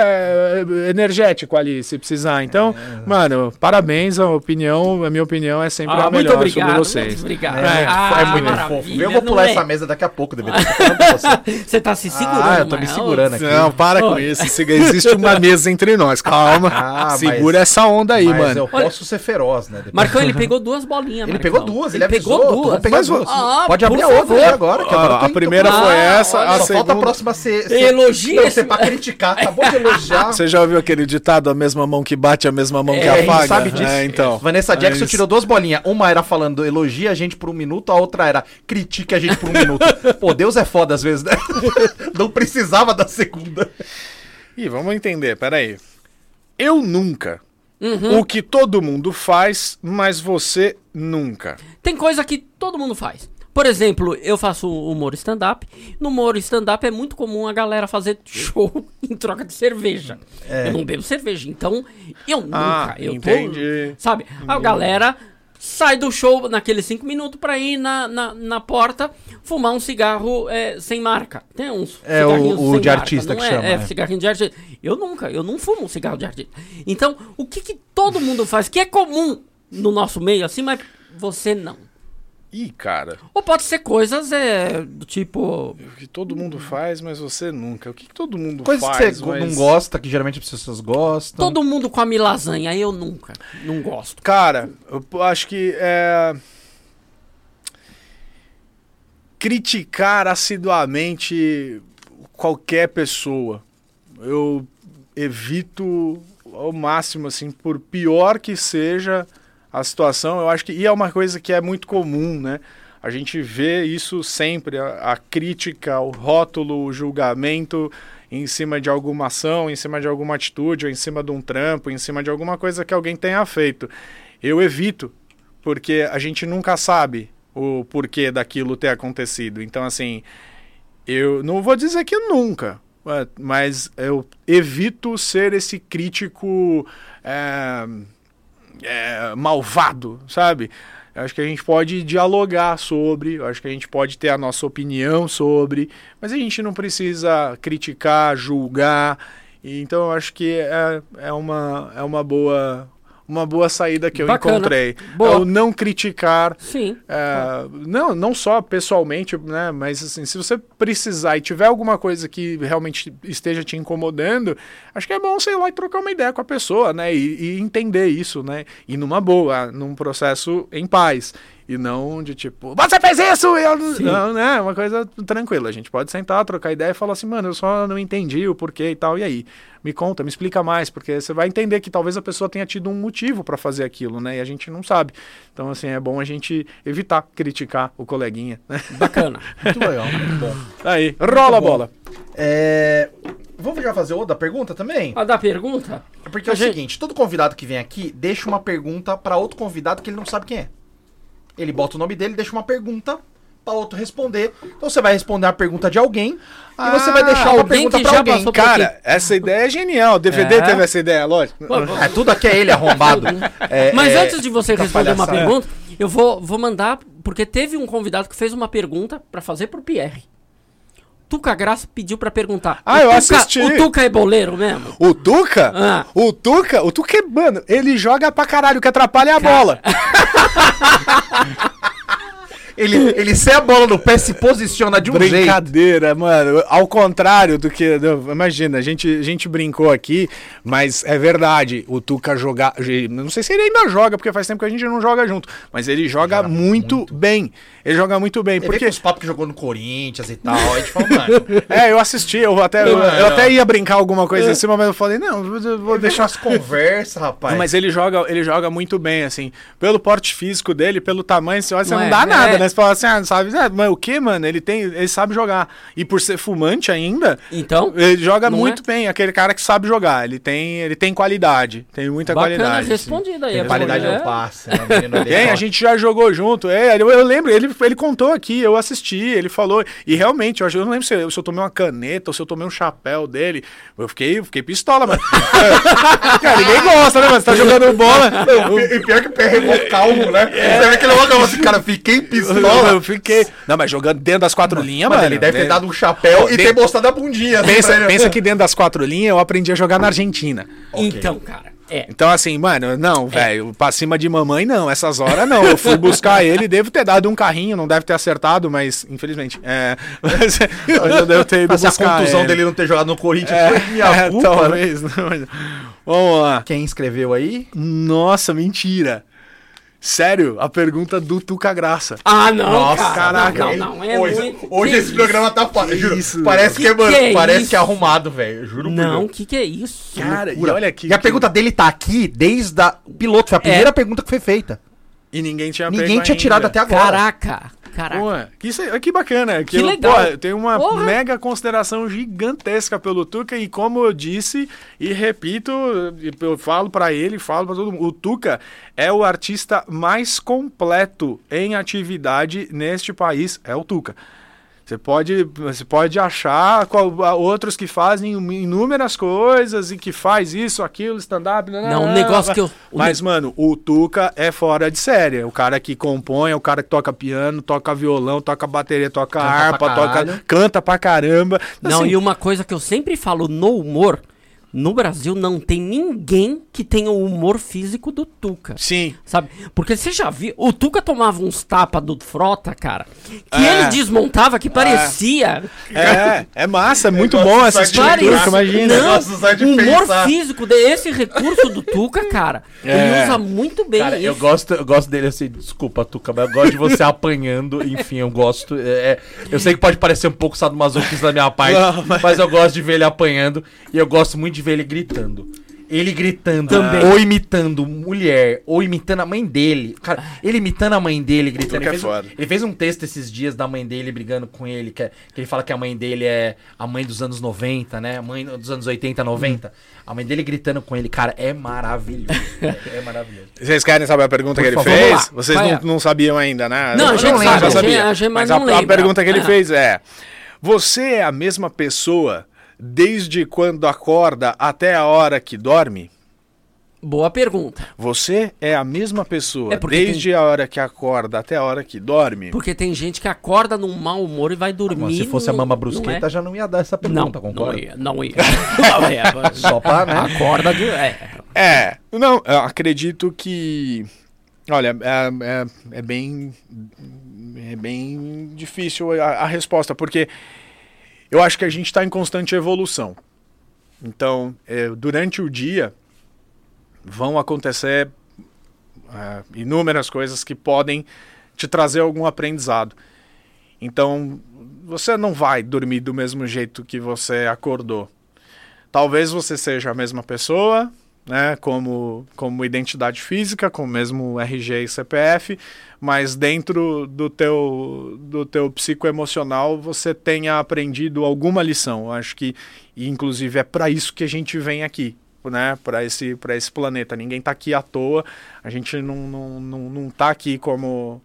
até energético ali, se precisar. Então, mano, parabéns, a minha opinião é sempre a melhor sobre vocês. Muito obrigado. É muito fofo. Eu vou pular essa mesa daqui a pouco, deveria estar falando com você. Você tá se segurando, eu tô me segurando aqui. Não, para com isso. Existe uma mesa entre nós, calma. Segura essa onda aí, mas mano. Eu posso ser feroz, né? Marcão, ele pegou duas bolinhas. Ele pegou duas, ele pegou avisou. duas. Pegar duas. Pode abrir a outra aí agora. Que agora a primeira foi essa, a só segunda... falta a próxima ser... Elogia você pra criticar. Acabou de elogiar. Você já ouviu aquele ditado, a mesma mão que bate, a mesma mão que apaga? Sabe disso. Então. Vanessa Jackson tirou duas bolinhas. Uma era falando elogia a gente por 1 minuto, a outra era critique a gente por 1 minuto. Pô, Deus é foda às vezes, né? Não precisava da segunda. Ih, vamos entender, peraí. Eu nunca. O que todo mundo faz, mas você nunca. Tem coisa que todo mundo faz. Por exemplo, eu faço humor stand-up. No humor stand-up é muito comum a galera fazer show em troca de cerveja. Eu não bebo cerveja, então eu nunca. Entendi. Sabe? A galera sai do show naqueles 5 minutos pra ir na porta fumar um cigarro sem marca. Tem uns cigarrinhos o sem de marca, artista não que chama. Cigarrinho de artista. Eu não fumo um cigarro de artista. Então, o que todo mundo faz, que é comum no nosso meio, assim, mas você não. Ih, cara. Ou pode ser coisas do tipo... O que todo mundo faz, mas você nunca. O que todo mundo faz, faz, que você não gosta, que geralmente as pessoas gostam. Todo mundo come lasanha, eu nunca. Não gosto. Cara, eu acho que criticar assiduamente qualquer pessoa. Eu evito ao máximo, assim, por pior que seja a situação, eu acho que... E é uma coisa que é muito comum, né? A gente vê isso sempre, a crítica, o rótulo, o julgamento em cima de alguma ação, em cima de alguma atitude, ou em cima de um trampo, em cima de alguma coisa que alguém tenha feito. Eu evito, porque a gente nunca sabe o porquê daquilo ter acontecido. Então, assim, eu não vou dizer que nunca, mas eu evito ser esse crítico malvado, sabe? Eu acho que a gente pode dialogar sobre, eu acho que a gente pode ter a nossa opinião sobre, mas a gente não precisa criticar, julgar. Então eu acho que é uma boa uma boa saída que eu Bacana. encontrei. Boa. É o não criticar. Sim. Não só pessoalmente, né? Mas assim, se você precisar e tiver alguma coisa que realmente esteja te incomodando, acho que é bom, sei lá, trocar uma ideia com a pessoa, né? E entender isso, né? E numa boa, num processo em paz. E não de tipo, você fez isso! Não, né? Uma coisa tranquila. A gente pode sentar, trocar ideia e falar assim, mano, eu só não entendi o porquê e tal. E aí? Me conta, me explica mais, porque você vai entender que talvez a pessoa tenha tido um motivo para fazer aquilo, né? E a gente não sabe. Então, assim, é bom a gente evitar criticar o coleguinha, né? Bacana. Muito legal, muito bom. Aí, rola a bola. Vamos já fazer outra pergunta também? A da pergunta? Porque é o seguinte, todo convidado que vem aqui deixa uma pergunta para outro convidado que ele não sabe quem é. Ele bota o nome dele, deixa uma pergunta para outro responder. Então você vai responder a pergunta de alguém e você vai deixar uma pergunta para alguém. Cara, essa ideia é genial. O DVD teve essa ideia, lógico. Tudo aqui é ele arrombado. Mas antes de você responder uma palhaçada. pergunta, eu vou mandar, porque teve um convidado que fez uma pergunta para fazer pro Pierre. Tuca Graça pediu pra perguntar. Eu assisti. O Tuca é boleiro mesmo? O Tuca? Ah. O Tuca é, mano, ele joga pra caralho, o que atrapalha é a bola. Ele sem a bola no pé se posiciona de um jeito. Brincadeira, mano. Ao contrário do que... Imagina, a gente brincou aqui, mas é verdade. O Tuca joga... Não sei se ele ainda joga, porque faz tempo que a gente não joga junto. Mas ele joga muito bem. Ele joga muito bem. Porque os papos que jogou no Corinthians e tal. A gente falou, mano... Eu assisti. Eu até ia brincar alguma coisa assim, mas eu falei, não, eu vou deixar... as conversas, rapaz. Mas ele joga muito bem, assim. Pelo porte físico dele, pelo tamanho, você Não não dá nada, né? Você fala assim, sabe? Mas o que, mano? Ele sabe jogar. E por ser fumante ainda, então, ele joga muito bem. Aquele cara que sabe jogar. Ele tem qualidade. Tem muita bacana qualidade. Respondido aí. Qualidade não passa. Né? A gente já jogou junto. Eu lembro, ele contou aqui, eu assisti, ele falou. E realmente, eu não lembro se eu tomei uma caneta ou se eu tomei um chapéu dele. Eu fiquei pistola, mano. Cara, ninguém gosta, né, mano? Você tá jogando bola. E pior que o pé remou calmo, né? Você vê que ele olhou assim, cara, fiquei pistola. Eu fiquei. Não, mas jogando dentro das quatro linhas, mano. Ele deve ter dado um chapéu e ter mostrado a bundinha. Pensa que dentro das quatro linhas eu aprendi a jogar na Argentina. Então, cara. Então, assim, mano, não, velho, pra cima de mamãe, não, essas horas não. Eu fui buscar ele, devo ter dado um carrinho, não deve ter acertado, mas, infelizmente, mas eu devo ter ido buscar a contusão ele. dele não ter jogado no Corinthians foi minha culpa, talvez, né? Vamos lá. Quem escreveu aí? Nossa, mentira. Sério, a pergunta do Tuca Graça. Ah, não, nossa, cara. Caraca. Não, é hoje esse programa tá foda, juro. Isso? Parece que isso? Que é arrumado, velho. Juro por Deus. Não, o que é isso? Cara, e olha aqui. E a pergunta dele tá aqui desde o piloto. Foi a primeira pergunta que foi feita. E ninguém tinha tirado até agora. Caraca. Pô, que bacana. Que legal. Eu tenho uma mega consideração gigantesca pelo Tuca e como eu disse e repito, eu falo pra ele, falo pra todo mundo, o Tuca é o artista mais completo em atividade neste país, é o Tuca. Você pode achar outros que fazem inúmeras coisas e que faz isso, aquilo, stand-up... Não, um negócio que eu... Mas, mano, o Tuca é fora de série. É o cara que compõe, é o cara que toca piano, toca violão, toca bateria, toca harpa, canta pra caramba. Não, assim, e uma coisa que eu sempre falo no humor... No Brasil não tem ninguém que tenha o humor físico do Tuca. Sim. Sabe? Porque você já viu... O Tuca tomava uns tapas do Frota, cara, que ele desmontava, que parecia... É massa, é muito bom assistir o Tuca, imagina. Não, o humor físico desse recurso do Tuca, cara, ele usa muito bem. Cara, eu gosto dele assim, desculpa, Tuca, mas eu gosto de você apanhando, enfim, eu gosto... eu sei que pode parecer um pouco sadomasoquista da minha parte, mas eu gosto de ver ele apanhando e eu gosto muito de ver ele gritando. Ele gritando, também. Ou imitando mulher, ou imitando a mãe dele. Cara, ele imitando a mãe dele, gritando. Ele fez um texto esses dias da mãe dele brigando com ele, que ele fala que a mãe dele é a mãe dos anos 90, né? A mãe dos anos 80, 90. A mãe dele gritando com ele, cara, é maravilhoso. É maravilhoso. Vocês querem saber a pergunta que ele fez? Vocês não sabiam ainda, né? Não, a gente já sabia. Mas a pergunta que ele fez é: você é a mesma pessoa desde quando acorda até a hora que dorme? Boa pergunta. Você é a mesma pessoa desde a hora que acorda até a hora que dorme? Porque tem gente que acorda num mau humor e vai dormir. Se fosse a Mama Brusqueta, já não ia dar essa pergunta, concorda? Não ia. Só pra, né? Acorda de... Não, eu acredito que... Olha, é bem difícil a resposta, porque eu acho que a gente está em constante evolução. Então, durante o dia, vão acontecer inúmeras coisas que podem te trazer algum aprendizado. Então, você não vai dormir do mesmo jeito que você acordou. Talvez você seja a mesma pessoa, né, como identidade física, com o mesmo RG e CPF, mas dentro do teu psicoemocional você tenha aprendido alguma lição. Eu acho que, inclusive, é para isso que a gente vem aqui, né, para esse planeta. Ninguém está aqui à toa, a gente não está aqui como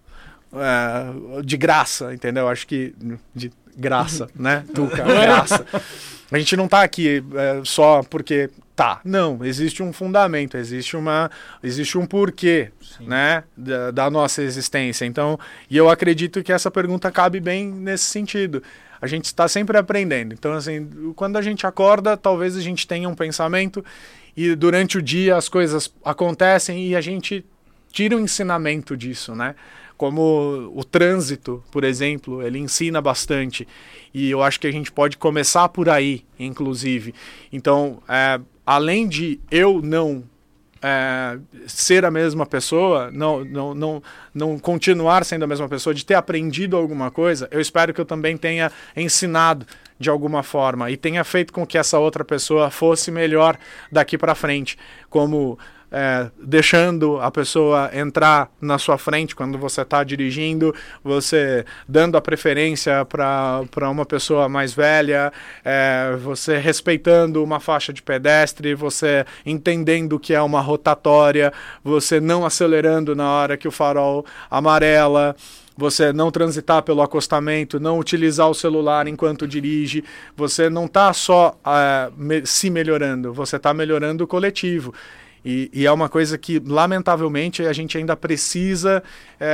de graça, entendeu? Acho que de graça, né? Tuca, graça. A gente não está aqui só porque não, existe um fundamento, existe um porquê, né, da nossa existência. Então, e eu acredito que essa pergunta cabe bem nesse sentido. A gente está sempre aprendendo. Então, assim, quando a gente acorda, talvez a gente tenha um pensamento e durante o dia as coisas acontecem e a gente tira um ensinamento disso, né? Como o trânsito, por exemplo, ele ensina bastante. E eu acho que a gente pode começar por aí, inclusive. Então, além de eu não ser a mesma pessoa, não continuar sendo a mesma pessoa, de ter aprendido alguma coisa, eu espero que eu também tenha ensinado de alguma forma e tenha feito com que essa outra pessoa fosse melhor daqui para frente, como deixando a pessoa entrar na sua frente quando você está dirigindo, você dando a preferência para uma pessoa mais velha, você respeitando uma faixa de pedestre, você entendendo que é uma rotatória, você não acelerando na hora que o farol amarela, você não transitar pelo acostamento, não utilizar o celular enquanto dirige, você não está só se melhorando, você está melhorando o coletivo. E é uma coisa que, lamentavelmente, a gente ainda precisa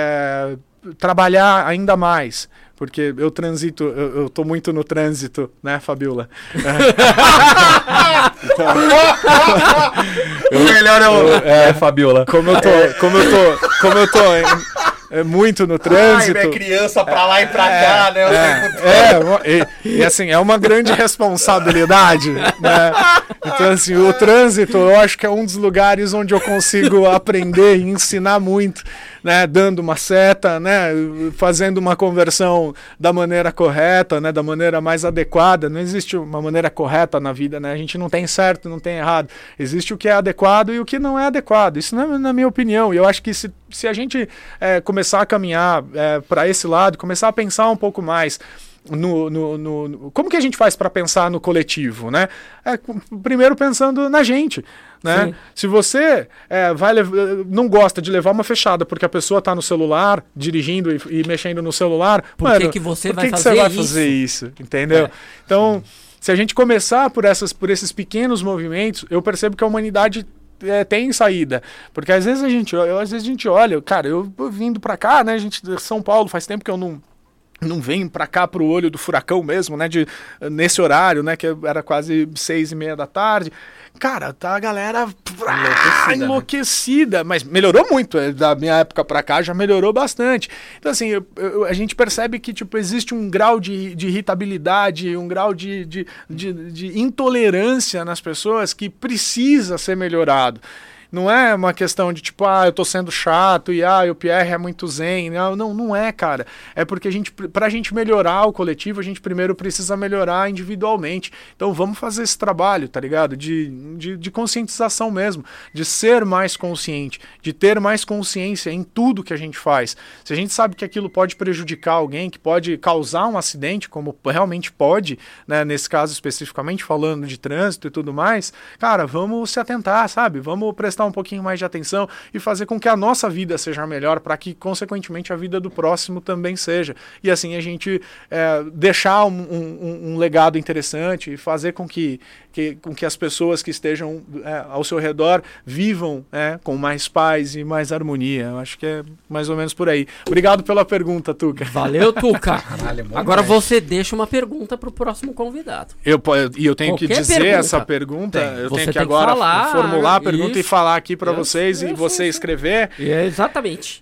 trabalhar ainda mais. Porque eu transito, eu tô muito no trânsito, né, Fabiola? O melhor é Fabiola. Como eu tô muito no trânsito. Ai, é criança pra lá e pra cá, né? E assim, é uma grande responsabilidade, né? Então, assim, o trânsito, eu acho que é um dos lugares onde eu consigo aprender e ensinar muito, né? Dando uma seta, né? Fazendo uma conversão da maneira correta, né? Da maneira mais adequada. Não existe uma maneira correta na vida, né? A gente não tem certo, não tem errado. Existe o que é adequado e o que não é adequado. Isso não é na minha opinião. E eu acho que se a gente começar a caminhar para esse lado, começar a pensar um pouco mais como que a gente faz para pensar no coletivo, né? Primeiro pensando na gente, né? Sim. Se você não gosta de levar uma fechada porque a pessoa está no celular, dirigindo e mexendo no celular, por que você vai fazer isso? Entendeu? Então, se a gente começar por esses pequenos movimentos, eu percebo que a humanidade tem saída, porque às vezes a gente olha, cara, eu vindo para cá, né, São Paulo, faz tempo que eu não venho pra cá pro olho do furacão mesmo, né, nesse horário, né, que era quase 6:30 da tarde. Cara, tá a galera enlouquecida, né? Mas melhorou muito, da minha época pra cá já melhorou bastante. Então assim, a gente percebe que tipo, existe um grau de irritabilidade, um grau de intolerância nas pessoas que precisa ser melhorado. Não é uma questão de tipo, eu tô sendo chato e o Pierre é muito zen. Não é, cara. É porque pra gente melhorar o coletivo, a gente primeiro precisa melhorar individualmente. Então vamos fazer esse trabalho, tá ligado? De conscientização mesmo, de ser mais consciente, de ter mais consciência em tudo que a gente faz. Se a gente sabe que aquilo pode prejudicar alguém, que pode causar um acidente, como realmente pode, né, nesse caso especificamente falando de trânsito e tudo mais, cara, vamos se atentar, sabe? Vamos prestar um pouquinho mais de atenção e fazer com que a nossa vida seja melhor para que, consequentemente, a vida do próximo também seja. E assim a gente deixar um legado interessante e fazer com que com que as pessoas que estejam ao seu redor vivam com mais paz e mais harmonia. Eu acho que é mais ou menos por aí. Obrigado pela pergunta, Tuca. Valeu, Tuca. Caralho, agora você deixa uma pergunta pro próximo convidado. Eu tenho que dizer essa pergunta. Eu tenho que agora formular a pergunta e falar aqui para vocês e você escrever. Exatamente.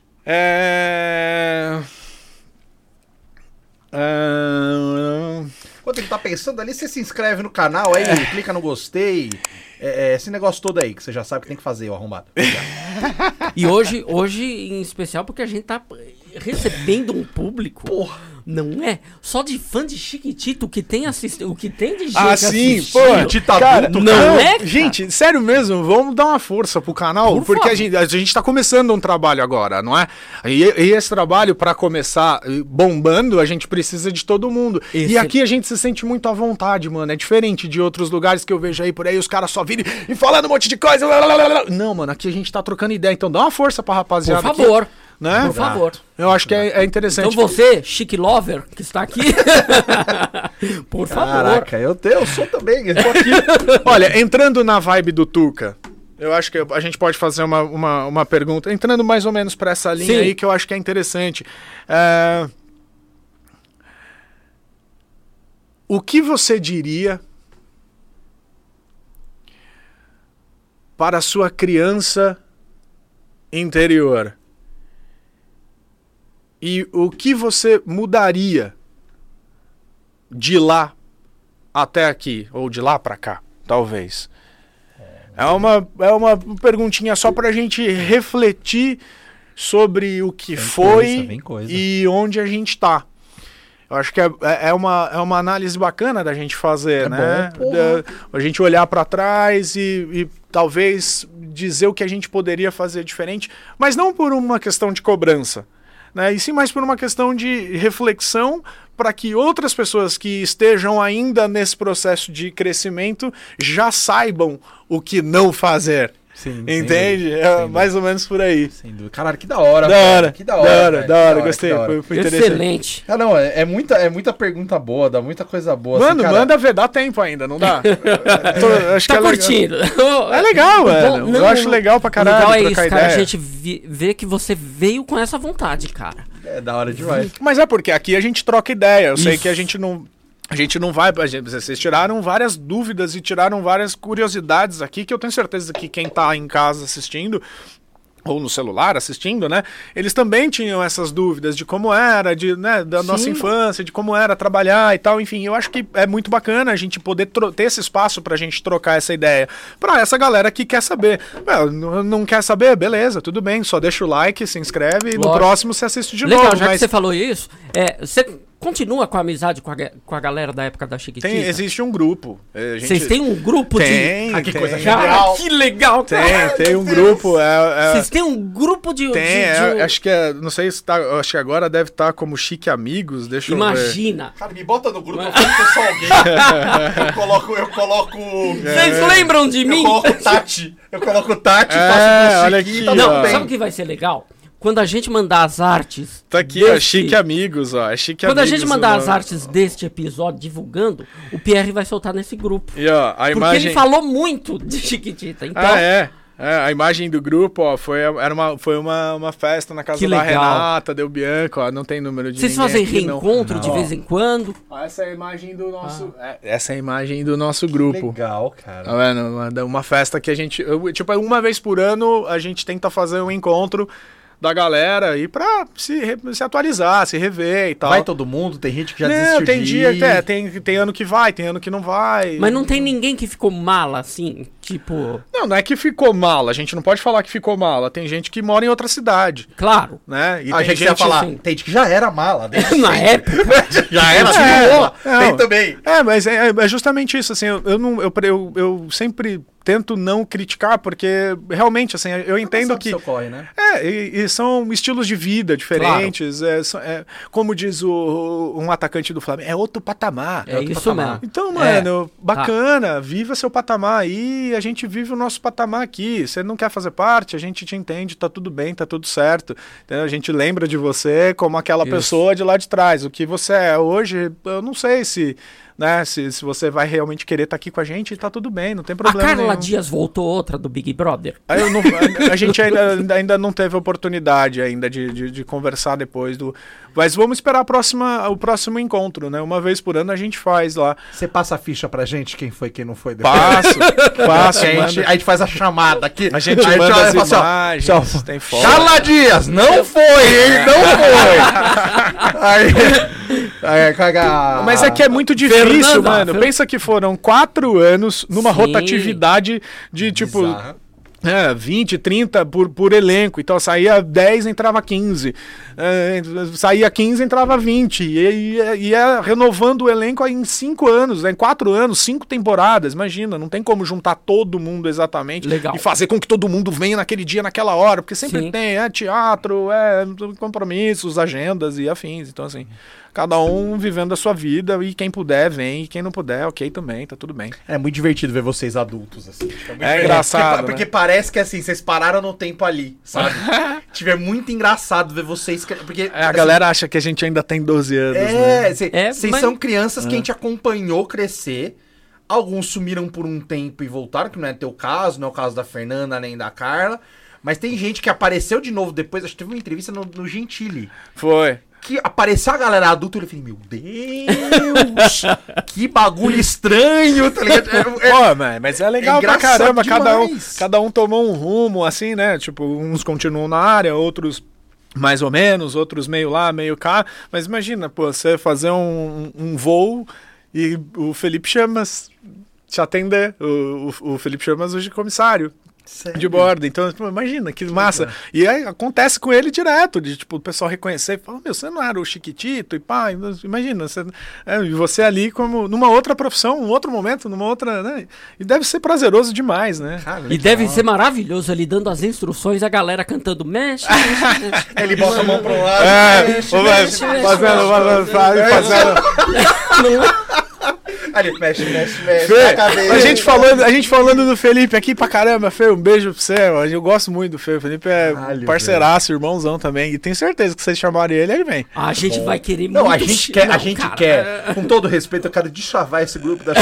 Quando ele tá pensando ali, você se inscreve no canal aí, clica no gostei. Esse negócio todo aí, que você já sabe que tem que fazer, o arrombado. E hoje, em especial, porque a gente tá recebendo um público. Porra. Não é? Só de fã de Chiquitito, o que tem assistido, o que tem de gente assistindo. Cara, não é? Gente, sério mesmo, vamos dar uma força pro canal, porque a gente tá começando um trabalho agora, não é? E esse trabalho, pra começar bombando, a gente precisa de todo mundo. E aqui a gente se sente muito à vontade, mano. É diferente de outros lugares que eu vejo aí por aí, os caras só virem e falando um monte de coisa. Não, mano, aqui a gente tá trocando ideia, então dá uma força pra rapaziada. Por favor. Aqui. Né? Por favor. Eu acho que é interessante. Então você, Chique Lover, que está aqui, por favor. Caraca, eu sou também. Eu tô aqui. Olha, entrando na vibe do Tuca, eu acho que a gente pode fazer uma pergunta, entrando mais ou menos para essa linha aí, que eu acho que é interessante. O que você diria para a sua criança interior? E o que você mudaria de lá até aqui? Ou de lá pra cá, talvez. É uma perguntinha só pra gente refletir sobre o que foi e onde a gente tá. Eu acho que é uma análise bacana da gente fazer, né? A gente olhar pra trás e talvez dizer o que a gente poderia fazer diferente, mas não por uma questão de cobrança. Né, e sim mais por uma questão de reflexão para que outras pessoas que estejam ainda nesse processo de crescimento já saibam o que não fazer. Sim, entende? Mais ou menos por aí. Sem dúvida. Caralho, que da hora. Que da hora. Gostei. Foi excelente. Não, é muita pergunta boa, dá muita coisa boa. Mano, assim, manda ver, dá tempo ainda, não dá? Acho tá que curtindo. É legal, velho. Eu acho legal pra caralho. O legal é isso, cara. A gente vê que você veio com essa vontade, cara. É da hora demais. Mas é porque aqui a gente troca ideia. Eu sei que a gente não vai... Vocês tiraram várias dúvidas e tiraram várias curiosidades aqui, que eu tenho certeza que quem tá em casa assistindo, ou no celular assistindo, né? Eles também tinham essas dúvidas de como era, da nossa infância, de como era trabalhar e tal. Enfim, eu acho que é muito bacana a gente poder ter esse espaço pra gente trocar essa ideia. Pra essa galera que quer saber. Não quer saber? Beleza, tudo bem. Só deixa o like, se inscreve e no próximo você assiste de novo. Legal, já que você falou isso, você continua com a amizade com a galera da época da Chiquitita? Existe um grupo. Vocês têm um grupo de... que coisa legal. Que legal, cara. Tem um grupo. Vocês têm um grupo de... acho que não sei se tá... Acho que agora deve estar como Chique Amigos. Deixa eu ver. Imagina. Cara, me bota no grupo, eu falo que eu sou alguém. Eu coloco... Vocês lembram de mim? Eu coloco Tati, olha aqui. Não, sabe o que vai ser legal? Quando a gente mandar as artes... Tá aqui, ó, Chique Amigos, ó. Quando a gente mandar as artes deste episódio divulgando, o Pierre vai soltar nesse grupo. E ó, porque ele falou muito de Chiquitita. Então... a imagem do grupo, ó, foi uma festa na casa da Renata, Del Bianco, ó, não tem número de Vocês fazem reencontro de vez em quando? Essa é a imagem do nosso... essa é a imagem do nosso grupo. Legal, cara. Tá vendo? Uma festa que a gente... Tipo, uma vez por ano a gente tenta fazer um encontro da galera e pra se atualizar, se rever e tal. Vai todo mundo? Tem gente que já desistiu tem tem ano que vai, tem ano que não vai. Mas não tem ninguém que ficou mala, assim, tipo... Não é que ficou mala, a gente não pode falar que ficou mala. Tem gente que mora em outra cidade. Claro. Né? E a gente ia falar, assim, tem gente que já era mala. Na época. Já era tem também. Mas é justamente isso, assim, eu sempre... tento não criticar, porque realmente, assim, eu entendo que... Ocorre, né? E são estilos de vida diferentes. Claro. Como diz um atacante do Flamengo, é outro patamar. É outro isso patamar. Mesmo. Então, mano, bacana, viva seu patamar aí, a gente vive o nosso patamar aqui. Você não quer fazer parte, a gente te entende, tá tudo bem, tá tudo certo. Então, a gente lembra de você como aquela pessoa de lá de trás. O que você é hoje, eu não sei se... né? Se você vai realmente querer estar aqui com a gente, tá tudo bem, não tem problema. A Carla nenhum. Dias voltou outra do Big Brother? A gente ainda não teve oportunidade ainda de conversar depois do... Mas vamos esperar o próximo encontro, né? Uma vez por ano a gente faz lá. Você passa a ficha pra gente, quem foi, quem não foi depois? Passo. A gente faz a chamada aqui. A gente manda as imagens, tem foto. Carla Dias, não foi, hein? Não foi. Aí caga. Mas é que é muito difícil, Fernanda, mano. Pensa que foram 4 anos numa Sim. rotatividade de, tipo... 20, 30 por elenco. Então saía 10, entrava 15. Saía 15, entrava 20. E ia renovando o elenco aí em 5 anos, né? Em 4 anos, 5 temporadas. Imagina, não tem como juntar todo mundo exatamente. Legal. E fazer com que todo mundo venha naquele dia, naquela hora. Porque sempre Sim. tem teatro, compromissos, agendas e afins. Então, assim, cada um vivendo a sua vida. E quem puder, vem. E quem não puder, ok também, tá tudo bem. É muito divertido ver vocês adultos, assim. É engraçado, Porque né? parece que, assim, vocês pararam no tempo ali, sabe? É muito engraçado ver vocês... Porque, A galera acha que a gente ainda tem 12 anos, né? Vocês mas- são crianças que a gente acompanhou crescer. Alguns sumiram por um tempo e voltaram, que não é teu caso, não é o caso da Fernanda nem da Carla. Mas tem gente que apareceu de novo depois. Acho que teve uma entrevista no Gentili. Foi. Que apareceu a galera adulta e eu falei, meu Deus, que bagulho estranho, tá ligado? Pô, mas é legal pra caramba, demais. cada um tomou um rumo, assim, né? Tipo, uns continuam na área, outros mais ou menos, outros meio lá, meio cá. Mas imagina, pô, você fazer um voo e o Felipe Chamas te atender. O Felipe Chamas hoje é comissário. Sério? De bordo, então, tipo, imagina, que massa. E aí acontece com ele direto, de tipo, o pessoal reconhecer e falar, meu, você não era o Chiquitito e pá, imagina, você ali como numa outra profissão, um outro momento, numa outra, né? E deve ser prazeroso demais, né? Cara, E deve ser maravilhoso ali dando as instruções, a galera cantando mexe. Ele bota a mão pro lado. Ali, mexe. Fê, a gente falando do Felipe aqui pra caramba, Fê, um beijo pra você. Eu gosto muito do Fê. O Felipe é parceiraço, irmãozão também. E tenho certeza que se vocês chamarem ele vai. A gente vai querer Não, muito. a gente quer. Com todo respeito, eu quero deschavar esse grupo da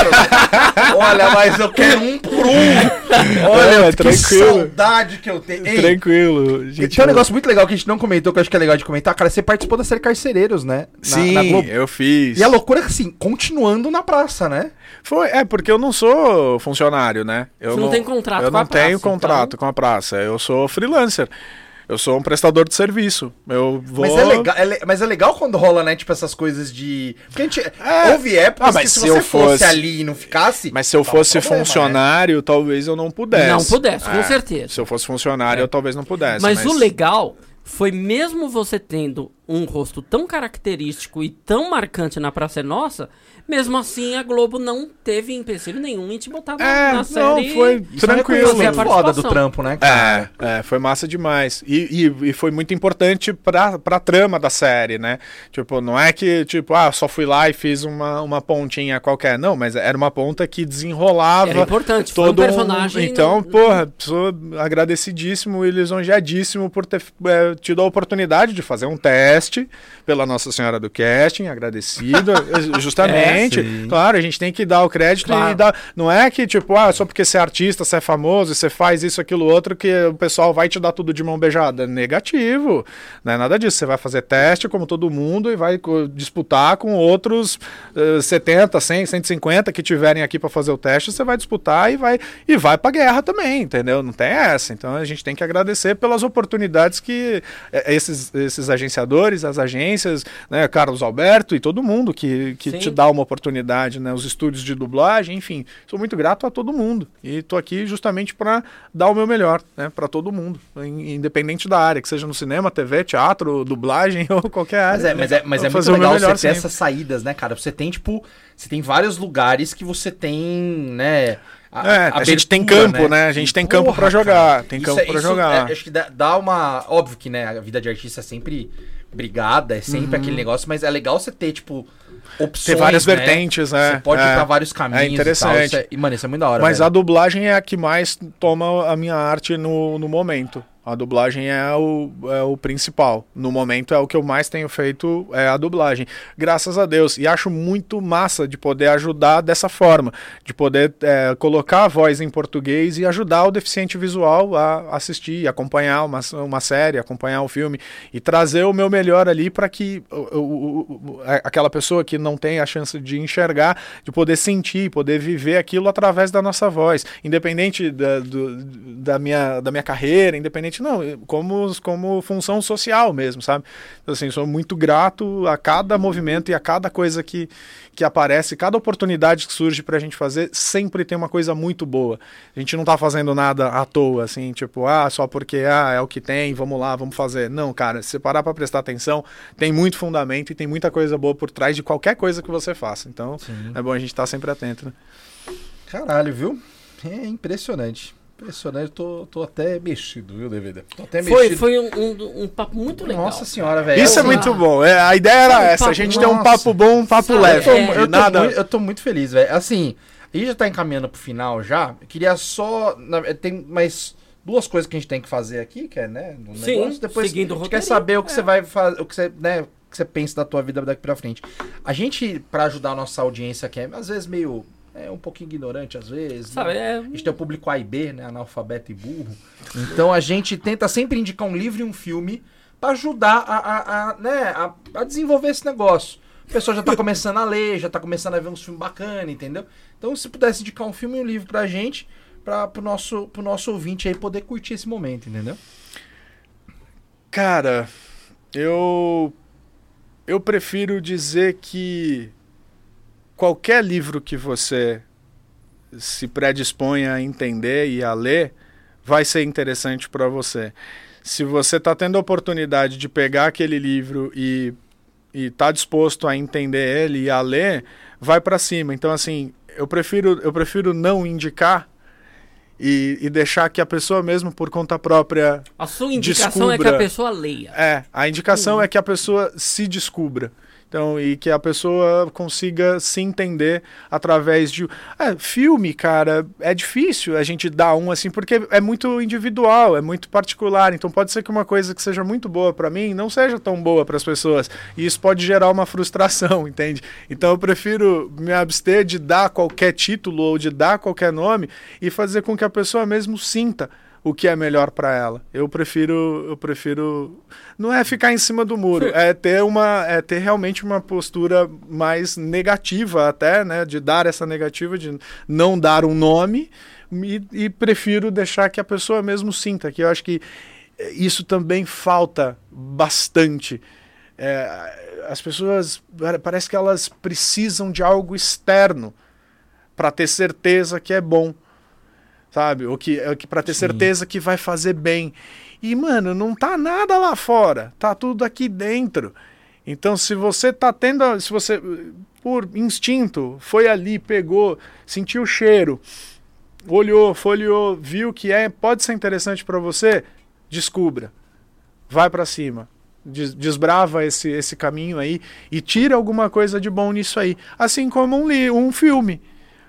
Olha, mas eu quero um por um. Olha, que tranquilo. saudade que eu tenho. Ei, Tranquilo. tem um negócio muito legal que a gente não comentou, que eu acho que é legal de comentar. Cara, você participou da série Carcereiros, né? Sim, na Globo. eu fiz. E a loucura é que, assim, continuando na praça, né? Porque eu não sou funcionário, né? Você não tem contrato eu com a não tenho praça, contrato então? com a praça. Eu sou freelancer. Eu sou um prestador de serviço. Eu vou... Mas é legal quando rola, né? Tipo, essas coisas de... Porque a gente... Houve épocas mas que se se você eu fosse fosse ali e não ficasse... Mas se eu fosse funcionário, talvez eu não pudesse. Não pudesse, com certeza. Se eu fosse funcionário, eu talvez não pudesse. Mas o legal foi mesmo você tendo um rosto tão característico e tão marcante na Praça é Nossa, mesmo assim a Globo não teve empecilho nenhum em te botar na série. Não, foi tranquilo. Foi foda do trampo, né? Foi massa demais. E foi muito importante pra trama da série, né? Tipo, não é que, tipo, só fui lá e fiz uma pontinha qualquer. Não, mas era uma ponta que desenrolava. Era importante, foi todo um personagem. Então, porra, sou agradecidíssimo e lisonjeadíssimo por ter tido a oportunidade de fazer um teste pela Nossa Senhora do Casting, agradecido, justamente. Claro, a gente tem que dar o crédito e dar. Não é que, tipo, só porque você é artista, você é famoso, você faz isso, aquilo, outro, que o pessoal vai te dar tudo de mão beijada. Negativo. Não é nada disso. Você vai fazer teste, como todo mundo, e vai disputar com outros 70, 100, 150 que tiverem aqui para fazer o teste. Você vai disputar e vai pra guerra também, entendeu? Não tem essa. Então a gente tem que agradecer pelas oportunidades que esses agenciadores, as agências, né, Carlos Alberto e todo mundo que te dá uma oportunidade, né, os estúdios de dublagem, enfim, sou muito grato a todo mundo e tô aqui justamente para dar o meu melhor, né, para todo mundo, independente da área, que seja no cinema, TV, teatro, dublagem ou qualquer área. Mas é muito legal você ter essas saídas, né, cara? Você tem, tipo, vários lugares que você tem, né... A gente tem campo, né? A gente tem campo pra jogar. Tem campo pra jogar. Acho que dá uma... Óbvio que, né, a vida de artista é sempre brigada, é sempre aquele negócio, mas é legal você ter, tipo... opções, ter várias vertentes, né? Você pode ir pra vários caminhos. É interessante. Mano, isso é muito da hora. Mas a dublagem é a que mais toma a minha arte no momento. A dublagem é o principal. No momento é o que eu mais tenho feito, é a dublagem. Graças a Deus. E acho muito massa de poder ajudar dessa forma. De poder colocar a voz em português e ajudar o deficiente visual a assistir, acompanhar uma série, acompanhar um filme. E trazer o meu melhor ali para que aquela pessoa que não tem a chance de enxergar, de poder sentir, poder viver aquilo através da nossa voz. Independente da minha carreira, independente não, como função social mesmo, sabe? Então, assim, sou muito grato a cada movimento e a cada coisa que aparece, cada oportunidade que surge pra gente fazer, sempre tem uma coisa muito boa. A gente não tá fazendo nada à toa, assim, tipo, só porque é o que tem, vamos lá, vamos fazer. Não, cara, se você parar pra prestar atenção, tem muito fundamento e tem muita coisa boa por trás de qualquer coisa que você faça. Então, é bom a gente estar sempre atento, né? Caralho, viu? É impressionante. Impressionante, tô até mexido, viu, DVD? Tô até mexido. Foi um papo muito legal. Nossa senhora, velho. Isso é muito bom. A ideia era essa, a gente tem um papo bom, um papo leve. Eu tô muito feliz, velho. Assim, a gente já tá encaminhando pro final já. Eu queria só... Tem mais duas coisas que a gente tem que fazer aqui, que é, né? No negócio. Depois seguindo a gente quer saber o que você vai fazer, o que você, né, o que você pensa da tua vida daqui pra frente. A gente, pra ajudar a nossa audiência, que é às vezes meio... um pouquinho ignorante às vezes, sabe, né? A gente tem o público A e B, né? Analfabeto e burro. Então a gente tenta sempre indicar um livro e um filme para ajudar a desenvolver esse negócio. A pessoa já tá começando a ler, já tá começando a ver uns filmes bacanas, entendeu? Então se pudesse indicar um filme e um livro pra gente, pro nosso ouvinte aí poder curtir esse momento, entendeu? Cara, eu prefiro dizer que qualquer livro que você se predisponha a entender e a ler vai ser interessante para você. Se você está tendo a oportunidade de pegar aquele livro e está disposto a entender ele e a ler, vai para cima. Então, assim, eu prefiro não indicar e deixar que a pessoa mesmo, por conta própria, a sua indicação é que a pessoa leia. A indicação é que a pessoa se descubra. Então, e que a pessoa consiga se entender através de... filme, cara, é difícil a gente dar assim, porque é muito individual, é muito particular. Então pode ser que uma coisa que seja muito boa pra mim não seja tão boa para as pessoas. E isso pode gerar uma frustração, entende? Então eu prefiro me abster de dar qualquer título ou de dar qualquer nome e fazer com que a pessoa mesmo sinta o que é melhor para ela. Eu prefiro não é ficar em cima do muro, é ter realmente uma postura mais negativa até, né, de dar essa negativa, de não dar um nome e prefiro deixar que a pessoa mesmo sinta, que eu acho que isso também falta bastante. As pessoas, parece que elas precisam de algo externo para ter certeza que é bom. Sabe? Ou que para ter certeza que vai fazer bem. E, mano, não tá nada lá fora. Tá tudo aqui dentro. Então, se você tá tendo... Se você, por instinto, foi ali, pegou, sentiu o cheiro, olhou, folheou, viu que pode ser interessante para você, descubra. Vai para cima. Desbrava esse caminho aí e tira alguma coisa de bom nisso aí. Assim como um filme.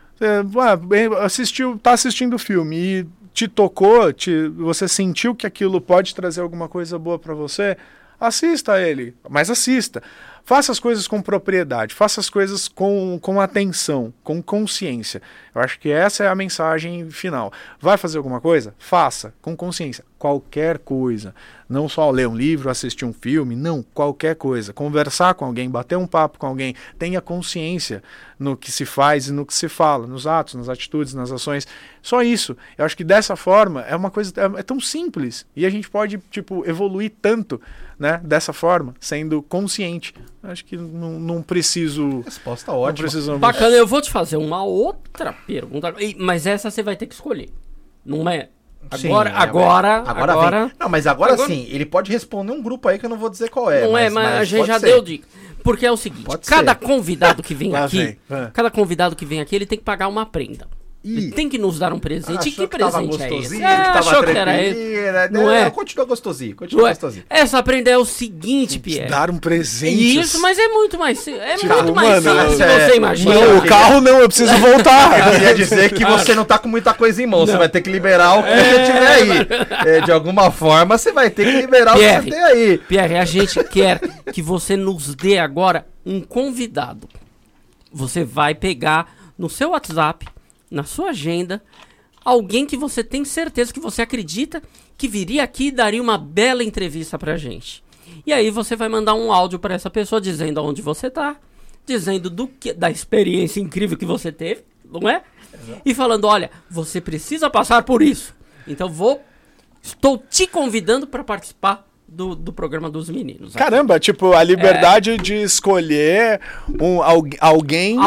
Tá assistindo o filme e te tocou, você sentiu que aquilo pode trazer alguma coisa boa para você, assista ele, mas assista. Faça as coisas com propriedade, faça as coisas com atenção, com consciência. Eu acho que essa é a mensagem final. Vai fazer alguma coisa? Faça, com consciência. Qualquer coisa. Não só ler um livro, assistir um filme, não, qualquer coisa. Conversar com alguém, bater um papo com alguém. Tenha consciência no que se faz e no que se fala, nos atos, nas atitudes, nas ações. Só isso. Eu acho que dessa forma é uma coisa, é tão simples. E a gente pode, evoluir tanto, né, dessa forma, sendo consciente. Acho que não preciso... Resposta ótima. Bacana, eu vou te fazer uma outra pergunta, mas essa você vai ter que escolher. Não é? Agora. Não, mas agora sim, ele pode responder um grupo aí que eu não vou dizer qual é. Mas a gente já deu dica. Porque é o seguinte, cada convidado que vem aqui, ele tem que pagar uma prenda. Ele tem que nos dar um presente. E que presente é esse? Achou que era esse. Não é? Continua gostosinho. É só aprender o seguinte, Pierre. Dar um presente. Isso, mas é muito mais simples. É tipo, muito mais simples do que você imagina. Não, o carro não, eu preciso voltar. Eu queria dizer que você não tá com muita coisa em mão. Você vai ter que liberar o que você tiver aí. De alguma forma, você vai ter que liberar o que você tem aí. Pierre, a gente quer que você nos dê agora um convidado. Você vai pegar no seu WhatsApp, na sua agenda, alguém que você tem certeza, que você acredita que viria aqui e daria uma bela entrevista pra gente. E aí você vai mandar um áudio pra essa pessoa dizendo aonde você tá, dizendo da experiência incrível que você teve, não é? Exato. E falando, olha, você precisa passar por isso. Então estou te convidando para participar do programa dos meninos. Caramba, aqui. Tipo, a liberdade de escolher alguém.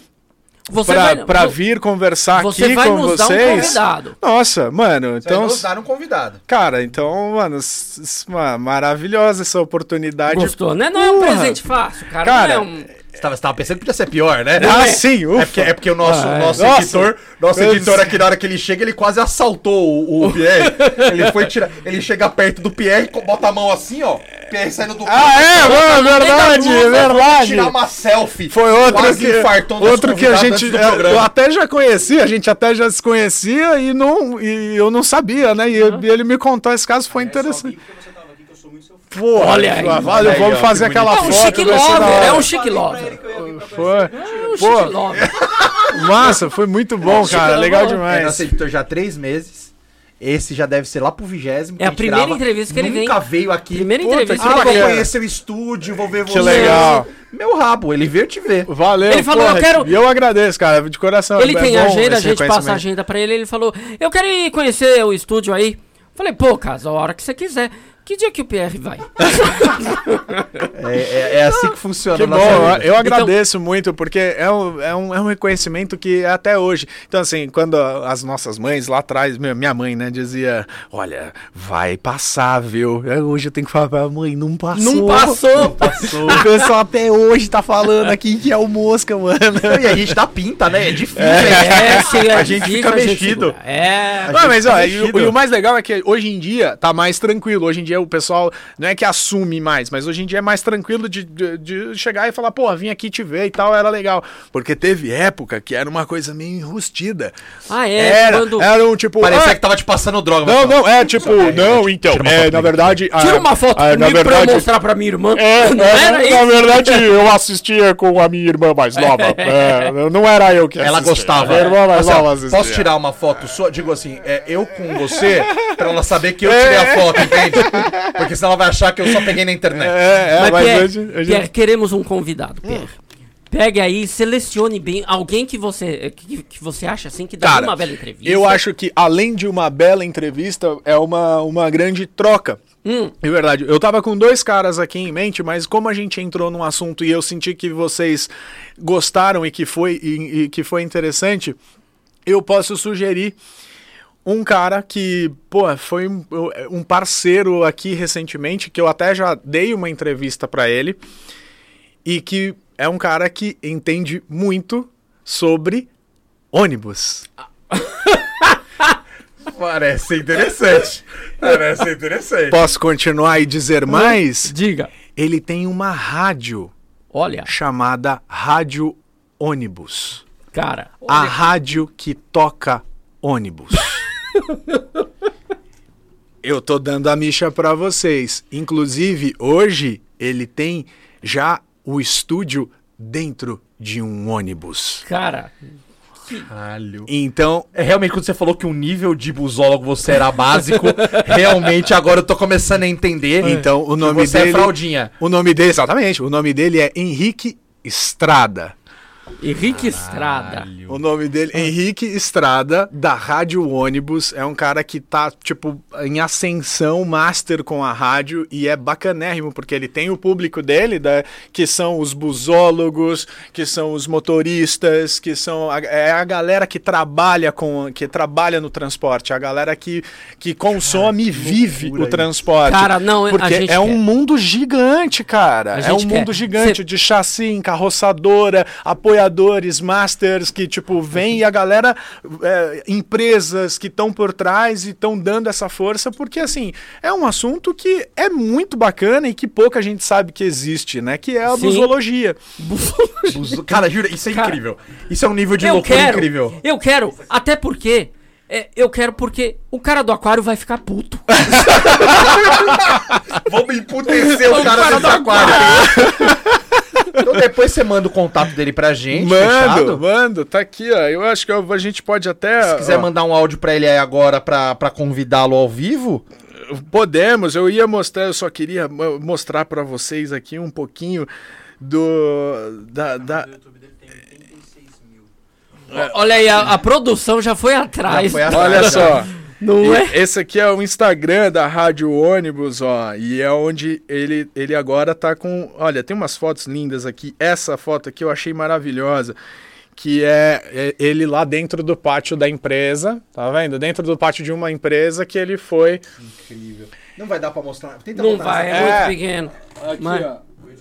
Pra vir conversar aqui com vocês. Dar um convidado. Nossa, mano, então. Vai nos dar um convidado. Cara, então, mano, maravilhosa essa oportunidade. Gostou, né? Não é um presente fácil, cara. Cara, não é um... Você tava pensando que podia ser pior, né? Sim, ufa. É porque o nosso editor aqui, na hora que ele chega, ele quase assaltou o Pierre. Ele foi tirar. Ele chega perto do Pierre, bota a mão assim, ó. Pierre saindo do carro. Verdade. Foi tirar uma selfie. Foi outro que a gente. Eu até já conhecia, a gente até já se conhecia e eu não sabia, né? E ele me contou esse caso, foi interessante. Pô, olha aí, valeu, vamos fazer aquela foto. É um chique lover. Foi. Pô, massa, foi muito bom, cara. Legal demais. Nosso editor já há 3 meses. Esse já deve ser lá pro 20º. É a primeira entrevista que ele vem. Nunca veio aqui. Primeira entrevista. Vou conhecer o estúdio, vou ver você. Que legal. Meu rabo, ele veio te ver. Valeu. Ele falou, eu quero. E eu agradeço, cara, de coração. Ele tem agenda, a gente passa a agenda pra ele. Ele falou, eu quero ir conhecer o estúdio aí. Falei, pô, Casa, a hora que você quiser. Que dia que o Pierre vai? É assim que funciona. Que bom, eu agradeço muito, porque é um reconhecimento que é até hoje. Então, assim, quando as nossas mães lá atrás, minha mãe, né, dizia, olha, vai passar, viu? Hoje eu tenho que falar pra mãe, não passou. Não passou. O pessoal até hoje tá falando aqui que é o Mosca, mano. E a gente dá pinta, né? É difícil. A gente fica mexido. Mas ó, e o mais legal é que hoje em dia tá mais tranquilo. Hoje em dia o pessoal não é que assume mais, mas hoje em dia é mais tranquilo de chegar e falar, pô, vim aqui te ver e tal, era legal. Porque teve época que era uma coisa meio enrustida. Era um tipo... Parecia que tava te passando droga. Na verdade... Tira uma foto comigo pra eu mostrar pra minha irmã. Na verdade, eu assistia com a minha irmã mais nova. Não era eu que assistia. Ela gostava. A irmã mais nova assistia. Posso tirar uma foto sua? Digo assim, eu com você, pra ela saber que eu tirei a foto, entende? Porque senão ela vai achar que eu só peguei na internet. Mas Pierre, queremos um convidado, Pierre. Pegue aí, selecione bem alguém que você acha assim que dá uma bela entrevista. Eu acho que além de uma bela entrevista, é uma grande troca. É verdade. Eu tava com 2 caras aqui em mente, mas como a gente entrou num assunto e eu senti que vocês gostaram e que foi interessante, eu posso sugerir um cara que, foi um parceiro aqui recentemente, que eu até já dei uma entrevista pra ele, e que é um cara que entende muito sobre ônibus. Parece interessante. Posso continuar e dizer mais? Diga. Ele tem uma rádio chamada Rádio Ônibus. Cara, a rádio que toca ônibus. Eu tô dando a micha pra vocês. Inclusive, hoje, ele tem já o estúdio dentro de um ônibus. Cara... Caralho. Então... realmente, quando você falou que um nível de busólogo você era básico, realmente agora eu tô começando a entender. Então, o nome dele... é fraldinha. O nome dele, exatamente. O nome dele é Henrique Estrada. Henrique Estrada. O nome dele, Henrique Estrada, da Rádio Ônibus. É um cara que tá, tipo, em ascensão, master com a rádio, e é bacanérrimo, porque ele tem o público dele, que são os busólogos, que são os motoristas, que são a galera que trabalha no transporte, a galera que consome e vive o transporte. Cara, não, porque um mundo gigante, cara. É um mundo gigante de chassi, carroçadora, apoio apoiadores, masters, que tipo, vem e a galera, empresas que estão por trás e estão dando essa força, porque assim, é um assunto que é muito bacana e que pouca gente sabe que existe, né? Que é a busologia. Cara, jura, isso é incrível. Isso é um nível de loucura incrível. Eu quero, até porque... eu quero porque o cara do aquário vai ficar puto. Vamos emputecer o cara do aquário. Então depois você manda o contato dele pra gente. Mando, tá aqui, ó. Eu acho que a gente pode até... Se quiser mandar um áudio pra ele aí agora pra convidá-lo ao vivo... Podemos, eu só queria mostrar pra vocês aqui um pouquinho Olha aí, a produção já foi atrás. Olha só. Não é? Esse aqui é o Instagram da Rádio Ônibus, ó. E é onde ele agora tá com... Olha, tem umas fotos lindas aqui. Essa foto aqui eu achei maravilhosa. Que é ele lá dentro do pátio da empresa. Tá vendo? Dentro do pátio de uma empresa que ele foi... Incrível. Não vai dar pra mostrar. Tenta não vai, é muito pequeno. Aqui, ó.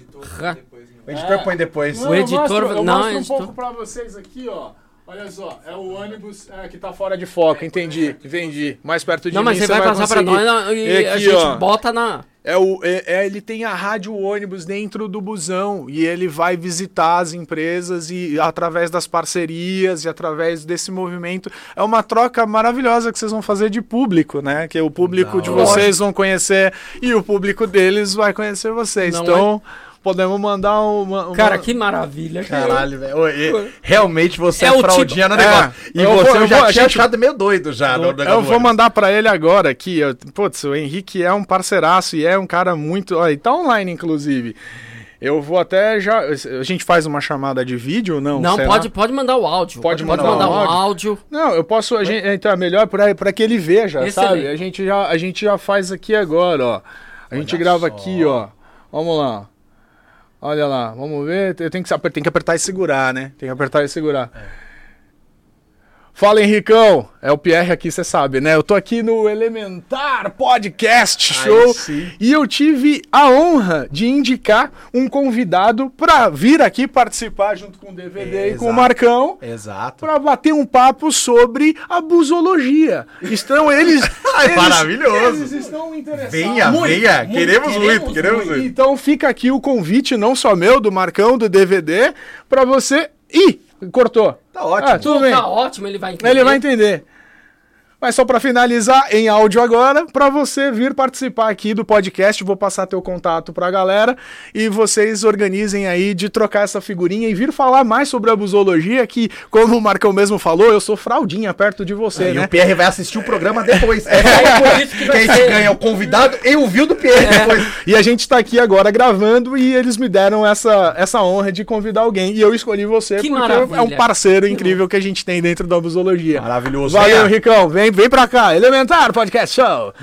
O editor põe depois. O editor... Eu mostro um pouco pra vocês aqui, ó. Olha só, é o ônibus que tá fora de foco, entendi. Mais perto de mim. Não, mas você vai passar pra nós e aqui, a gente bota na... Ele tem a rádio ônibus dentro do busão e ele vai visitar as empresas e através das parcerias e através desse movimento. É uma troca maravilhosa que vocês vão fazer de público, né? Que o público de vocês vão conhecer e o público deles vai conhecer vocês. Então... Podemos mandar uma... Cara, que maravilha. Caralho, velho. Realmente você é fraldinha no negócio. E eu já tinha achado meio doido já. Eu vou mandar pra ele agora aqui. Putz, o Henrique é um parceiraço e é um cara muito... Olha, tá online, inclusive. Eu vou até já... A gente faz uma chamada de vídeo ou não? Não, pode mandar o áudio. Pode mandar um áudio. Não, eu posso... Então é melhor pra que ele veja, sabe? A gente já faz aqui agora, ó. A gente grava aqui, ó. Vamos lá. Olha lá, vamos ver. Tem que apertar e segurar, né? Tem que apertar e segurar. Fala, Henricão. É o Pierre aqui, você sabe, né? Eu tô aqui no Elementar Podcast Show. E eu tive a honra de indicar um convidado pra vir aqui participar junto com o DVD e com o Marcão. Exato. Pra bater um papo sobre a busologia. Estão eles... maravilhoso. Eles estão interessados. Venha. Queremos muito. Então fica aqui o convite, não só meu, do Marcão, do DVD, pra você ir. Cortou. Tá ótimo. Tudo bem. Tá ótimo, ele vai entender. Ele vai entender. Mas só para finalizar em áudio agora, para você vir participar aqui do podcast, vou passar teu contato pra galera e vocês organizem aí de trocar essa figurinha e vir falar mais sobre a busologia, que, como o Marcão mesmo falou, eu sou fraldinha perto de você, né? E o Pierre vai assistir o programa depois. Por isso que a gente ganha o convidado e o viu do Pierre depois. E a gente tá aqui agora gravando e eles me deram essa honra de convidar alguém. E eu escolhi você porque é um parceiro incrível que a gente tem dentro da busologia. Maravilhoso. Valeu, Ricão. Vem pra cá, Elementar Podcast Show.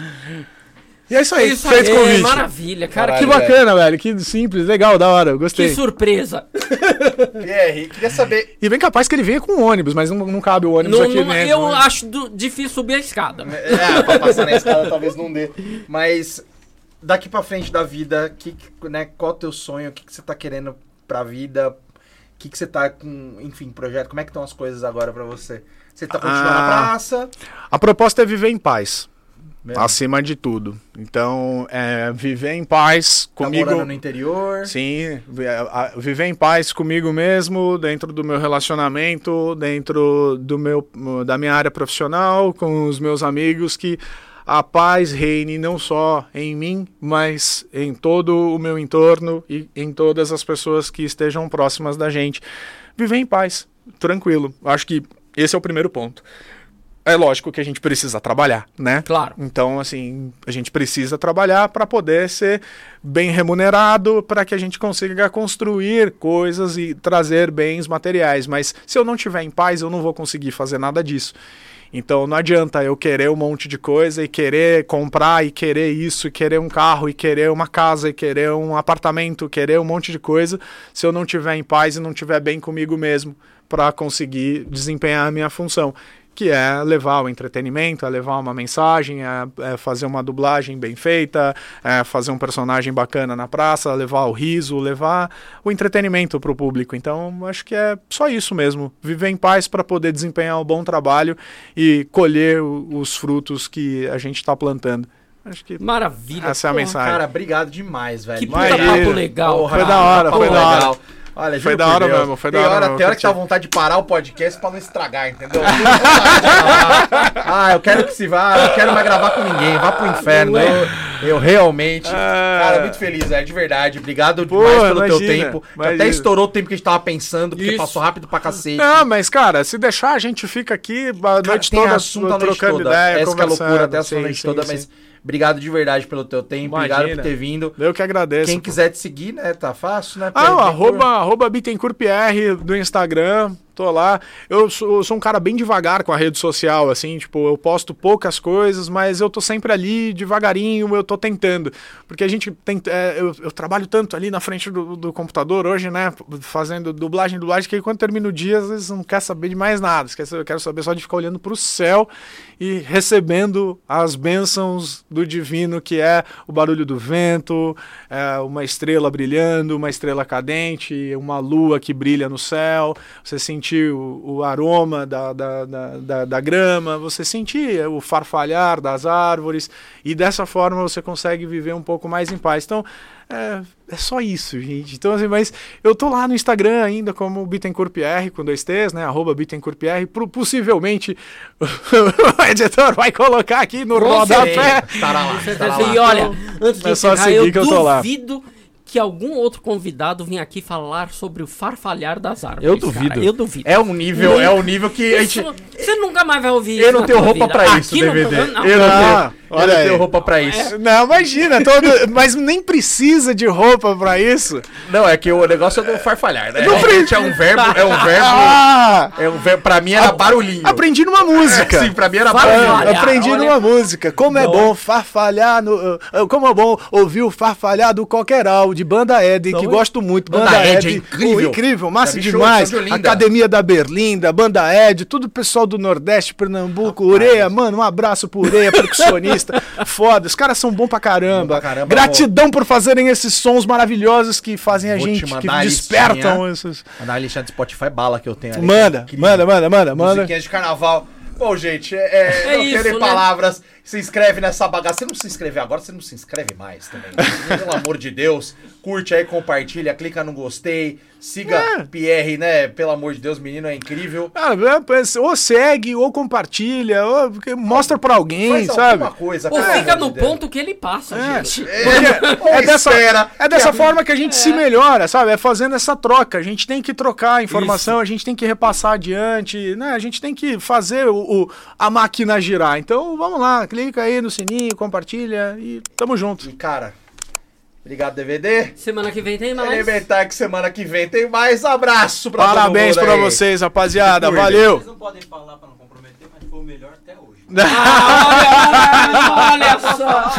E é isso aí, feito convite. Maravilha, cara. Que bacana, velho, que simples, legal, da hora, gostei. Que surpresa. Pierre, queria saber... E bem capaz que ele venha com ônibus, mas não cabe o ônibus aqui dentro. Eu acho difícil subir a escada. Pra passar na escada talvez não dê. Mas daqui pra frente da vida, qual é o teu sonho, o que você tá querendo pra vida, o que você tá com, enfim, projeto, como é que estão as coisas agora pra você? Você tá continuando na praça? A proposta é viver em paz. Mesmo? Acima de tudo. Então, viver em paz comigo. Tá morando no interior? Sim, viver em paz comigo mesmo, dentro do meu relacionamento, dentro da minha área profissional, com os meus amigos, que a paz reine não só em mim, mas em todo o meu entorno e em todas as pessoas que estejam próximas da gente. Viver em paz, tranquilo. Acho que esse é o primeiro ponto. É lógico que a gente precisa trabalhar, né? Claro. Então, assim, a gente precisa trabalhar para poder ser bem remunerado, para que a gente consiga construir coisas e trazer bens materiais. Mas se eu não estiver em paz, eu não vou conseguir fazer nada disso. Então não adianta eu querer um monte de coisa e querer comprar e querer isso, e querer um carro e querer uma casa e querer um apartamento, querer um monte de coisa, se eu não estiver em paz e não estiver bem comigo mesmo para conseguir desempenhar a minha função. que é levar o entretenimento, é levar uma mensagem, é fazer uma dublagem bem feita, é fazer um personagem bacana na praça, levar o riso, levar o entretenimento para o público. Então, acho que é só isso mesmo, viver em paz para poder desempenhar um bom trabalho e colher os frutos que a gente está plantando. Acho que maravilha. Essa é a mensagem. Cara, obrigado demais, velho. Que puta papo legal. Porra, foi da hora, foi da hora. Olha, foi da hora mesmo, foi da hora. Tem hora que dá vontade de parar o podcast pra não estragar, entendeu? Eu quero que se vá, eu não quero mais gravar com ninguém, vá pro inferno. Eu realmente, cara, muito feliz, velho, de verdade. Obrigado demais pelo teu tempo. Até estourou o tempo que a gente tava pensando, porque passou rápido pra cacete. Não, mas, cara, se deixar, a gente fica aqui a noite toda trocando ideia, essa que é a loucura, até a noite toda, mas... Obrigado de verdade pelo teu tempo, obrigado por ter vindo. Eu que agradeço. Quem quiser te seguir, né, tá fácil, né? @Bittencourt PR do Instagram, tô lá. Eu sou um cara bem devagar com a rede social, assim, tipo, eu posto poucas coisas, mas eu tô sempre ali, devagarinho, eu tô tentando. Porque a gente tem, eu trabalho tanto ali na frente do computador hoje, né, fazendo dublagem, que quando termina o dia, às vezes não quer saber de mais nada. Eu quero saber só de ficar olhando pro céu e recebendo as bênçãos do divino, que é o barulho do vento, uma estrela brilhando, uma estrela cadente, uma lua que brilha no céu, você sentir o aroma da grama, você sentir o farfalhar das árvores, e dessa forma você consegue viver um pouco mais em paz. Então, é só isso, gente. Então, assim, mas eu tô lá no Instagram ainda como Bittencourt PR, com 2 T's, né? @Bittencourt PR. Possivelmente o editor vai colocar aqui no rodapé. Estará lá. E olha, antes de encerrar, eu duvido que algum outro convidado vinha aqui falar sobre o farfalhar das árvores. Eu duvido. Cara. Eu duvido. É um nível que a gente... Você nunca mais vai ouvir isso. Eu não tenho roupa pra isso, DVD. Eu não tenho roupa pra isso. Não, imagina, mas nem precisa de roupa pra isso. Não, é que o negócio é do farfalhar, né? Não é um verbo. Pra mim era barulhinho. Aprendi numa música. Sim, pra mim era barulhinho. Aprendi numa música. Como é bom farfalhar, como é bom ouvir o farfalhar do coqueiral, de Banda Eden, que gosto muito. Banda Eden, incrível, massa demais. Academia da Berlinda, Banda Eden, tudo pessoal do Nordeste, Pernambuco, Ureia, mano, um abraço pro Ureia, percussionista. Foda, os caras são bons pra caramba. Gratidão por fazerem esses sons maravilhosos que fazem a gente, que despertam esses. Mandar a listinha de Spotify bala que eu tenho ali. Manda. Musiquinhas de carnaval. Bom, gente, não isso, quero né? palavras. Se inscreve nessa bagaça. Você não se inscreveu agora, você não se inscreve mais também. Pelo amor de Deus. Curte aí, compartilha, clica no gostei. Siga Pierre, né? Pelo amor de Deus, menino é incrível. Ou segue, ou compartilha, ou mostra pra alguém, sabe? Coisa, ou fica no ponto que ele passa, gente. É dessa forma que a gente se melhora, sabe? É fazendo essa troca. A gente tem que trocar a informação, a gente tem que repassar adiante, né? A gente tem que fazer a máquina girar. Então, vamos lá, clica aí no sininho, compartilha e tamo junto. E, cara... Obrigado, DVD. Semana que vem tem mais. Elementar que semana que vem tem mais. Abraço pra Parabéns pra vocês, rapaziada. Valeu. Vocês não podem falar pra não comprometer, mas foi o melhor até hoje. Olha só.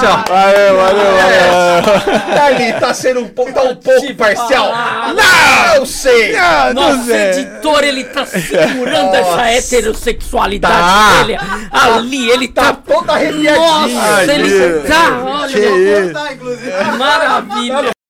Valeu. Tá sendo um pouco parcial. Não sei. Nosso editor, ele tá segurando essa heterossexualidade dele. Ali, ele tá todo arrepiadinho. Nossa, ele tá. Olha, Inclusive. maravilha.